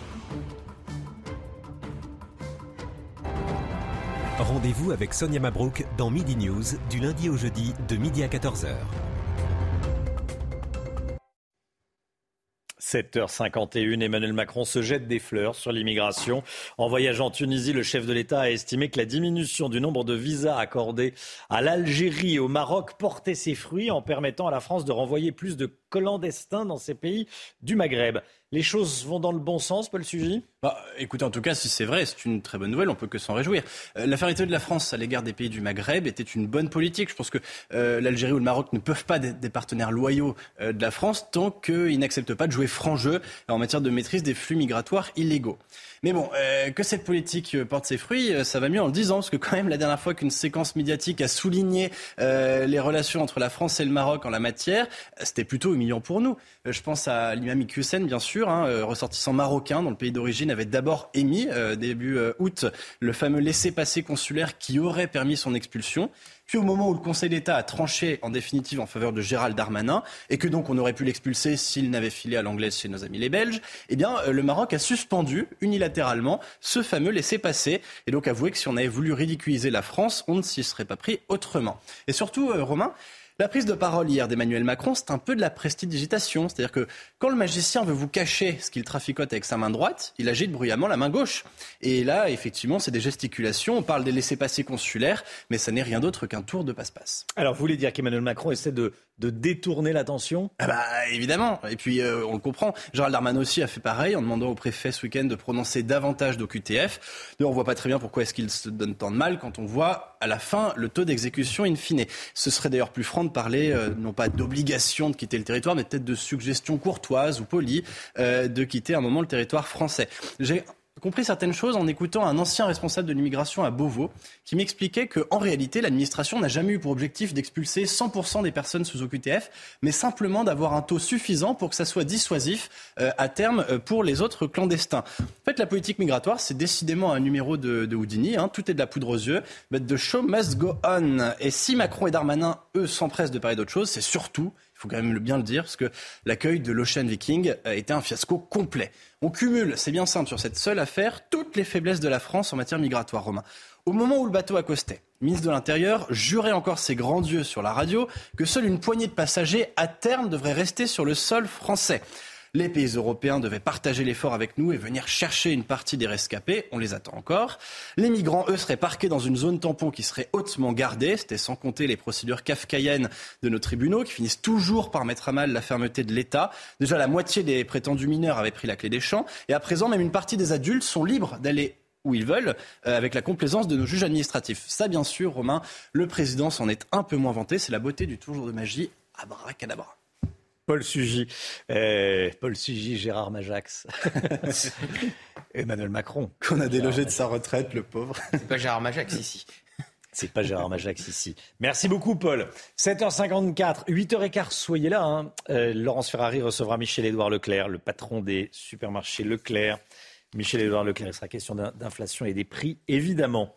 Rendez-vous avec Sonia Mabrouk dans Midi News, du lundi au jeudi, de midi à quatorze heures.
sept heures cinquante et une, Emmanuel Macron se jette des fleurs sur l'immigration. En voyageant en Tunisie, le chef de l'État a estimé que la diminution du nombre de visas accordés à l'Algérie et au Maroc portait ses fruits en permettant à la France de renvoyer plus de clandestins dans ces pays du Maghreb. Les choses vont dans le bon sens, Paul Sugy ?
Bah, écoutez, en tout cas, si c'est vrai, c'est une très bonne nouvelle, on peut que s'en réjouir. Euh, la fermeté de la France à l'égard des pays du Maghreb était une bonne politique. Je pense que euh, l'Algérie ou le Maroc ne peuvent pas être des partenaires loyaux euh, de la France tant qu'ils n'acceptent pas de jouer franc jeu en matière de maîtrise des flux migratoires illégaux. Mais bon, euh, que cette politique porte ses fruits, ça va mieux en le disant, parce que quand même, la dernière fois qu'une séquence médiatique a souligné euh, les relations entre la France et le Maroc en la matière, c'était plutôt humiliant pour nous. Euh, je pense à l'imam Iqiyoussen, bien sûr, hein, euh, ressortissant marocain dont le pays d'origine avait d'abord émis, euh, début euh, août, le fameux laissez-passer consulaire qui aurait permis son expulsion. Puis au moment où le Conseil d'État a tranché en définitive en faveur de Gérald Darmanin, et que donc on aurait pu l'expulser s'il n'avait filé à l'anglaise chez nos amis les Belges, eh bien le Maroc a suspendu unilatéralement ce fameux laissez-passer. Et donc avouez que si on avait voulu ridiculiser la France, on ne s'y serait pas pris autrement. Et surtout, euh, Romain, la prise de parole hier d'Emmanuel Macron, c'est un peu de la prestidigitation. C'est-à-dire que quand le magicien veut vous cacher ce qu'il traficote avec sa main droite, il agite bruyamment la main gauche. Et là, effectivement, c'est des gesticulations. On parle des laissez-passer consulaires, mais ça n'est rien d'autre qu'un tour de passe-passe.
Alors, vous voulez dire qu'Emmanuel Macron essaie de, de détourner l'attention ?
Ah bah, évidemment. Et puis, euh, on le comprend. Gérald Darmanin aussi a fait pareil en demandant au préfet ce week-end de prononcer davantage d'O Q T F. D'ailleurs, on voit pas très bien pourquoi est-ce qu'il se donne tant de mal quand on voit à la fin le taux d'exécution in fine. Ce serait d'ailleurs plus franc de parler, euh, non pas d'obligation de quitter le territoire, mais peut-être de suggestion courtoise ou polie euh, de quitter un moment le territoire français. J'ai compris certaines choses en écoutant un ancien responsable de l'immigration à Beauvau qui m'expliquait qu'en réalité, l'administration n'a jamais eu pour objectif d'expulser cent pour cent des personnes sous O Q T F, mais simplement d'avoir un taux suffisant pour que ça soit dissuasif euh, à terme euh, pour les autres clandestins. En fait, la politique migratoire, c'est décidément un numéro de, de Houdini, hein, tout est de la poudre aux yeux, but the show must go on. Et si Macron et Darmanin, eux, s'empressent de parler d'autre chose, c'est surtout, il faut quand même bien le dire, parce que l'accueil de l'Ocean Viking a été un fiasco complet. On cumule, c'est bien simple, sur cette seule affaire, toutes les faiblesses de la France en matière migratoire, Romain. Au moment où le bateau accostait, le ministre de l'Intérieur jurait encore ses grands yeux sur la radio que seule une poignée de passagers, à terme, devrait rester sur le sol français. Les pays européens devaient partager l'effort avec nous et venir chercher une partie des rescapés. On les attend encore. Les migrants, eux, seraient parqués dans une zone tampon qui serait hautement gardée. C'était sans compter les procédures kafkaïennes de nos tribunaux qui finissent toujours par mettre à mal la fermeté de l'État. Déjà, la moitié des prétendus mineurs avaient pris la clé des champs. Et à présent, même une partie des adultes sont libres d'aller où ils veulent, euh, avec la complaisance de nos juges administratifs. Ça, bien sûr, Romain, le président s'en est un peu moins vanté. C'est la beauté du tour de magie. Abracadabra.
Paul Sugy, euh, Paul Sugy, Gérard Majax, Emmanuel Macron.
Qu'on a délogé de sa retraite, le pauvre.
C'est pas Gérard Majax ici.
C'est pas Gérard Majax ici. Merci beaucoup, Paul. sept heures cinquante-quatre, huit heures quinze, soyez là. Hein. Euh, Laurence Ferrari recevra Michel-Édouard Leclerc, le patron des supermarchés Leclerc. Michel-Édouard Leclerc, il sera question d'inflation et des prix, évidemment.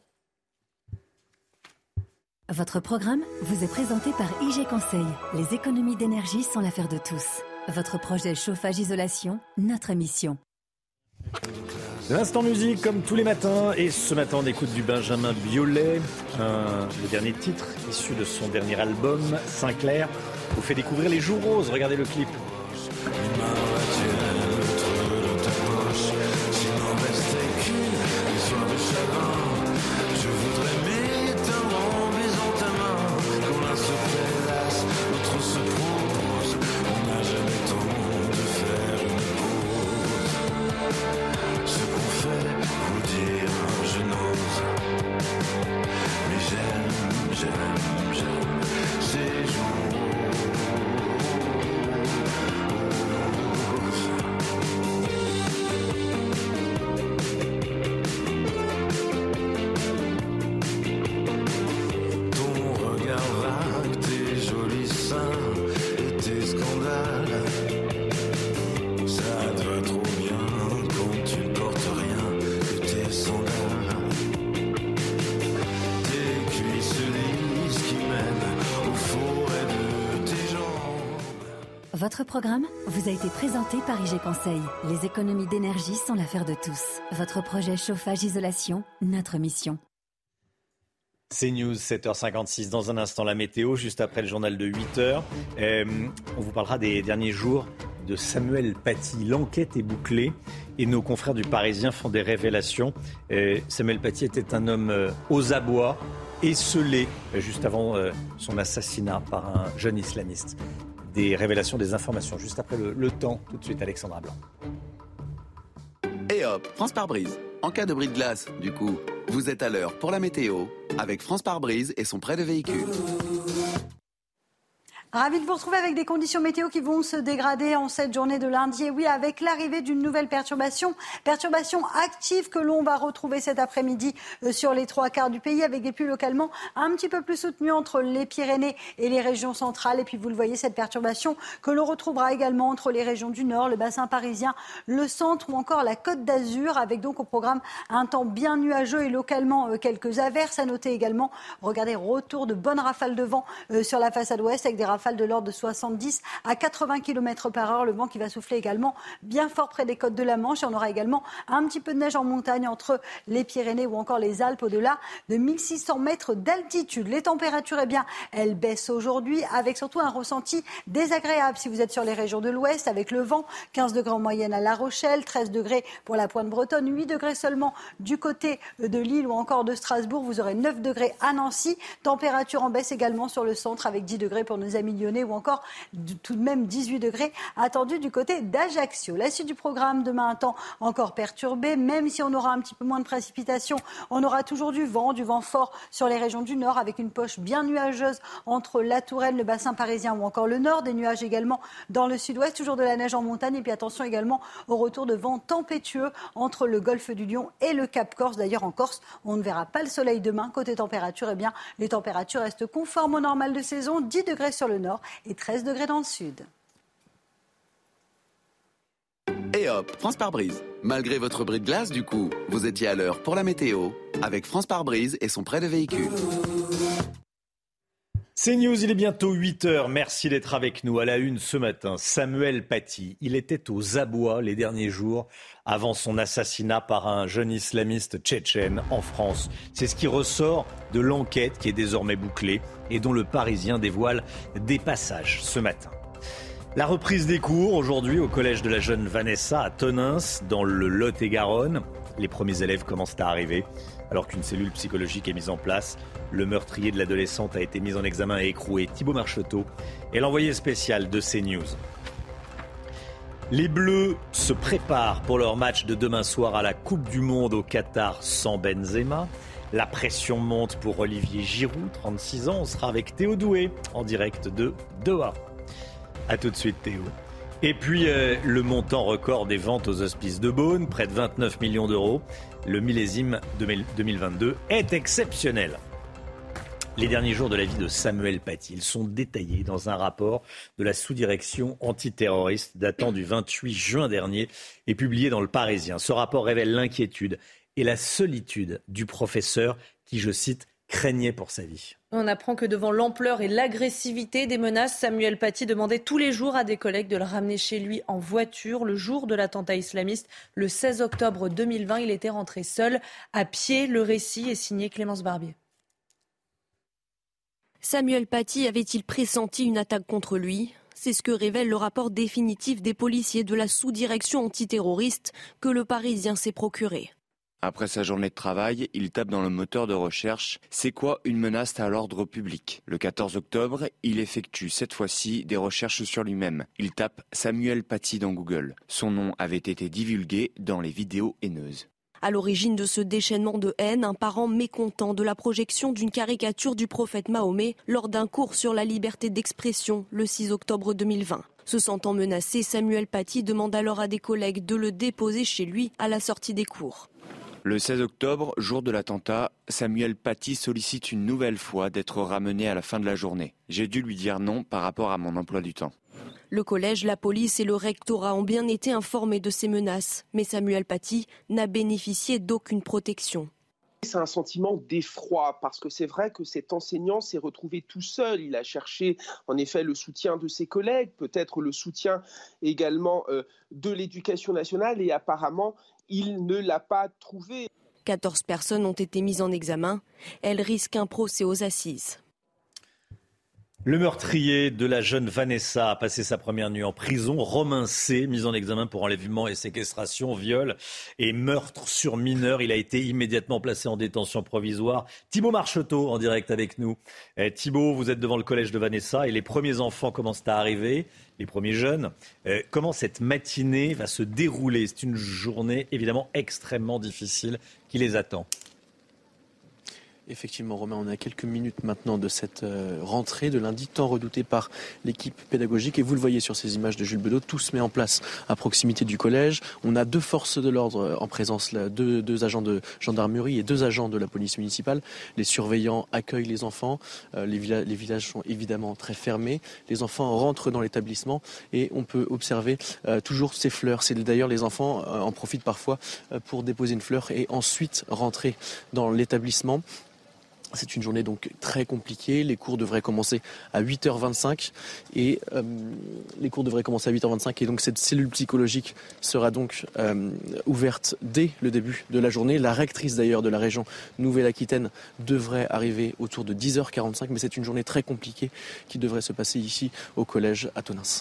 Votre programme vous est présenté par I G Conseil. Les économies d'énergie sont l'affaire de tous. Votre projet chauffage-isolation, notre mission.
L'instant musique, comme tous les matins. Et ce matin, on écoute du Benjamin Biolay, un, le dernier titre issu de son dernier album, Sinclair, vous fait découvrir Les Jours Roses. Regardez le clip.
Votre programme vous a été présenté par I G Conseil. Les économies d'énergie sont l'affaire de tous. Votre projet chauffage-isolation, notre mission.
C'est News, sept heures cinquante-six. Dans un instant, la météo, juste après le journal de huit heures. Euh, on vous parlera des derniers jours de Samuel Paty. L'enquête est bouclée et nos confrères du Parisien font des révélations. Euh, Samuel Paty était un homme euh, aux abois, esseulé, euh, juste avant euh, son assassinat par un jeune islamiste. Des révélations, des informations, juste après le, le temps. Tout de suite, Alexandra Blanc.
Et hop, France Pare-Brise. En cas de bris de glace, du coup, vous êtes à l'heure pour la météo avec France Pare-Brise et son prêt de véhicule.
Ravi de vous retrouver avec des conditions météo qui vont se dégrader en cette journée de lundi. Et oui, avec l'arrivée d'une nouvelle perturbation, perturbation active que l'on va retrouver cet après-midi sur les trois quarts du pays, avec des pluies localement un petit peu plus soutenues entre les Pyrénées et les régions centrales. Et puis vous le voyez, cette perturbation que l'on retrouvera également entre les régions du Nord, le bassin parisien, le centre ou encore la Côte d'Azur, avec donc au programme un temps bien nuageux et localement quelques averses. À noter également, regardez, retour de bonnes rafales de vent sur la façade ouest avec des rafales de l'ordre de soixante-dix à quatre-vingts kilomètres par heure. Le vent qui va souffler également bien fort près des côtes de la Manche. Et on aura également un petit peu de neige en montagne entre les Pyrénées ou encore les Alpes au-delà de mille six cents mètres d'altitude. Les températures, eh bien, elles baissent aujourd'hui avec surtout un ressenti désagréable si vous êtes sur les régions de l'ouest avec le vent. quinze degrés en moyenne à La Rochelle, treize degrés pour la Pointe Bretonne, huit degrés seulement du côté de Lille ou encore de Strasbourg. Vous aurez neuf degrés à Nancy. Température en baisse également sur le centre avec dix degrés pour nos amis lyonnais ou encore tout de même dix-huit degrés attendus du côté d'Ajaccio. La suite du programme, demain un temps encore perturbé, même si on aura un petit peu moins de précipitations, on aura toujours du vent, du vent fort sur les régions du nord avec une poche bien nuageuse entre la Touraine, le bassin parisien ou encore le nord, des nuages également dans le sud-ouest, toujours de la neige en montagne et puis attention également au retour de vent tempétueux entre le golfe du Lion et le Cap Corse. D'ailleurs en Corse, on ne verra pas le soleil demain. Côté température, eh bien, les températures restent conformes au normal de saison, dix degrés sur le nord et treize degrés dans le sud.
Et hop, France Pare-Brise. Malgré votre bris de glace, du coup, vous étiez à l'heure pour la météo avec France Pare-Brise et son prêt de véhicule.
C'est News, il est bientôt huit heures. Merci d'être avec nous. À la une ce matin, Samuel Paty. Il était aux abois les derniers jours avant son assassinat par un jeune islamiste tchétchène en France. C'est ce qui ressort de l'enquête qui est désormais bouclée et dont le Parisien dévoile des passages ce matin. La reprise des cours aujourd'hui au collège de la jeune Vanessa à Tonneins, dans le Lot-et-Garonne. Les premiers élèves commencent à arriver alors qu'une cellule psychologique est mise en place. Le meurtrier de l'adolescente a été mis en examen et écroué. Thibaut Marcheteau est l'envoyé spécial de CNews. Les Bleus se préparent pour leur match de demain soir à la Coupe du Monde au Qatar sans Benzema. La pression monte pour Olivier Giroud, trente-six ans. On sera avec Théo Doué en direct de Doha. A tout de suite Théo. Et puis euh, le montant record des ventes aux Hospices de Beaune, près de vingt-neuf millions d'euros. Le millésime deux mille vingt-deux est exceptionnel. Les derniers jours de la vie de Samuel Paty, ils sont détaillés dans un rapport de la sous-direction antiterroriste datant du vingt-huit juin dernier et publié dans Le Parisien. Ce rapport révèle l'inquiétude et la solitude du professeur qui, je cite, craignait pour sa vie.
On apprend que devant l'ampleur et l'agressivité des menaces, Samuel Paty demandait tous les jours à des collègues de le ramener chez lui en voiture. Le jour de l'attentat islamiste, le seize octobre deux mille vingt, il était rentré seul, à pied. Le récit est signé Clémence Barbier.
Samuel Paty avait-il pressenti une attaque contre lui ? C'est ce que révèle le rapport définitif des policiers de la sous-direction antiterroriste que Le Parisien s'est procuré.
Après sa journée de travail, il tape dans le moteur de recherche « C'est quoi une menace à l'ordre public ?» Le quatorze octobre, il effectue cette fois-ci des recherches sur lui-même. Il tape « Samuel Paty » dans Google. Son nom avait été divulgué dans les vidéos haineuses.
À l'origine de ce déchaînement de haine, un parent mécontent de la projection d'une caricature du prophète Mahomet lors d'un cours sur la liberté d'expression le six octobre deux mille vingt. Se sentant menacé, Samuel Paty demande alors à des collègues de le déposer chez lui à la sortie des cours.
Le seize octobre, jour de l'attentat, Samuel Paty sollicite une nouvelle fois d'être ramené à la fin de la journée. J'ai dû lui dire non par rapport à mon emploi du temps.
Le collège, la police et le rectorat ont bien été informés de ces menaces, mais Samuel Paty n'a bénéficié d'aucune protection.
C'est un sentiment d'effroi parce que c'est vrai que cet enseignant s'est retrouvé tout seul. Il a cherché en effet le soutien de ses collègues, peut-être le soutien également euh, de l'éducation nationale et apparemment il ne l'a pas trouvé.
quatorze personnes ont été mises en examen. Elles risquent un procès aux assises.
Le meurtrier de la jeune Vanessa a passé sa première nuit en prison. Romain C, mis en examen pour enlèvement et séquestration, viol et meurtre sur mineur. Il a été immédiatement placé en détention provisoire. Thibaut Marcheteau en direct avec nous. Eh, Thibaut, vous êtes devant le collège de Vanessa et les premiers enfants commencent à arriver, les premiers jeunes. Eh, comment cette matinée va se dérouler ? C'est une journée évidemment extrêmement difficile qui les attend.
Effectivement, Romain, on est à quelques minutes maintenant de cette euh, rentrée de lundi, tant redoutée par l'équipe pédagogique. Et vous le voyez sur ces images de Jules Bedeau, tout se met en place à proximité du collège. On a deux forces de l'ordre en présence, là, deux, deux agents de gendarmerie et deux agents de la police municipale. Les surveillants accueillent les enfants. Euh, les, villa- les villages sont évidemment très fermés. Les enfants rentrent dans l'établissement et on peut observer euh, toujours ces fleurs. C'est d'ailleurs les enfants euh, en profitent parfois euh, pour déposer une fleur et ensuite rentrer dans l'établissement. C'est une journée donc très compliquée. Les cours devraient commencer à huit heures vingt-cinq et euh, les cours devraient commencer à huit heures vingt-cinq et donc cette cellule psychologique sera donc euh, ouverte dès le début de la journée. La rectrice d'ailleurs de la région Nouvelle-Aquitaine devrait arriver autour de dix heures quarante-cinq, mais c'est une journée très compliquée qui devrait se passer ici au collège à Tonneins.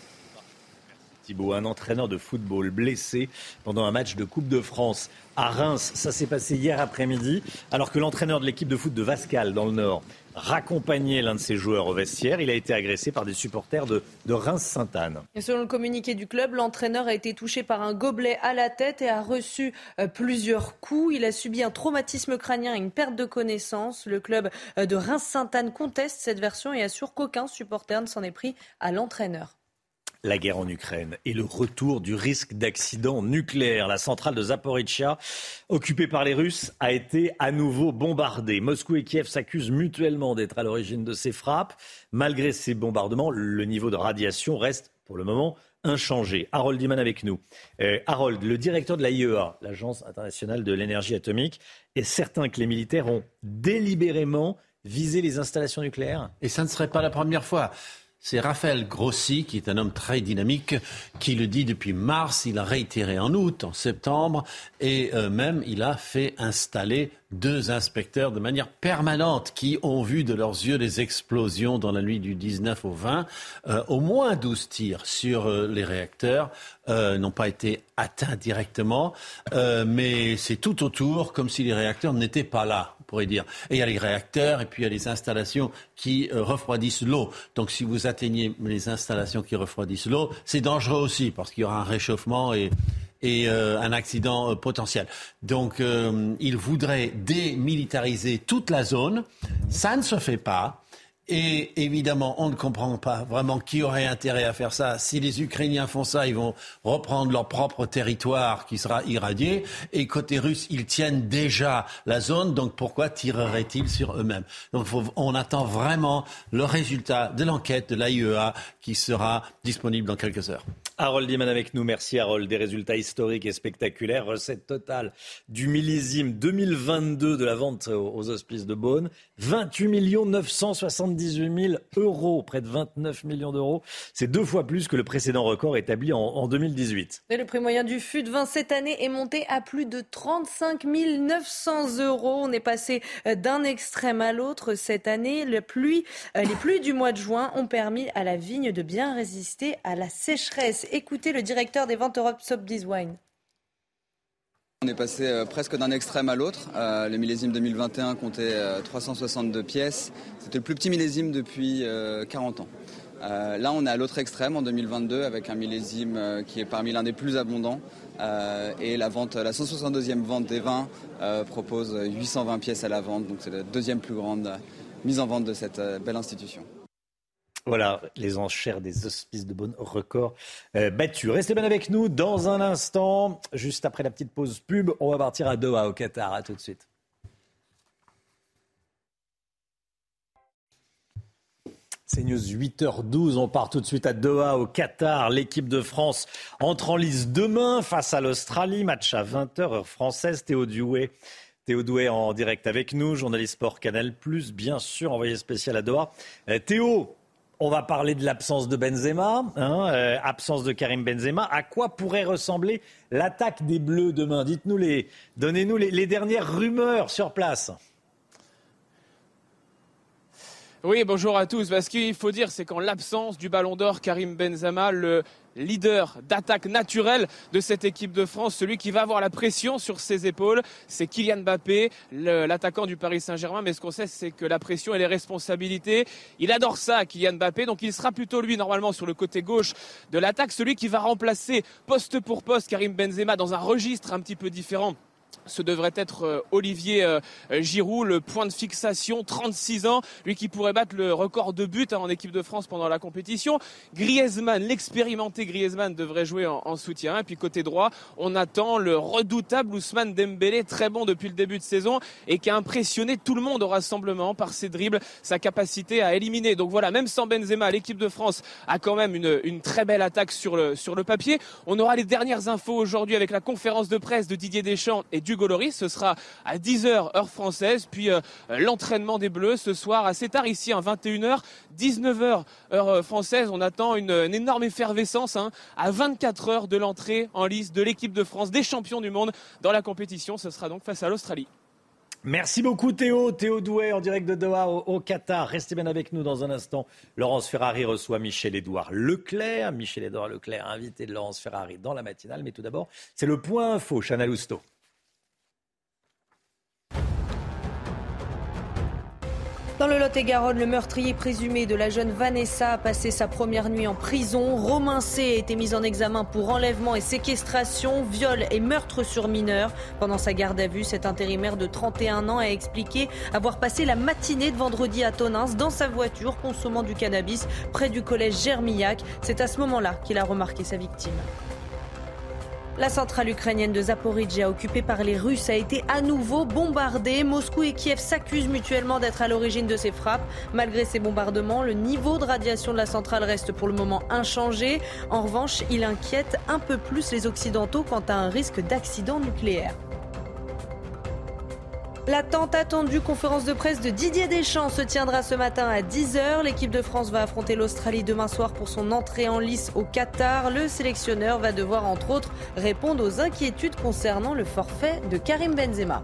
Thibaut, un entraîneur de football blessé pendant un match de Coupe de France à Reims. Ça s'est passé hier après-midi, alors que l'entraîneur de l'équipe de foot de Vascal, dans le Nord, raccompagnait l'un de ses joueurs au vestiaire. Il a été agressé par des supporters de, de Reims-Sainte-Anne.
Et selon le communiqué du club, l'entraîneur a été touché par un gobelet à la tête et a reçu euh, plusieurs coups. Il a subi un traumatisme crânien et une perte de connaissance. Le club euh, de Reims-Sainte-Anne conteste cette version et assure qu'aucun supporter ne s'en est pris à l'entraîneur.
La guerre en Ukraine et le retour du risque d'accident nucléaire. La centrale de Zaporijia, occupée par les Russes, a été à nouveau bombardée. Moscou et Kiev s'accusent mutuellement d'être à l'origine de ces frappes. Malgré ces bombardements, le niveau de radiation reste pour le moment inchangé. Harold Iman avec nous. Euh, Harold, le directeur de l'A I E A, l'Agence internationale de l'énergie atomique, est certain que les militaires ont délibérément visé les installations nucléaires ?
Et ça ne serait pas la première fois.
C'est Raphaël Grossi, qui est un homme très dynamique, qui le dit depuis mars. Il a réitéré en août, en septembre, et euh, même il a fait installer deux inspecteurs de manière permanente qui ont vu de leurs yeux des explosions dans la nuit du dix-neuf au vingt. Euh, au moins douze tirs sur euh, les réacteurs euh, n'ont pas été atteints directement, euh, mais c'est tout autour comme si les réacteurs n'étaient pas là. On pourrait dire. Et il y a les réacteurs et puis il y a les installations qui euh, refroidissent l'eau. Donc si vous atteignez les installations qui refroidissent l'eau, c'est dangereux aussi parce qu'il y aura un réchauffement et, et euh, un accident euh, potentiel. Donc euh, il voudrait démilitariser toute la zone. Ça ne se fait pas. Et évidemment, on ne comprend pas vraiment qui aurait intérêt à faire ça. Si les Ukrainiens font ça, ils vont reprendre leur propre territoire qui sera irradié. Et côté russe, ils tiennent déjà la zone. Donc pourquoi tireraient-ils sur eux-mêmes ? Donc faut, on attend vraiment le résultat de l'enquête de l'A I E A qui sera disponible dans quelques heures.
Harold Iman avec nous. Merci Harold. Des résultats historiques et spectaculaires. Recette totale du millésime deux mille vingt-deux de la vente aux Hospices de Beaune. vingt-huit millions neuf cent soixante-dix-huit mille euros. Près de vingt-neuf millions d'euros. C'est deux fois plus que le précédent record établi en, en deux mille dix-huit.
Et le prix moyen du fût de vin cette année est monté à plus de trente-cinq mille neuf cents euros. On est passé d'un extrême à l'autre cette année. Les pluies, les pluies du mois de juin ont permis à la vigne de bien résister à la sécheresse. Écoutez le directeur des ventes Europe Sotheby's Wine.
On est passé euh, presque d'un extrême à l'autre. Euh, le millésime deux mille vingt et un comptait euh, trois cent soixante-deux pièces. C'était le plus petit millésime depuis euh, quarante ans. Euh, là, on est à l'autre extrême en deux mille vingt-deux avec un millésime euh, qui est parmi l'un des plus abondants. Euh, et la vente, la cent soixante-deuxième vente des vins euh, propose huit cent vingt pièces à la vente. Donc c'est la deuxième plus grande euh, mise en vente de cette euh, belle institution.
Voilà, les enchères des Hospices de Beaune, record euh, battu. Restez bien avec nous dans un instant. Juste après la petite pause pub, on va partir à Doha, au Qatar. À tout de suite. C'est News huit heures douze, on part tout de suite à Doha, au Qatar. L'équipe de France entre en lice demain face à l'Australie. Match à vingt heures, heure française. Théo Doué. Théo Doué en direct avec nous, journaliste sport Canal plus, bien sûr, envoyé spécial à Doha. Euh, Théo, on va parler de l'absence de Benzema, hein, euh, absence de Karim Benzema. À quoi pourrait ressembler l'attaque des Bleus demain ? Dites-nous les, donnez-nous les, les dernières rumeurs sur place.
Oui, bonjour à tous. Ce qu'il faut dire, c'est qu'en l'absence du Ballon d'Or, Karim Benzema, le leader d'attaque naturelle de cette équipe de France, celui qui va avoir la pression sur ses épaules, c'est Kylian Mbappé, le, l'attaquant du Paris Saint-Germain. Mais ce qu'on sait, c'est que la pression et les responsabilités, il adore ça, Kylian Mbappé. Donc il sera plutôt lui, normalement, sur le côté gauche de l'attaque, celui qui va remplacer poste pour poste Karim Benzema dans un registre un petit peu différent. Ce devrait être euh, Olivier euh, Giroud, le point de fixation, trente-six ans, lui qui pourrait battre le record de buts hein, en équipe de France pendant la compétition. Griezmann, l'expérimenté Griezmann devrait jouer en, en soutien. Et puis côté droit, on attend le redoutable Ousmane Dembélé, très bon depuis le début de saison et qui a impressionné tout le monde au rassemblement par ses dribbles, sa capacité à éliminer. Donc voilà, même sans Benzema, l'équipe de France a quand même une, une très belle attaque sur le, sur le papier. On aura les dernières infos aujourd'hui avec la conférence de presse de Didier Deschamps et d'Hugo Lloris. Ce sera à dix heures heure française, puis euh, l'entraînement des Bleus ce soir assez tard ici à vingt et une heures, dix-neuf heures heure française. On attend une, une énorme effervescence hein, à vingt-quatre heures de l'entrée en lice de l'équipe de France, des champions du monde dans la compétition. Ce sera donc face à l'Australie.
Merci beaucoup Théo. Théo Doué en direct de Doha au, au Qatar. Restez bien avec nous dans un instant. Laurence Ferrari reçoit Michel-Édouard Leclerc. Michel-Édouard Leclerc, invité de Laurence Ferrari dans la matinale. Mais tout d'abord, c'est le point info. Chana Lousteau.
Dans le Lot-et-Garonne, le meurtrier présumé de la jeune Vanessa a passé sa première nuit en prison. Romain C. a été mis en examen pour enlèvement et séquestration, viol et meurtre sur mineur. Pendant sa garde à vue, cet intérimaire de trente et un ans a expliqué avoir passé la matinée de vendredi à Tonins dans sa voiture consommant du cannabis près du collège Germillac. C'est à ce moment-là qu'il a remarqué sa victime. La centrale ukrainienne de Zaporijia, occupée par les Russes, a été à nouveau bombardée. Moscou et Kiev s'accusent mutuellement d'être à l'origine de ces frappes. Malgré ces bombardements, le niveau de radiation de la centrale reste pour le moment inchangé. En revanche, il inquiète un peu plus les Occidentaux quant à un risque d'accident nucléaire. La tant attendue conférence de presse de Didier Deschamps se tiendra ce matin à dix heures. L'équipe de France va affronter l'Australie demain soir pour son entrée en lice au Qatar. Le sélectionneur va devoir entre autres répondre aux inquiétudes concernant le forfait de Karim Benzema.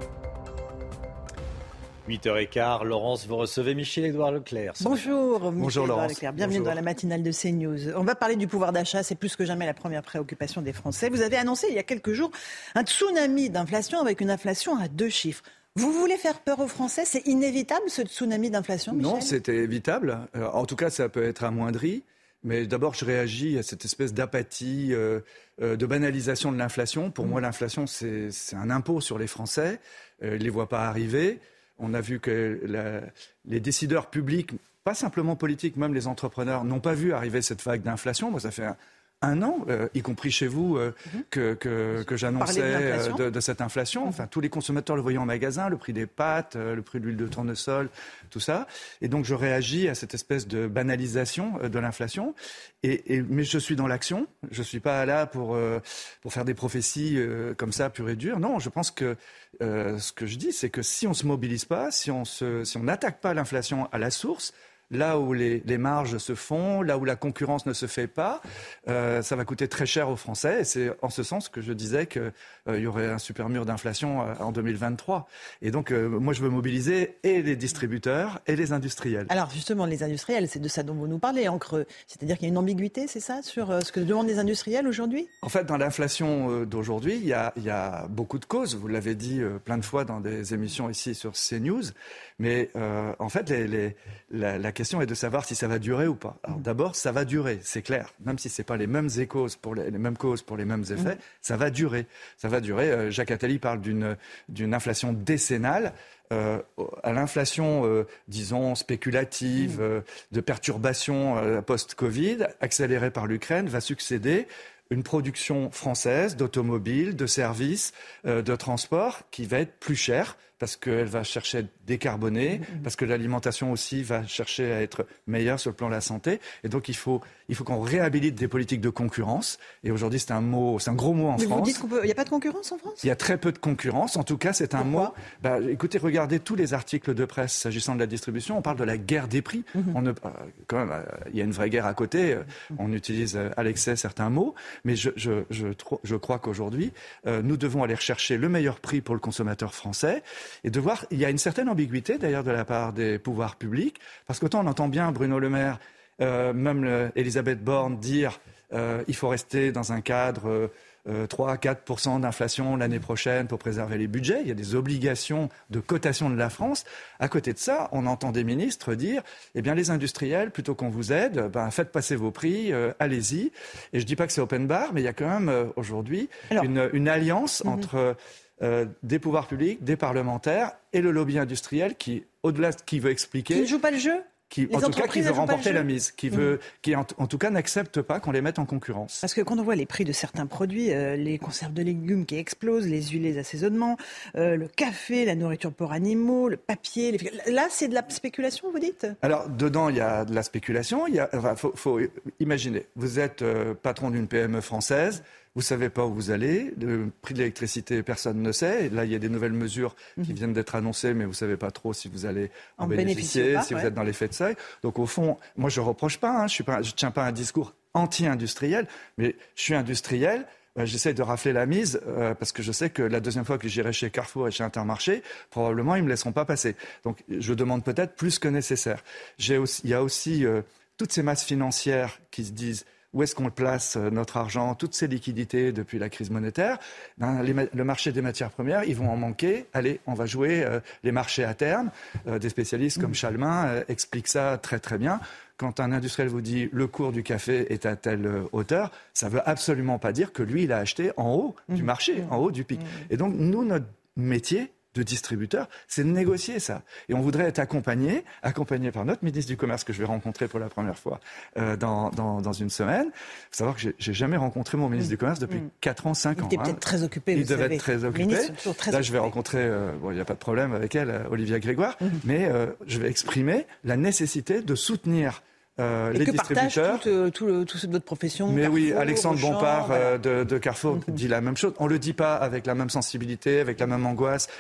huit heures quinze, Laurence, vous recevez Michel-Édouard Leclerc.
Bonjour,
Michel-Édouard
Leclerc. Bienvenue
Bonjour.
dans la matinale de CNews. On va parler du pouvoir d'achat, c'est plus que jamais la première préoccupation des Français. Vous avez annoncé il y a quelques jours un tsunami d'inflation avec une inflation à deux chiffres. Vous voulez faire peur aux Français? C'est inévitable ce tsunami d'inflation, Michel?
Non, c'est évitable. En tout cas, ça peut être amoindri. Mais d'abord, je réagis à cette espèce d'apathie, euh, euh, de banalisation de l'inflation. Pour mmh. moi, l'inflation, c'est, c'est un impôt sur les Français. Euh, ils ne les voient pas arriver. On a vu que la, les décideurs publics, pas simplement politiques, même les entrepreneurs, n'ont pas vu arriver cette vague d'inflation. Moi, ça fait un, un an, euh, y compris chez vous, euh, mmh. que, que, que j'annonçais euh, de, de cette inflation. Enfin, tous les consommateurs le voyaient en magasin, le prix des pâtes, euh, le prix de l'huile de tournesol, tout ça. Et donc, je réagis à cette espèce de banalisation euh, de l'inflation. Et, et, mais je suis dans l'action. Je ne suis pas là pour, euh, pour faire des prophéties euh, comme ça, pures et dures. Non, je pense que euh, ce que je dis, c'est que si on ne se mobilise pas, si on se, si on n'attaque pas l'inflation à la source, là où les, les marges se font, là où la concurrence ne se fait pas, euh, ça va coûter très cher aux Français. Et c'est en ce sens que je disais qu'il euh, y aurait un super mur d'inflation euh, en deux mille vingt-trois. Et donc, euh, moi, je veux mobiliser et les distributeurs et les industriels.
Alors, justement, les industriels, c'est de ça dont vous nous parlez, en creux. C'est-à-dire qu'il y a une ambiguïté, c'est ça, sur euh, ce que demandent les industriels aujourd'hui?
En fait, dans l'inflation euh, d'aujourd'hui, il y a, il y a beaucoup de causes. Vous l'avez dit euh, plein de fois dans des émissions ici sur CNews. Mais euh, en fait, les, les, la, la question est de savoir si ça va durer ou pas. Alors d'abord, ça va durer, c'est clair. Même si c'est pas les mêmes causes pour les, les mêmes causes pour les mêmes effets, mmh. ça va durer. Ça va durer. Euh, Jacques Attali parle d'une d'une inflation décennale. Euh, à l'inflation, euh, disons, spéculative, euh, de perturbation euh, post-Covid, accélérée par l'Ukraine, va succéder une production française d'automobiles, de services, euh, de transport qui va être plus chère parce qu'elle va chercher à être décarbonée, mmh. parce que l'alimentation aussi va chercher à être meilleure sur le plan de la santé. Et donc il faut, il faut qu'on réhabilite des politiques de concurrence. Et aujourd'hui, c'est un mot, c'est un gros mot en
Mais
France.
Vous dites qu'il n'y a pas de concurrence en France?
Il y a très peu de concurrence. En tout cas, c'est un
Pourquoi
mot. Bah, écoutez, regardez tous les articles de presse s'agissant de la distribution. On parle de la guerre des prix. Mmh. On ne, euh, quand même, euh, il y a une vraie guerre à côté. Euh, on utilise euh, à l'excès certains mots. Mais je, je, je, je crois qu'aujourd'hui, euh, nous devons aller rechercher le meilleur prix pour le consommateur français et de voir. Il y a une certaine ambiguïté d'ailleurs de la part des pouvoirs publics, parce qu'autant on entend bien Bruno Le Maire, euh, même le, Elisabeth Borne dire euh, il faut rester dans un cadre euh, euh, trois à quatre pour cent d'inflation l'année prochaine pour préserver les budgets. Il y a des obligations de cotation de la France. À côté de ça, on entend des ministres dire eh bien les industriels, plutôt qu'on vous aide, ben, faites passer vos prix, euh, allez-y. Et je dis pas que c'est open bar, mais il y a quand même euh, aujourd'hui une, une alliance mm-hmm. entre Euh, des pouvoirs publics, des parlementaires et le lobby industriel qui, au-delà de qui veut expliquer...
Qui ne joue pas le jeu?
Qui, en tout cas, qui veut remporter la mise, qui, veut, mmh. qui en, en tout cas n'accepte pas qu'on les mette en concurrence.
Parce que quand on voit les prix de certains produits, euh, les conserves de légumes qui explosent, les huiles, les assaisonnements, euh, le café, la nourriture pour animaux, le papier... Les... Là, c'est de la spéculation, vous dites?
Alors, dedans, il y a de la spéculation. Il y a, enfin, faut, faut imaginer, vous êtes euh, patron d'une P M E française, vous ne savez pas où vous allez, le prix de l'électricité, personne ne sait. Là, il y a des nouvelles mesures mmh. qui viennent d'être annoncées, mais vous ne savez pas trop si vous allez en, en bénéficier, pas, si ouais. vous êtes dans l'effet de seuil. Donc, au fond, moi, je ne reproche pas, hein, je ne tiens pas un discours anti-industriel, mais je suis industriel. Euh, j'essaie de rafler la mise euh, parce que je sais que la deuxième fois que j'irai chez Carrefour et chez Intermarché, probablement, ils ne me laisseront pas passer. Donc, je demande peut-être plus que nécessaire. J'ai aussi, il y a aussi euh, toutes ces masses financières qui se disent... Où est-ce qu'on place notre argent, toutes ces liquidités depuis la crise monétaire? Ben, les, le marché des matières premières, ils vont en manquer. Allez, on va jouer euh, les marchés à terme. Euh, des spécialistes comme Chalmin euh, expliquent ça très très bien. Quand un industriel vous dit le cours du café est à telle hauteur, ça ne veut absolument pas dire que lui, il a acheté en haut du marché, en haut du pic. Et donc, nous, notre métier de distributeur, c'est de négocier ça. Et on voudrait être accompagné, accompagné par notre ministre du Commerce que je vais rencontrer pour la première fois euh, dans, dans, dans une semaine. Il faut savoir que j'ai, j'ai jamais rencontré mon ministre mmh. du Commerce depuis mmh. quatre ans, cinq ans.
Il était peut-être hein. très occupé,
Il
vous
devait
savez.
être très occupé.
Ministre, très
Là,
occupé.
je vais rencontrer, euh, bon, il n'y a pas de problème avec elle, euh, Olivia Grégoire, mmh. mais euh, je vais exprimer la nécessité de soutenir Euh,
et
les
que
distributeurs.
partagent toute, tout le, tout ce d'autres professions.
Mais
Carrefour,
oui, Alexandre
Auchan,
Bompard
voilà.
euh, de, de Carrefour mm-hmm. dit la même chose. On ne le dit pas avec la même sensibilité, avec la même angoisse.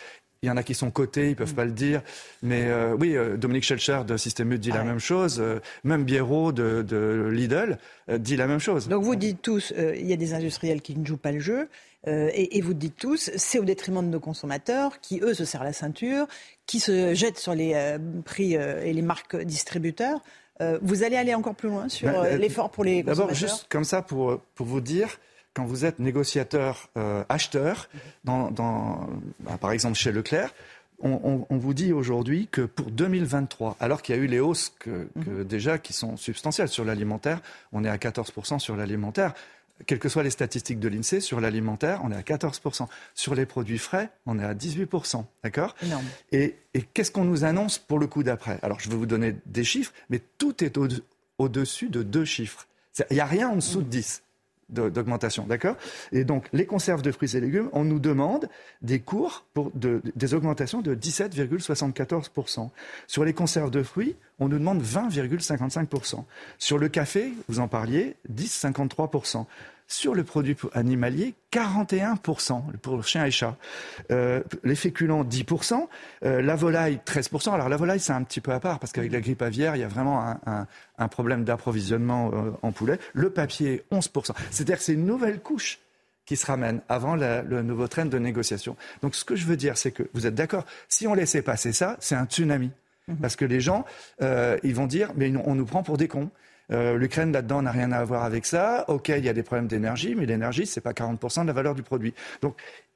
il y en a qui sont cotés, ils ne peuvent pas le dire. Mais euh, oui, euh, Dominique Schelcher de Système U dit ah la ouais. même chose. Euh, même Biérot de, de Lidl euh, dit la même chose.
Donc vous dites tous, il euh, y a des industriels qui ne jouent pas le jeu. Euh, et, et vous dites tous, c'est au détriment de nos consommateurs qui, eux, se serrent la ceinture, qui se jettent sur les euh, prix euh, et les marques distributeurs. Euh, vous allez aller encore plus loin sur ben, euh, l'effort pour les consommateurs ?
D'abord, juste comme ça, pour, pour vous dire... Quand vous êtes négociateur, euh, acheteur, dans, dans, bah, par exemple chez Leclerc, on, on, on vous dit aujourd'hui que pour deux mille vingt-trois, alors qu'il y a eu les hausses que, que mmh. déjà qui sont substantielles sur l'alimentaire, on est à quatorze pour cent sur l'alimentaire. Quelles que soient les statistiques de l'INSEE, sur l'alimentaire, on est à quatorze pour cent. Sur les produits frais, on est à dix-huit pour cent. D'accord ?
Énorme.
Et, et qu'est-ce qu'on nous annonce pour le coup d'après ? Alors, je vais vous donner des chiffres, mais tout est au, au-dessus de deux chiffres. Il n'y a rien en dessous mmh. de dix. D'augmentation, d'accord ? Et donc, les conserves de fruits et légumes, on nous demande des cours pour de, des augmentations de dix-sept virgule soixante-quatorze pour cent. Sur les conserves de fruits, on nous demande vingt virgule cinquante-cinq pour cent. Sur le café, vous en parliez, dix virgule cinquante-trois pour cent. Sur le produit animalier, quarante et un pour cent pour chien et chat. Euh, les féculents, dix pour cent. Euh, la volaille, treize pour cent. Alors la volaille, c'est un petit peu à part parce qu'avec la grippe aviaire, il y a vraiment un, un, un problème d'approvisionnement euh, en poulet. Le papier, onze pour cent. C'est-à-dire que c'est une nouvelle couche qui se ramène avant la, le nouveau train de négociation. Donc ce que je veux dire, c'est que vous êtes d'accord, si on laissait passer ça, c'est un tsunami. Mmh. Parce que les gens, euh, ils vont dire, mais on nous prend pour des cons. Euh, L'Ukraine, là-dedans, n'a rien à voir avec ça. OK, il y a des problèmes d'énergie, mais l'énergie, ce n'est pas quarante pour cent de la valeur du produit. Donc,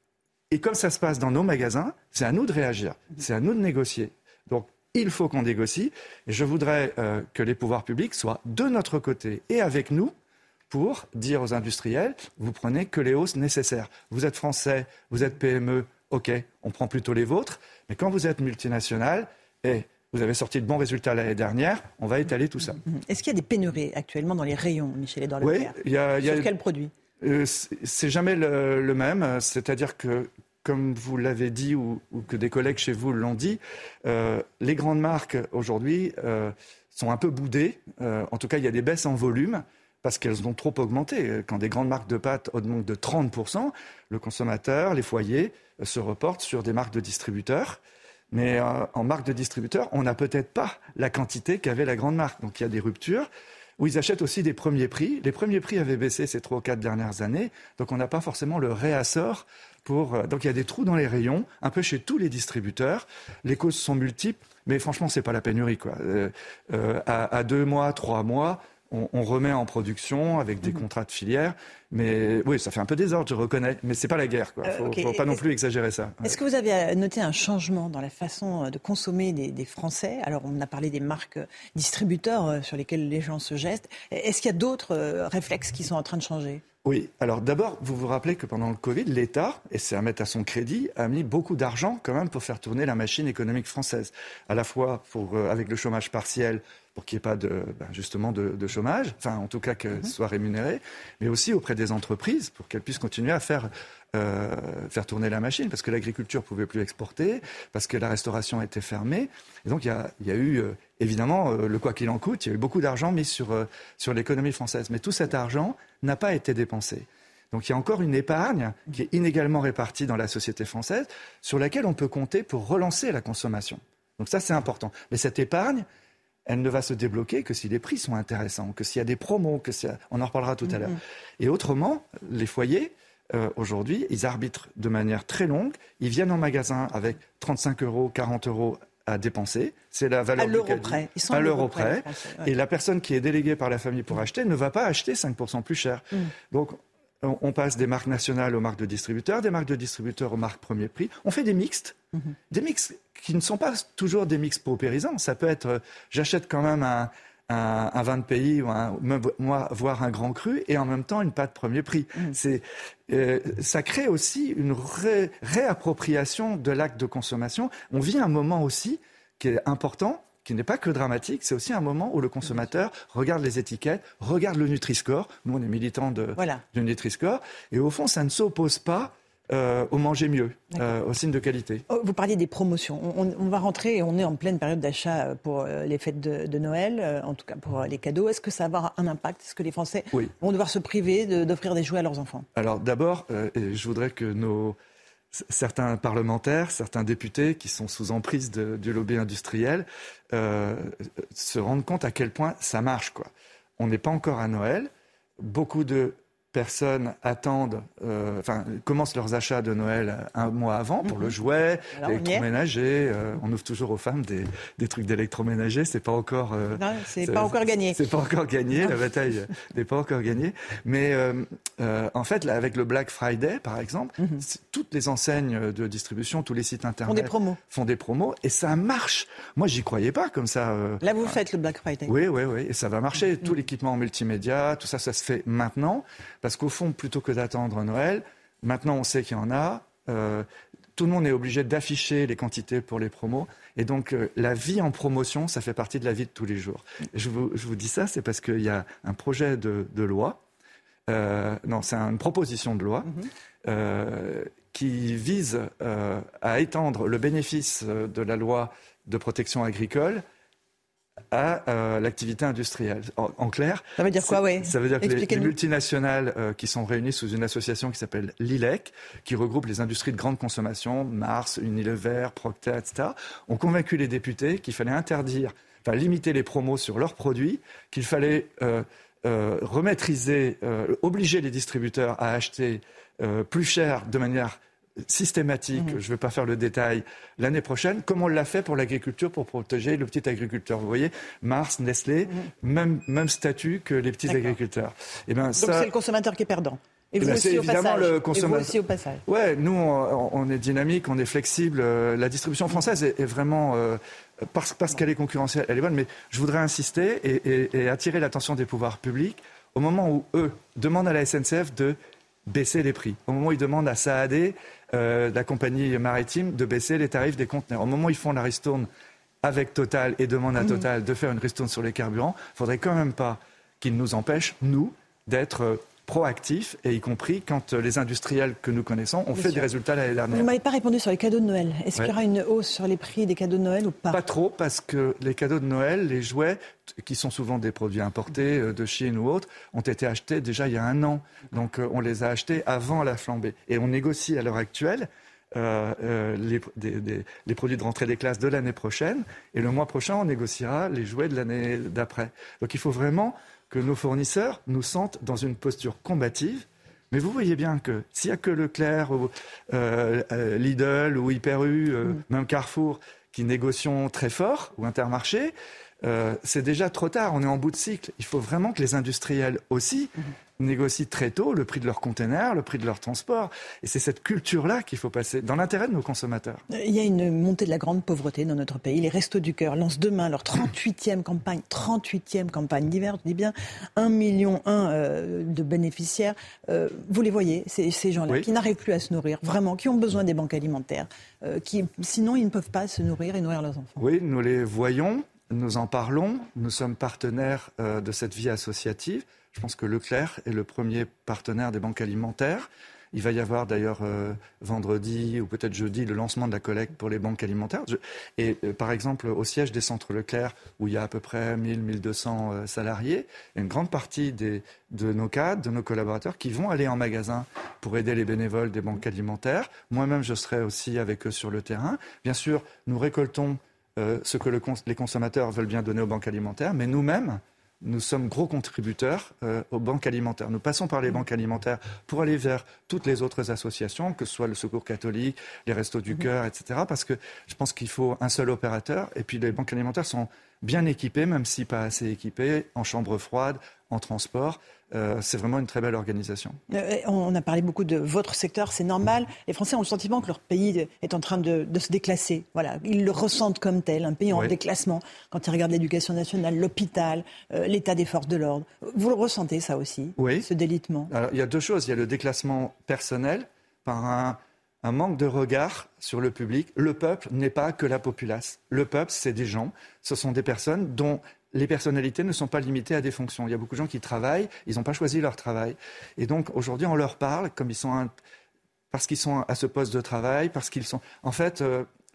et comme ça se passe dans nos magasins, c'est à nous de réagir, c'est à nous de négocier. Donc, il faut qu'on négocie. Et je voudrais euh, que les pouvoirs publics soient de notre côté et avec nous pour dire aux industriels, vous prenez que les hausses nécessaires. Vous êtes français, vous êtes P M E, OK, on prend plutôt les vôtres. Mais quand vous êtes multinational, et vous avez sorti de bons résultats l'année dernière, on va étaler tout ça.
Est-ce qu'il y a des pénuries actuellement dans les rayons, Michel-Édouard Leclerc ?
Oui, il y a...
Sur quels produits ?
euh, C'est jamais le, le même. C'est-à-dire que, comme vous l'avez dit ou, ou que des collègues chez vous l'ont dit, euh, les grandes marques aujourd'hui euh, sont un peu boudées. Euh, en tout cas, il y a des baisses en volume parce qu'elles ont trop augmenté. Quand des grandes marques de pâtes augmentent de trente pour cent, le consommateur, les foyers, euh, se reportent sur des marques de distributeurs. Mais euh, en marque de distributeur, on n'a peut-être pas la quantité qu'avait la grande marque. Donc il y a des ruptures où ils achètent aussi des premiers prix. Les premiers prix avaient baissé ces trois ou quatre dernières années. Donc on n'a pas forcément le réassort pour... Euh, donc il y a des trous dans les rayons, un peu chez tous les distributeurs. Les causes sont multiples, mais franchement, c'est pas la pénurie, quoi. Euh, euh, à, à deux mois, trois mois... On, on remet en production avec des mmh. contrats de filière. Mais oui, ça fait un peu désordre, je reconnais. Mais c'est pas la guerre, quoi. Il ne faut, euh, okay. faut pas non plus exagérer ça.
Est-ce ouais. que vous avez noté un changement dans la façon de consommer des, des Français ? Alors, on a parlé des marques distributeurs sur lesquelles les gens se jettent. Est-ce qu'il y a d'autres réflexes qui sont en train de changer ?
Oui, alors d'abord, vous vous rappelez que pendant le Covid, l'État, et c'est à mettre à son crédit, a mis beaucoup d'argent quand même pour faire tourner la machine économique française. À la fois pour, euh, avec le chômage partiel, pour qu'il n'y ait pas de, ben justement de, de chômage, enfin en tout cas qu'elle mm-hmm. soit rémunérée, mais aussi auprès des entreprises pour qu'elles puissent continuer à faire, euh, faire tourner la machine, parce que l'agriculture ne pouvait plus exporter, parce que la restauration était fermée. Et donc il y a, il y a eu, euh, évidemment, euh, le quoi qu'il en coûte, il y a eu beaucoup d'argent mis sur, euh, sur l'économie française. Mais tout cet argent n'a pas été dépensé. Donc il y a encore une épargne qui est inégalement répartie dans la société française, sur laquelle on peut compter pour relancer la consommation. Donc ça, c'est important. Mais cette épargne, elle ne va se débloquer que si les prix sont intéressants, que s'il y a des promos, que s'il y a... on en reparlera tout à l'heure. Et autrement, les foyers, euh, aujourd'hui, ils arbitrent de manière très longue. Ils viennent en magasin avec trente-cinq euros, quarante euros à dépenser. C'est la valeur
à
du
caddie. Près. Ils sont
à l'euro près. Ouais. Et la personne qui est déléguée par la famille pour mmh. acheter ne va pas acheter cinq pour cent plus cher. Mmh. Donc, on, on passe des marques nationales aux marques de distributeurs, des marques de distributeurs aux marques premier prix. On fait des mixtes. Mmh. Des mix qui ne sont pas toujours des mix paupérisants. Ça peut être, euh, j'achète quand même un, un, un vin de pays, ou un, moi, voire un grand cru, et en même temps une pâte premier prix. Mmh. C'est, euh, ça crée aussi une ré, réappropriation de l'acte de consommation. On vit un moment aussi qui est important, qui n'est pas que dramatique, c'est aussi un moment où le consommateur regarde les étiquettes, regarde le Nutri-Score. Nous, on est militants de, voilà. du Nutri-Score. Et au fond, ça ne s'oppose pas Euh, au manger mieux, euh, au signe de qualité.
Vous parliez des promotions. On, on va rentrer et on est en pleine période d'achat pour les fêtes de, de Noël, euh, en tout cas pour les cadeaux. Est-ce que ça va avoir un impact ? Est-ce que les Français oui. vont devoir se priver de, d'offrir des jouets à leurs enfants ?
Alors d'abord, euh, je voudrais que nos certains parlementaires, certains députés qui sont sous emprise de, du lobby industriel euh, se rendent compte à quel point ça marche, quoi. On n'est pas encore à Noël. Beaucoup de personnes attendent, euh, enfin, commencent leurs achats de Noël un mois avant pour mmh. le jouet, Alors, l'électroménager. Euh, on ouvre toujours aux femmes des, des trucs d'électroménager. C'est pas encore. Euh,
non, c'est, c'est pas encore gagné.
C'est pas encore gagné. Non. La bataille n'est pas encore gagnée. Mais euh, euh, en fait, là, avec le Black Friday, par exemple, mmh. toutes les enseignes de distribution, tous les sites internet
font des promos,
font des promos, et ça marche. Moi, j'y croyais pas comme ça. Euh,
là, vous euh, faites le Black Friday.
Oui, oui, oui, et ça va marcher. Mmh. Tout l'équipement en multimédia, tout ça, ça se fait maintenant. Parce qu'au fond, plutôt que d'attendre Noël, maintenant on sait qu'il y en a. Euh, tout le monde est obligé d'afficher les quantités pour les promos. Et donc, euh, la vie en promotion, ça fait partie de la vie de tous les jours. Et je, vous, je vous dis ça, c'est parce qu'il y a un projet de, de loi, euh, non, c'est une proposition de loi, mmh. euh, qui vise euh, à étendre le bénéfice de la loi de protection agricole à euh, l'activité industrielle. En, en clair,
ça veut dire quoi, ouais.
Ça veut dire que les, les multinationales euh, qui sont réunies sous une association qui s'appelle l'I L E C, qui regroupe les industries de grande consommation, Mars, Unilever, Procter, et cetera, ont convaincu les députés qu'il fallait interdire, enfin limiter les promos sur leurs produits, qu'il fallait euh, euh, remaîtriser, euh, obliger les distributeurs à acheter euh, plus cher de manière systématique, mmh. je ne vais pas faire le détail, l'année prochaine, comme on l'a fait pour l'agriculture, pour protéger le petit agriculteur. Vous voyez, Mars, Nestlé, mmh. même, même statut que les petits D'accord. agriculteurs.
Et ben, Donc ça... c'est le consommateur qui est perdant. Et vous,
ben,
aussi,
c'est
au
évidemment le consommateur.
Et vous aussi au passage.
Ouais, nous, on, on est dynamique, on est flexible. La distribution française est, est vraiment, euh, parce, parce qu'elle est concurrentielle, elle est bonne, mais je voudrais insister et, et, et attirer l'attention des pouvoirs publics au moment où eux demandent à la S N C F de baisser les prix. Au moment où ils demandent à Saadé, euh, la compagnie maritime, de baisser les tarifs des conteneurs. Au moment où ils font la ristourne avec Total et demandent à mmh. Total de faire une ristourne sur les carburants, il ne faudrait quand même pas qu'ils nous empêchent, nous, d'être euh, proactifs, et y compris quand euh, les industriels que nous connaissons ont Bien fait sûr. des résultats l'année dernière.
Vous ne m'avez pas répondu sur les cadeaux de Noël. Est-ce ouais. qu'il y aura une hausse sur les prix des cadeaux de Noël ou pas ?
Pas trop, parce que les cadeaux de Noël, les jouets, qui sont souvent des produits importés euh, de Chine ou autres, ont été achetés déjà il y a un an. Donc euh, on les a achetés avant la flambée. Et on négocie à l'heure actuelle euh, euh, les, des, des, les produits de rentrée des classes de l'année prochaine. Et le mois prochain, on négociera les jouets de l'année d'après. Donc il faut vraiment que nos fournisseurs nous sentent dans une posture combative. Mais vous voyez bien que s'il n'y a que Leclerc, ou, euh, euh, Lidl ou Hyper U, euh, mmh. même Carrefour, qui négocient très fort, ou Intermarché, euh, c'est déjà trop tard, on est en bout de cycle. Il faut vraiment que les industriels aussi mmh. négocient très tôt le prix de leurs containers, le prix de leur transport. Et c'est cette culture-là qu'il faut passer, dans l'intérêt de nos consommateurs.
Il y a une montée de la grande pauvreté dans notre pays. Les Restos du Cœur lancent demain leur trente-huitième campagne, trente-huitième campagne d'hiver, je dis bien un million euh, de bénéficiaires. Euh, vous les voyez, ces, ces gens-là, oui. qui n'arrivent plus à se nourrir, vraiment, qui ont besoin des banques alimentaires, euh, qui, sinon ils ne peuvent pas se nourrir et nourrir leurs enfants.
Oui, nous les voyons. Nous en parlons, nous sommes partenaires euh, de cette vie associative. Je pense que Leclerc est le premier partenaire des banques alimentaires. Il va y avoir d'ailleurs euh, vendredi ou peut-être jeudi le lancement de la collecte pour les banques alimentaires. Je, et euh, par exemple, au siège des centres Leclerc, où il y a à peu près mille à mille deux cents euh, salariés, il y a une grande partie des, de nos cadres, de nos collaborateurs qui vont aller en magasin pour aider les bénévoles des banques alimentaires. Moi-même, je serai aussi avec eux sur le terrain. Bien sûr, nous récoltons Euh, ce que le cons- les consommateurs veulent bien donner aux banques alimentaires, mais nous-mêmes, nous sommes gros contributeurs euh, aux banques alimentaires. Nous passons par les banques alimentaires pour aller vers toutes les autres associations, que ce soit le Secours catholique, les Restos du Cœur, et cetera. Parce que je pense qu'il faut un seul opérateur. Et puis les banques alimentaires sont bien équipées, même si pas assez équipées, en chambre froide, en transport. Euh, c'est vraiment une très belle organisation.
Euh, on a parlé beaucoup de votre secteur, c'est normal. Les Français ont le sentiment que leur pays est en train de, de se déclasser. Voilà, ils le ressentent comme tel, un pays en oui. déclassement. Quand ils regardent l'éducation nationale, l'hôpital, euh, l'état des forces de l'ordre. Vous le ressentez, ça aussi,
oui.
ce délitement?
Alors, il y a deux choses. Il y a le déclassement personnel par un, un manque de regard sur le public. Le peuple n'est pas que la populace. Le peuple, c'est des gens. Ce sont des personnes dont les personnalités ne sont pas limitées à des fonctions. Il y a beaucoup de gens qui travaillent, ils n'ont pas choisi leur travail. Et donc, aujourd'hui, on leur parle comme ils sont un... parce qu'ils sont à ce poste de travail, parce qu'ils sont... En fait, euh,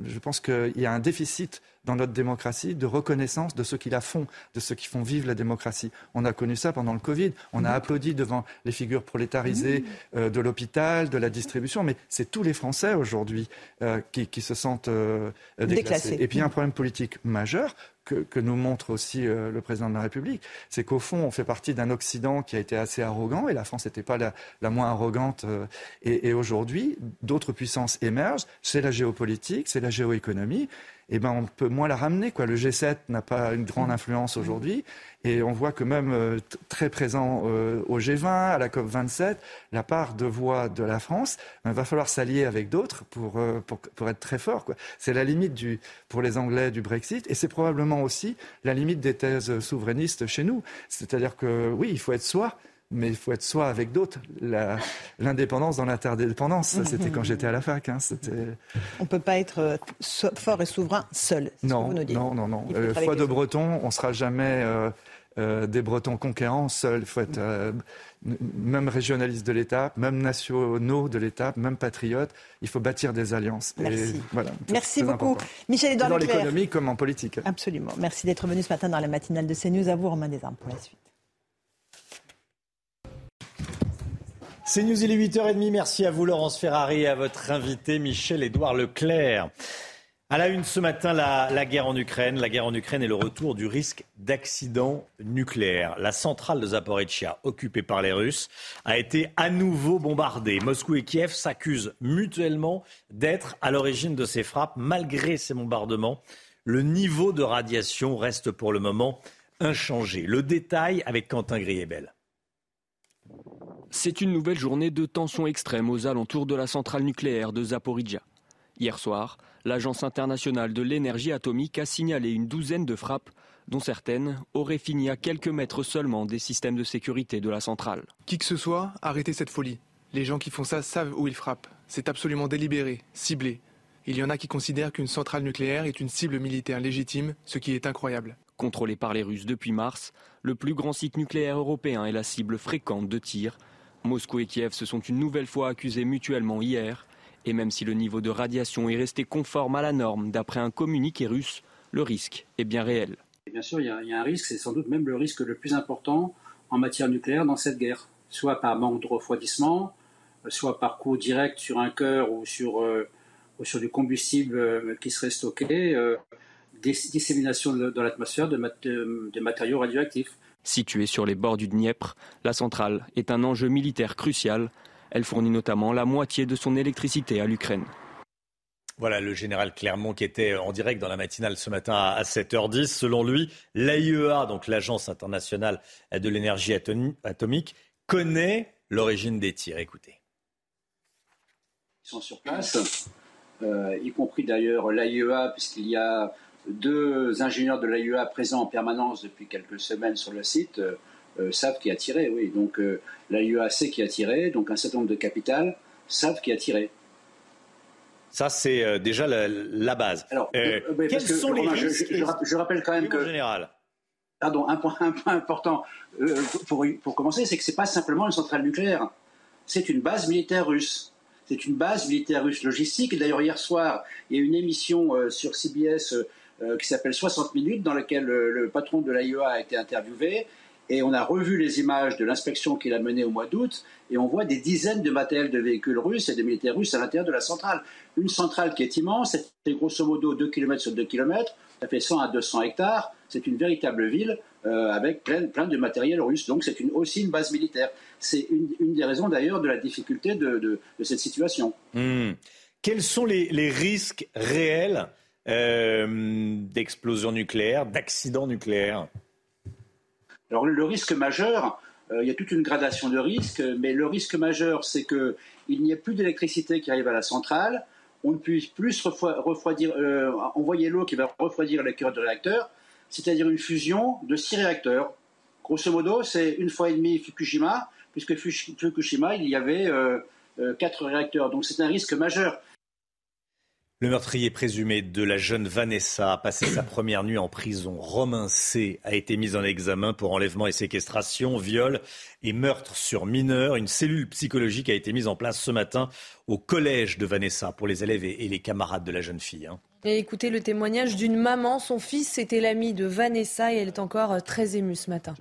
je pense qu'il y a un déficit dans notre démocratie de reconnaissance de ceux qui la font, de ceux qui font vivre la démocratie. On a connu ça pendant le Covid. On a applaudi devant les figures prolétarisées euh, de l'hôpital, de la distribution. Mais c'est tous les Français aujourd'hui euh, qui, qui se sentent euh, déclassés. déclassés. Et puis il y a un problème politique majeur que, que nous montre aussi euh, le président de la République. C'est qu'au fond, on fait partie d'un Occident qui a été assez arrogant et la France n'était pas la, la moins arrogante. Euh, et, et aujourd'hui, d'autres puissances émergent. C'est la géopolitique, c'est la géoéconomie. Eh ben, on peut moins la ramener, quoi. Le G sept n'a pas une grande influence aujourd'hui. Et on voit que même euh, t- très présent euh, au G vingt, à la COP vingt-sept, la part de voix de la France, il va falloir s'allier avec d'autres pour, euh, pour, pour être très fort, quoi. C'est la limite du, pour les Anglais du Brexit et c'est probablement aussi la limite des thèses souverainistes chez nous. C'est-à-dire que oui, il faut être soi. Mais il faut être soi avec d'autres. La, l'indépendance dans l'interdépendance, ça, c'était quand j'étais à la fac. Hein, c'était...
On ne peut pas être so- fort et souverain seul, c'est
non,
ce que vous nous dites.
Non, non, non. Euh, foi de Breton, on ne sera jamais euh, euh, des Bretons conquérants seuls. Il faut être euh, même régionaliste de l'État, même nationaux de l'État, même patriotes. Il faut bâtir des alliances.
Merci.
Et, voilà,
Merci beaucoup. Michel-Édouard
Leclerc. Dans
Leclerc.
l'économie comme en politique.
Absolument. Merci d'être venu ce matin dans la matinale de CNews. À vous, Romain Desarmes, pour la suite.
C'est News, il est huit heures trente. Merci à vous, Laurence Ferrari, et à votre invité, Michel-Édouard Leclerc. À la une ce matin, la, la guerre en Ukraine. La guerre en Ukraine et le retour du risque d'accident nucléaire. La centrale de Zaporijia, occupée par les Russes, a été à nouveau bombardée. Moscou et Kiev s'accusent mutuellement d'être à l'origine de ces frappes. Malgré ces bombardements, le niveau de radiation reste pour le moment inchangé. Le détail avec Quentin Griebel.
C'est une nouvelle journée de tensions extrêmes aux alentours de la centrale nucléaire de Zaporijia. Hier soir, l'Agence internationale de l'énergie atomique a signalé une douzaine de frappes, dont certaines auraient fini à quelques mètres seulement des systèmes de sécurité de la centrale.
Qui que ce soit, arrêtez cette folie. Les gens qui font ça savent où ils frappent. C'est absolument délibéré, ciblé. Il y en a qui considèrent qu'une centrale nucléaire est une cible militaire légitime, ce qui est incroyable.
Contrôlé par les Russes depuis mars, le plus grand site nucléaire européen est la cible fréquente de tirs. Moscou et Kiev se sont une nouvelle fois accusés mutuellement hier. Et même si le niveau de radiation est resté conforme à la norme d'après un communiqué russe, le risque est bien réel.
Et bien sûr, il y, a, il y a un risque, c'est sans doute même le risque le plus important en matière nucléaire dans cette guerre. Soit par manque de refroidissement, soit par coup direct sur un cœur ou sur, euh, ou sur du combustible euh, qui serait stocké, euh, dissémination de, dans l'atmosphère de, mat- de matériaux radioactifs.
Située sur les bords du Dniepr, la centrale est un enjeu militaire crucial. Elle fournit notamment la moitié de son électricité à l'Ukraine.
Voilà le général Clermont qui était en direct dans la matinale ce matin à sept heures dix. Selon lui, l'A I E A, donc l'Agence internationale de l'énergie atomique, connaît l'origine des tirs. Écoutez.
Ils sont sur place, euh, y compris d'ailleurs l'A I E A, puisqu'il y a deux ingénieurs de l'A I E A présents en permanence depuis quelques semaines sur le site, euh, euh, savent qui a tiré. Oui. Donc euh, l'A I E A sait qui a tiré, donc un certain nombre de capitales savent qui a tiré.
Ça, c'est euh, déjà la, la base.
Alors,
euh,
euh, oui,
quels
que,
sont les
Romain,
risques
je, je, je rappelle quand même que...
général.
Pardon, un point, un point important euh, pour, pour commencer, c'est que ce n'est pas simplement une centrale nucléaire. C'est une base militaire russe. C'est une base militaire russe logistique. Et d'ailleurs, hier soir, il y a une émission euh, sur C B S euh, qui s'appelle soixante minutes, dans laquelle euh, le patron de l'A I E A a été interviewé. Et on a revu les images de l'inspection qu'il a menée au mois d'août, et on voit des dizaines de matériels de véhicules russes et de militaires russes à l'intérieur de la centrale. Une centrale qui est immense, c'est grosso modo deux kilomètres sur deux kilomètres, ça fait cent à deux cents hectares, c'est une véritable ville euh, avec plein, plein de matériel russe, donc c'est une, aussi une base militaire. C'est une, une des raisons d'ailleurs de la difficulté de, de, de cette situation.
Mmh. Quels sont les, les risques réels euh, d'explosion nucléaire, d'accident nucléaire ?
Alors le risque majeur, euh, il y a toute une gradation de risques, mais le risque majeur, c'est qu'il n'y ait plus d'électricité qui arrive à la centrale, on ne puisse plus refroidir, euh, envoyer l'eau qui va refroidir les cœurs de réacteurs, c'est-à-dire une fusion de six réacteurs. Grosso modo, c'est une fois et demie Fukushima, puisque Fukushima, il y avait euh, euh, quatre réacteurs, donc c'est un risque majeur.
Le meurtrier présumé de la jeune Vanessa a passé sa première nuit en prison. Romain C. a été mis en examen pour enlèvement et séquestration, viol et meurtre sur mineur. Une cellule psychologique a été mise en place ce matin au collège de Vanessa pour les élèves et les camarades de la jeune fille.
Et écoutez le témoignage d'une maman. Son fils était l'ami de Vanessa et elle est encore très émue ce matin.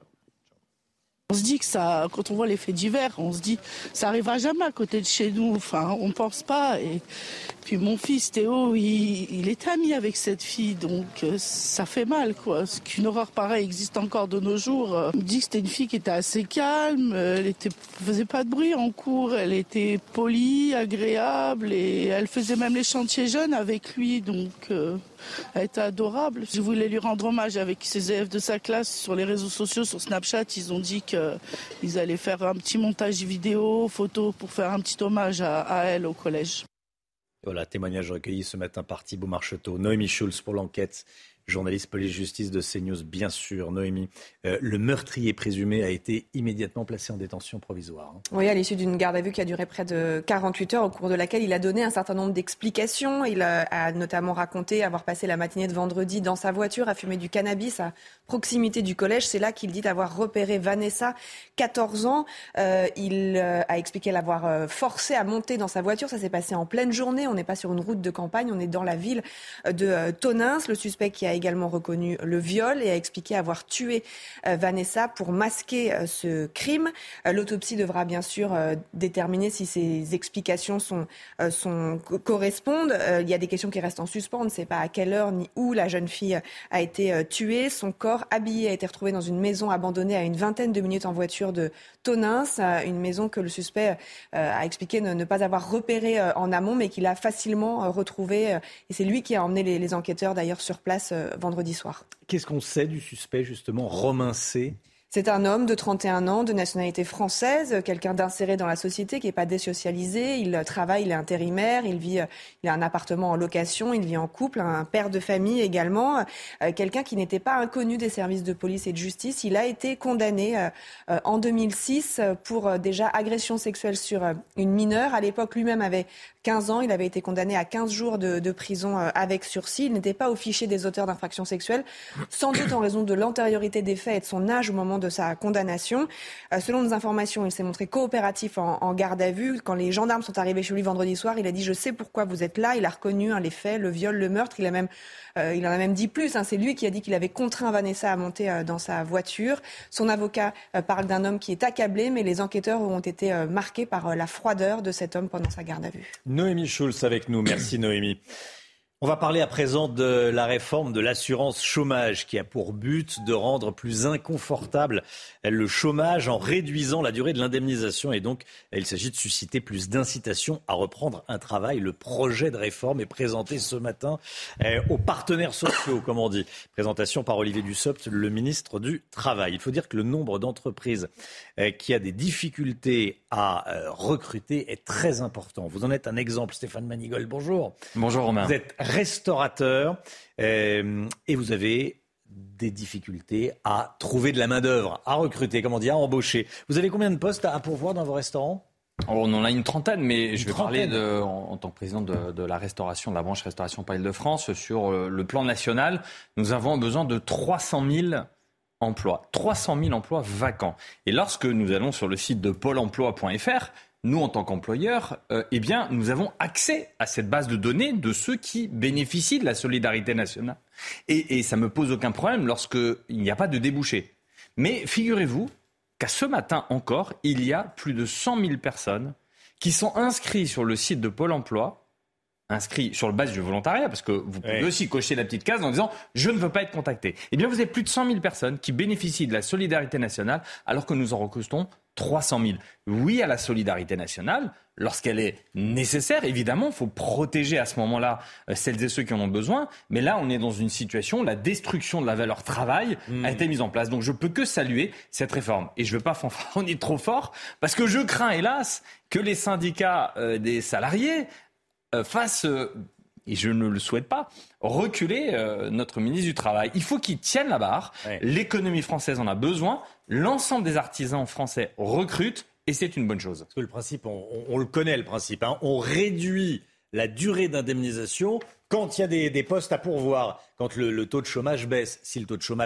On se dit que ça, quand on voit les faits divers, on se dit ça arrivera jamais à côté de chez nous. Enfin, on pense pas. Et puis mon fils Théo, il, il est ami avec cette fille, donc euh, ça fait mal, quoi. Qu'une horreur pareille existe encore de nos jours. On me dit que c'était une fille qui était assez calme, elle était, faisait pas de bruit en cours, elle était polie, agréable et elle faisait même les chantiers jeunes avec lui, donc. Euh, Elle était adorable. Je voulais lui rendre hommage avec ses élèves de sa classe sur les réseaux sociaux, sur Snapchat. Ils ont dit qu'ils allaient faire un petit montage vidéo, photo pour faire un petit hommage à, à elle au collège.
Voilà, témoignage recueilli ce matin par Thibault Marcheteau. Noémie Schulz pour l'enquête. Journaliste police-justice de CNews, bien sûr. Noémie, euh, le meurtrier présumé a été immédiatement placé en détention provisoire. Hein.
Oui, à l'issue d'une garde à vue qui a duré près de quarante-huit heures, au cours de laquelle il a donné un certain nombre d'explications. Il a, a notamment raconté avoir passé la matinée de vendredi dans sa voiture à fumer du cannabis à proximité du collège. C'est là qu'il dit avoir repéré Vanessa, quatorze ans. Euh, il euh, a expliqué l'avoir euh, forcée à monter dans sa voiture. Ça s'est passé en pleine journée. On n'est pas sur une route de campagne, on est dans la ville de euh, Tonins. Le suspect qui a également reconnu le viol et a expliqué avoir tué euh, Vanessa pour masquer euh, ce crime. Euh, l'autopsie devra bien sûr euh, déterminer si ces explications sont, euh, sont, correspondent. Euh, il y a des questions qui restent en suspens. On ne sait pas à quelle heure ni où la jeune fille a été euh, tuée. Son corps habillé a été retrouvé dans une maison abandonnée à une vingtaine de minutes en voiture de Tonins. Euh, une maison que le suspect euh, a expliqué ne, ne pas avoir repérée euh, en amont, mais qu'il a facilement euh, retrouvée. Euh, et c'est lui qui a emmené les, les enquêteurs d'ailleurs sur place euh, vendredi soir.
Qu'est-ce qu'on sait du suspect, justement, Romain C?
C'est un homme de trente et un ans, de nationalité française, quelqu'un d'inséré dans la société, qui n'est pas désocialisé. Il travaille, il est intérimaire, il vit, il a un appartement en location, il vit en couple, un père de famille également. Euh, quelqu'un qui n'était pas inconnu des services de police et de justice. Il a été condamné euh, en deux mille six pour euh, déjà agression sexuelle sur euh, une mineure. À l'époque, lui-même avait quinze ans. Il avait été condamné à quinze jours de, de prison euh, avec sursis. Il n'était pas au fichier des auteurs d'infractions sexuelles, sans doute en raison de l'antériorité des faits et de son âge au moment de sa condamnation. Euh, selon nos informations, il s'est montré coopératif en, en garde à vue. Quand les gendarmes sont arrivés chez lui vendredi soir, il a dit « Je sais pourquoi vous êtes là ». Il a reconnu hein, les faits, le viol, le meurtre. Il, a même, euh, il en a même dit plus. Hein. C'est lui qui a dit qu'il avait contraint Vanessa à monter euh, dans sa voiture. Son avocat euh, parle d'un homme qui est accablé, mais les enquêteurs ont été euh, marqués par euh, la froideur de cet homme pendant sa garde à vue.
Noémie Schulz avec nous. Merci Noémie. On va parler à présent de la réforme de l'assurance chômage qui a pour but de rendre plus inconfortable le chômage en réduisant la durée de l'indemnisation et donc il s'agit de susciter plus d'incitation à reprendre un travail. Le projet de réforme est présenté ce matin euh, aux partenaires sociaux, comme on dit. Présentation par Olivier Dussopt, le ministre du Travail. Il faut dire que le nombre d'entreprises euh, qui a des difficultés à euh, recruter est très important. Vous en êtes un exemple, Stéphane Manigold. Bonjour.
Bonjour Romain.
Vous êtes restaurateur euh, et vous avez des difficultés à trouver de la main-d'œuvre, à recruter, comment dire, à embaucher. Vous avez combien de postes à pourvoir dans vos restaurants ?
On en a une trentaine, mais
une
je vais
trentaine.
parler de, en, en tant que président de, de la restauration, de la branche Restauration Pays de France. Sur le plan national, nous avons besoin de trois cent mille emplois, trois cent mille emplois vacants. Et lorsque nous allons sur le site de pôle emploi point f r, nous, en tant qu'employeurs, euh, eh bien, nous avons accès à cette base de données de ceux qui bénéficient de la solidarité nationale. Et, et ça ne me pose aucun problème lorsqu'il n'y a pas de débouché. Mais figurez-vous qu'à ce matin encore, il y a plus de cent mille personnes qui sont inscrites sur le site de Pôle emploi, inscrits sur le base du volontariat, parce que vous pouvez oui. aussi cocher la petite case en disant « je ne veux pas être contacté ». Eh bien, vous avez plus de cent mille personnes qui bénéficient de la solidarité nationale alors que nous en recrutons trois cent mille. Oui à la solidarité nationale, lorsqu'elle est nécessaire, évidemment, il faut protéger à ce moment-là celles et ceux qui en ont besoin, mais là, on est dans une situation où la destruction de la valeur travail mmh. a été mise en place. Donc, je peux que saluer cette réforme. Et je ne veux pas fanfaronner trop fort, parce que je crains, hélas, que les syndicats euh, des salariés euh, fassent... Euh, et je ne le souhaite pas, reculer euh, notre ministre du Travail. Il faut qu'il tienne la barre. Ouais. L'économie française en a besoin. L'ensemble des artisans français recrutent et c'est une bonne chose.
Parce que le principe, on, on, on le connaît, le principe. Hein. On réduit la durée d'indemnisation quand il y a des, des postes à pourvoir, quand le, le taux de chômage baisse. Si le taux de chômage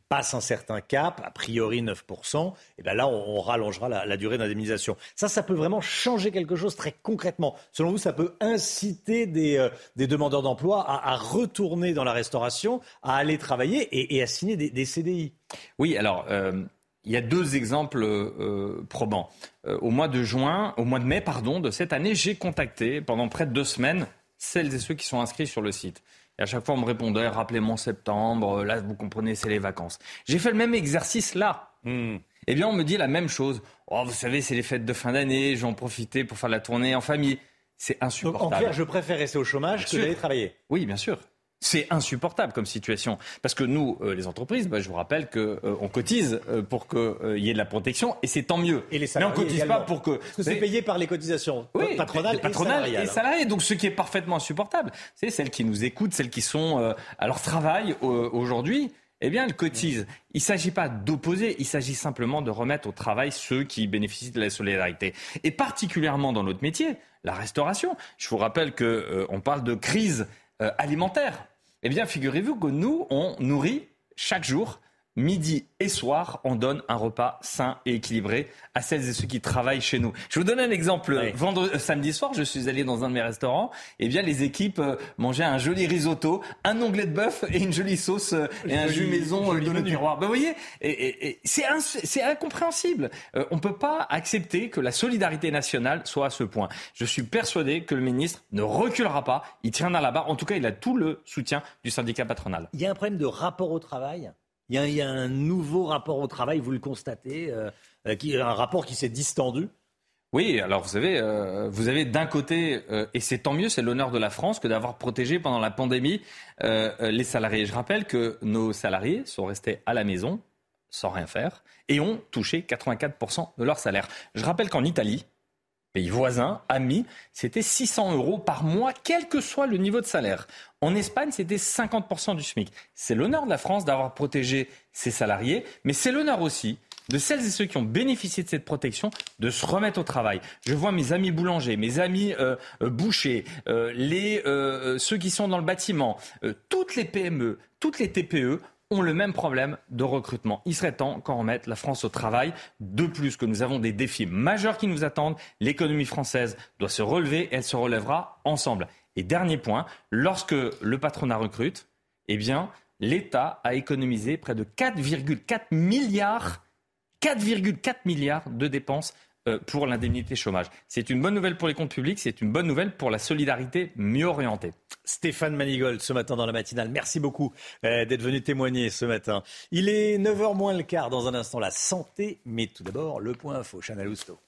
passe un certain cap, a priori neuf pour cent, et bien là, on, on rallongera la, la durée d'indemnisation. Ça, ça peut vraiment changer quelque chose très concrètement. Selon vous, ça peut inciter des, euh, des demandeurs d'emploi à, à retourner dans la restauration, à aller travailler et, et à signer des, des C D I.
Oui, alors... Euh... Il y a deux exemples euh, probants. Euh, au mois de juin, au mois de mai, pardon, de cette année, j'ai contacté pendant près de deux semaines celles et ceux qui sont inscrits sur le site. Et à chaque fois, on me répondait « Rappelez-moi en septembre, là, vous comprenez, c'est les vacances ». J'ai fait le même exercice là. Mmh. Eh bien, on me dit la même chose. « Oh, vous savez, c'est les fêtes de fin d'année, je vais en profiter pour faire la tournée en famille ». C'est insupportable.
Donc, en clair, je préfère rester au chômage bien que d'aller travailler.
Oui, bien sûr. C'est insupportable comme situation. Parce que nous, euh, les entreprises, bah, je vous rappelle qu'on euh, cotise euh, pour qu'il euh, y ait de la protection et c'est tant mieux.
Et les salariés
Mais on ne cotise
également.
pas pour que...
Parce que c'est payé par les cotisations
oui,
patronales,
patronales
et, et
salariales. Donc ce qui est parfaitement insupportable, c'est celles qui nous écoutent, celles qui sont euh, à leur travail euh, aujourd'hui. Eh bien, elles cotisent. Il ne s'agit pas d'opposer, il s'agit simplement de remettre au travail ceux qui bénéficient de la solidarité. Et particulièrement dans notre métier, la restauration. Je vous rappelle qu'on euh, parle de crise euh, alimentaire. Eh bien, figurez-vous que nous, on nourrit chaque jour, midi et soir, on donne un repas sain et équilibré à celles et ceux qui travaillent chez nous. Je vous donne un exemple. Oui. Vendredi, euh, samedi soir, je suis allé dans un de mes restaurants. Eh bien, les équipes euh, mangeaient un joli risotto, un onglet de bœuf et une jolie sauce euh, et un jus maison euh, dans le miroir. Ben, vous voyez, et, et, et c'est, ins- c'est incompréhensible. Euh, on ne peut pas accepter que la solidarité nationale soit à ce point. Je suis persuadé que le ministre ne reculera pas. Il tiendra la barre. En tout cas, il a tout le soutien du syndicat patronal.
Il y a un problème de rapport au travail. Il y, a, il y a un nouveau rapport au travail, vous le constatez, euh, qui, un rapport qui s'est distendu.
Oui, alors vous savez, euh, vous avez d'un côté, euh, et c'est tant mieux, c'est l'honneur de la France que d'avoir protégé pendant la pandémie euh, les salariés. Je rappelle que nos salariés sont restés à la maison sans rien faire et ont touché quatre-vingt-quatre pour cent de leur salaire. Je rappelle qu'en Italie, pays voisin, ami, c'était six cents euros par mois, quel que soit le niveau de salaire. En Espagne, c'était cinquante pour cent du SMIC. C'est l'honneur de la France d'avoir protégé ses salariés, mais c'est l'honneur aussi de celles et ceux qui ont bénéficié de cette protection de se remettre au travail. Je vois mes amis boulangers, mes amis euh, euh, bouchers, euh, les, euh, ceux qui sont dans le bâtiment, euh, toutes les P M E, toutes les T P E ont le même problème de recrutement. Il serait temps qu'on remette la France au travail. De plus que nous avons des défis majeurs qui nous attendent. L'économie française doit se relever et elle se relèvera ensemble. Et dernier point, lorsque le patronat recrute, eh bien, l'État a économisé près de quatre virgule quatre milliards, quatre virgule quatre milliards de dépenses pour l'indemnité chômage. C'est une bonne nouvelle pour les comptes publics, c'est une bonne nouvelle pour la solidarité mieux orientée.
Stéphane Manigold, ce matin dans la matinale, merci beaucoup euh, d'être venu témoigner ce matin. Il est neuf heures moins le quart, dans un instant la santé, mais tout d'abord le point info, Chana Lousteau.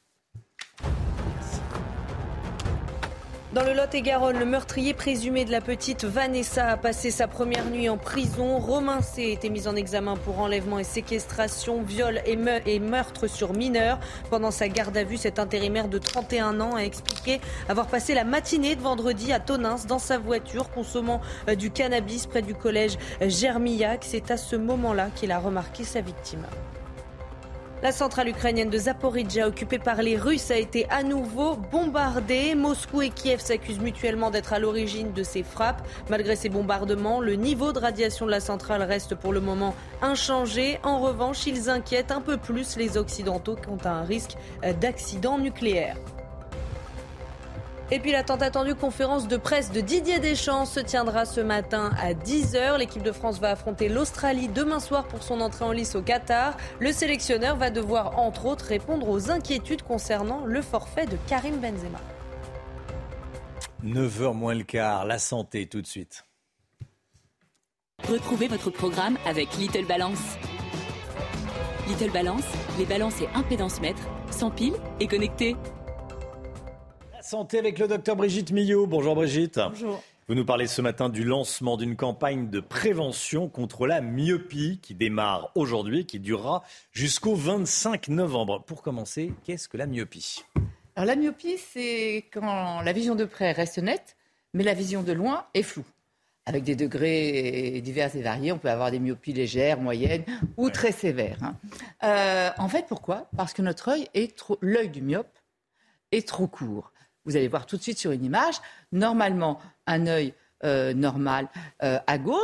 Dans le Lot-et-Garonne, le meurtrier présumé de la petite Vanessa a passé sa première nuit en prison. Romain C. était mis en examen pour enlèvement et séquestration, viol et, me- et meurtre sur mineur. Pendant sa garde à vue, cet intérimaire de trente et un ans a expliqué avoir passé la matinée de vendredi à Tonins dans sa voiture, consommant euh, du cannabis près du collège Germillac. C'est à ce moment-là qu'il a remarqué sa victime. La centrale ukrainienne de Zaporijia, occupée par les Russes, a été à nouveau bombardée. Moscou et Kiev s'accusent mutuellement d'être à l'origine de ces frappes. Malgré ces bombardements, le niveau de radiation de la centrale reste pour le moment inchangé. En revanche, ils inquiètent un peu plus les Occidentaux quant à un risque d'accident nucléaire. Et puis la tant attendue conférence de presse de Didier Deschamps se tiendra ce matin à dix heures. L'équipe de France va affronter l'Australie demain soir pour son entrée en lice au Qatar. Le sélectionneur va devoir entre autres répondre aux inquiétudes concernant le forfait de Karim Benzema.
neuf heures moins le quart, la santé tout de suite.
Retrouvez votre programme avec Little Balance. Little Balance, les balances et impédance mètres, sans pile et connectés.
Santé avec le docteur Brigitte Millot. Bonjour Brigitte.
Bonjour.
Vous nous parlez ce matin du lancement d'une campagne de prévention contre la myopie qui démarre aujourd'hui et qui durera jusqu'au vingt-cinq novembre. Pour commencer, qu'est-ce que la myopie ?
Alors la myopie, c'est quand la vision de près reste nette, mais la vision de loin est floue. Avec des degrés divers et variés, on peut avoir des myopies légères, moyennes ou très sévères. Hein. Euh, en fait, pourquoi ? Parce que notre œil est trop, l'œil du myope est trop court. Vous allez voir tout de suite sur une image, normalement, un œil euh, normal euh, à gauche,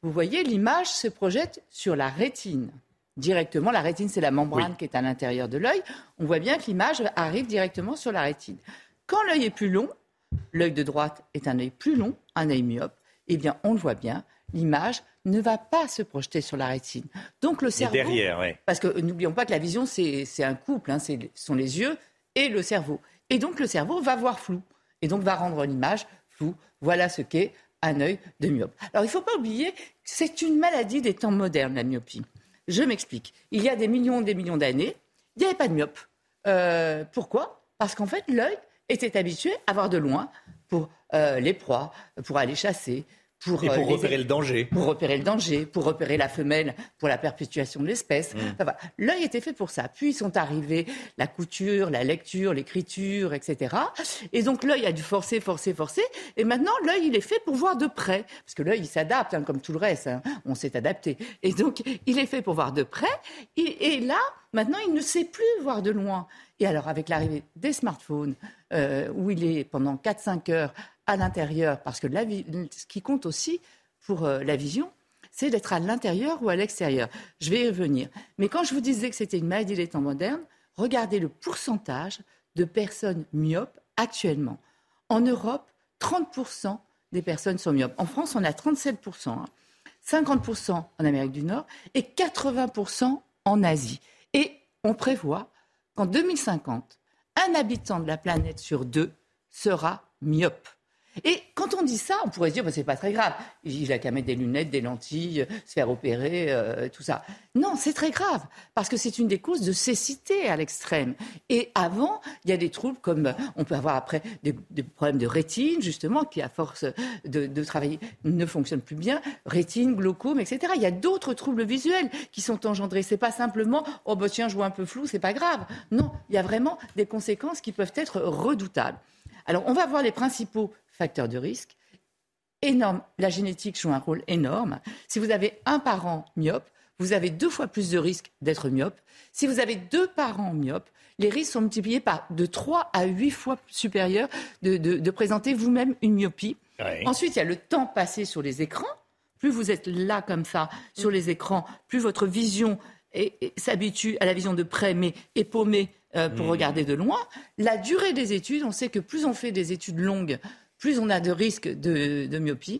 vous voyez, l'image se projette sur la rétine. Directement, la rétine, c'est la membrane oui. qui est à l'intérieur de l'œil. On voit bien que l'image arrive directement sur la rétine. Quand l'œil est plus long, l'œil de droite est un œil plus long, un œil myope, eh bien, on le voit bien, l'image ne va pas se projeter sur la rétine. Donc le cerveau,
derrière, oui.
parce que n'oublions pas que la vision, c'est, c'est un couple, hein, c'est, ce sont les yeux et le cerveau. Et donc le cerveau va voir flou, et donc va rendre l'image floue. Voilà ce qu'est un œil de myope. Alors il ne faut pas oublier que c'est une maladie des temps modernes, la myopie. Je m'explique. Il y a des millions et des millions d'années, il n'y avait pas de myope. Euh, pourquoi ? Parce qu'en fait, l'œil était habitué à voir de loin pour euh, les proies, pour aller chasser. Pour,
et pour
euh,
repérer
les...
le danger.
Pour repérer le danger, pour repérer la femelle, pour la perpétuation de l'espèce. Mmh. Enfin, voilà. L'œil était fait pour ça. Puis sont arrivés la couture, la lecture, l'écriture, et cetera. Et donc l'œil a dû forcer, forcer, forcer. Et maintenant, l'œil, il est fait pour voir de près. Parce que l'œil, il s'adapte, hein, comme tout le reste. Hein. On s'est adapté. Et donc, il est fait pour voir de près. Et, et là, maintenant, il ne sait plus voir de loin. Et alors, avec l'arrivée des smartphones, euh, où il est pendant quatre à cinq heures à l'intérieur, parce que la vi- ce qui compte aussi pour euh, la vision, c'est d'être à l'intérieur ou à l'extérieur. Je vais y revenir. Mais quand je vous disais que c'était une maladie des temps modernes, regardez le pourcentage de personnes myopes actuellement. En Europe, trente pour cent des personnes sont myopes. En France, on a trente-sept pour cent, hein, cinquante pour cent en Amérique du Nord et quatre-vingts pour cent en Asie. Et on prévoit qu'en deux mille cinquante, un habitant de la planète sur deux sera myope. Et quand on dit ça, on pourrait se dire, bah, c'est pas très grave. Il a qu'à mettre des lunettes, des lentilles, se faire opérer, euh, tout ça. Non, c'est très grave, parce que c'est une des causes de cécité à l'extrême. Et avant, il y a des troubles comme, on peut avoir après des, des problèmes de rétine, justement, qui à force de, de travailler ne fonctionnent plus bien. Rétine, glaucome, et cetera. Il y a d'autres troubles visuels qui sont engendrés. C'est pas simplement, oh bah tiens, je vois un peu flou, c'est pas grave. Non, il y a vraiment des conséquences qui peuvent être redoutables. Alors, on va voir les principaux facteurs de risque. Énorme, la génétique joue un rôle énorme. Si vous avez un parent myope, vous avez deux fois plus de risques d'être myope. Si vous avez deux parents myopes, les risques sont multipliés par de trois à huit fois supérieurs de, de, de présenter vous-même une myopie. Oui. Ensuite, il y a le temps passé sur les écrans. Plus vous êtes là comme ça, sur les écrans, plus votre vision est, est, s'habitue à la vision de près, mais est paumée euh, pour mmh. regarder de loin. La durée des études, on sait que plus on fait des études longues, plus on a de risques de, de myopie.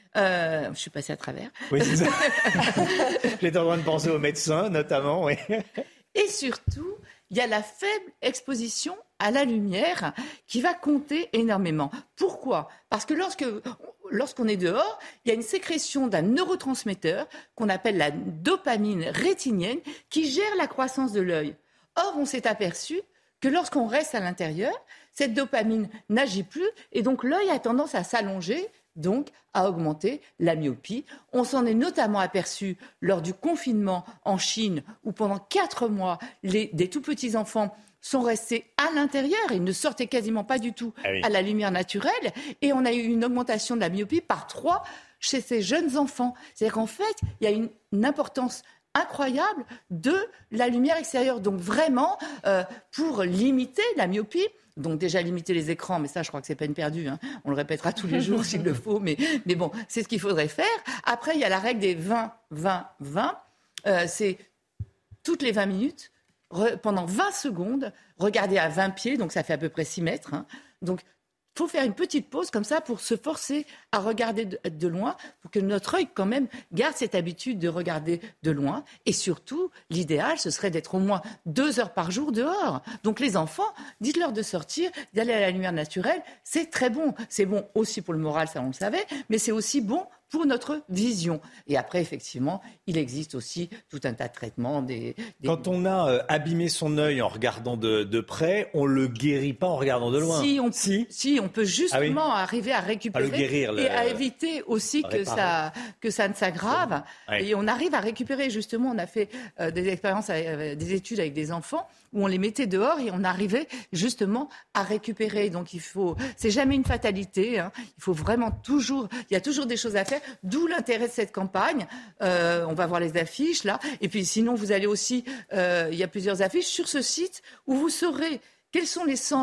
Euh, je suis passée à travers.
Oui, c'est ça. J'étais en train de penser aux médecins, notamment. Oui.
Et surtout, il y a la faible exposition à la lumière qui va compter énormément. Pourquoi ? Parce que lorsque, lorsqu'on est dehors, il y a une sécrétion d'un neurotransmetteur qu'on appelle la dopamine rétinienne qui gère la croissance de l'œil. Or, on s'est aperçu que lorsqu'on reste à l'intérieur, cette dopamine n'agit plus et donc l'œil a tendance à s'allonger, donc à augmenter la myopie. On s'en est notamment aperçu lors du confinement en Chine où pendant quatre mois, les, des tout petits enfants sont restés à l'intérieur et ne sortaient quasiment pas du tout ah oui. à la lumière naturelle. Et on a eu une augmentation de la myopie par trois chez ces jeunes enfants. C'est-à-dire qu'en fait, il y a une, une importance incroyable de la lumière extérieure. Donc vraiment, euh, pour limiter la myopie, donc déjà limiter les écrans, mais ça je crois que c'est peine perdue, hein. On le répétera tous les jours s'il le faut, mais, mais bon, c'est ce qu'il faudrait faire. Après, il y a la règle des vingt vingt vingt, euh, c'est toutes les vingt minutes, re, pendant vingt secondes, regarder à vingt pieds, donc ça fait à peu près six mètres, hein. Donc il faut faire une petite pause comme ça pour se forcer à regarder de, de loin, pour que notre œil quand même garde cette habitude de regarder de loin. Et surtout, l'idéal, ce serait d'être au moins deux heures par jour dehors. Donc les enfants, dites-leur de sortir, d'aller à la lumière naturelle. C'est très bon. C'est bon aussi pour le moral, ça on le savait, mais c'est aussi bon pour notre vision. Et après, effectivement, il existe aussi tout un tas de traitements. Des, des...
Quand on a euh, abîmé son œil en regardant de, de près, on ne le guérit pas en regardant de loin.
Si, on, si. si, on peut justement ah oui. arriver à récupérer à le guérir, le... et à éviter aussi que ça, que ça ne s'aggrave. Oui. Et on arrive à récupérer, justement, on a fait euh, des expériences, euh, des études avec des enfants où on les mettait dehors et on arrivait justement à récupérer. Donc il faut, c'est jamais une fatalité, hein. Il faut vraiment toujours, il y a toujours des choses à faire, d'où l'intérêt de cette campagne. Euh, on va voir les affiches là, et puis sinon vous allez aussi, euh, il y a plusieurs affiches sur ce site où vous saurez quels sont les centres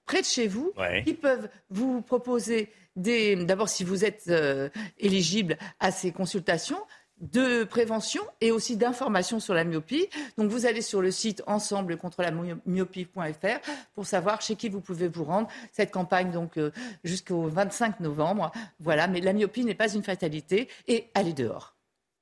près de chez vous,
ouais.
qui peuvent vous proposer des, d'abord si vous êtes euh, éligible à ces consultations, de prévention et aussi d'information sur la myopie. Donc vous allez sur le site ensemble contre la myopie point f r pour savoir chez qui vous pouvez vous rendre. Cette campagne donc euh, jusqu'au vingt-cinq novembre. Voilà, mais la myopie n'est pas une fatalité et allez dehors.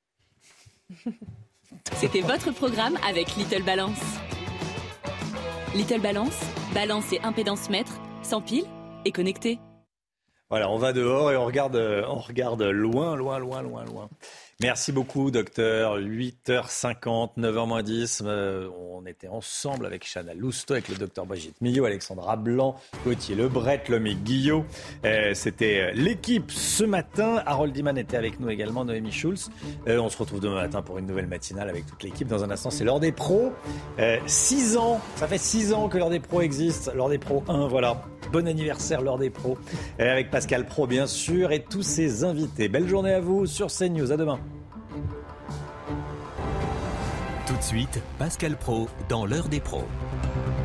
C'était votre programme avec Little Balance. Little Balance, balance et impédance mètre, sans pile et connecté.
Voilà, on va dehors et on regarde, on regarde loin, loin, loin, loin, loin. Merci beaucoup, docteur. huit heures cinquante, neuf heures moins dix. Euh, on était ensemble avec Chana Lousteau, avec le docteur Brigitte Millot, Alexandra Blanc, Gauthier Lebret, Lomé Guillot. Euh, c'était l'équipe ce matin. Harold Iman était avec nous également, Noémie Schulz. Euh, on se retrouve demain matin pour une nouvelle matinale avec toute l'équipe. Dans un instant, c'est l'heure des pros. Euh, six ans, ça fait six ans que l'heure des pros existe. L'heure des pros un, voilà. Bon anniversaire, l'heure des pros. Euh, avec Pascal Pro, bien sûr, et tous ses invités. Belle journée à vous sur CNews. À demain.
Tout de suite, Pascal Pro dans l'heure des pros.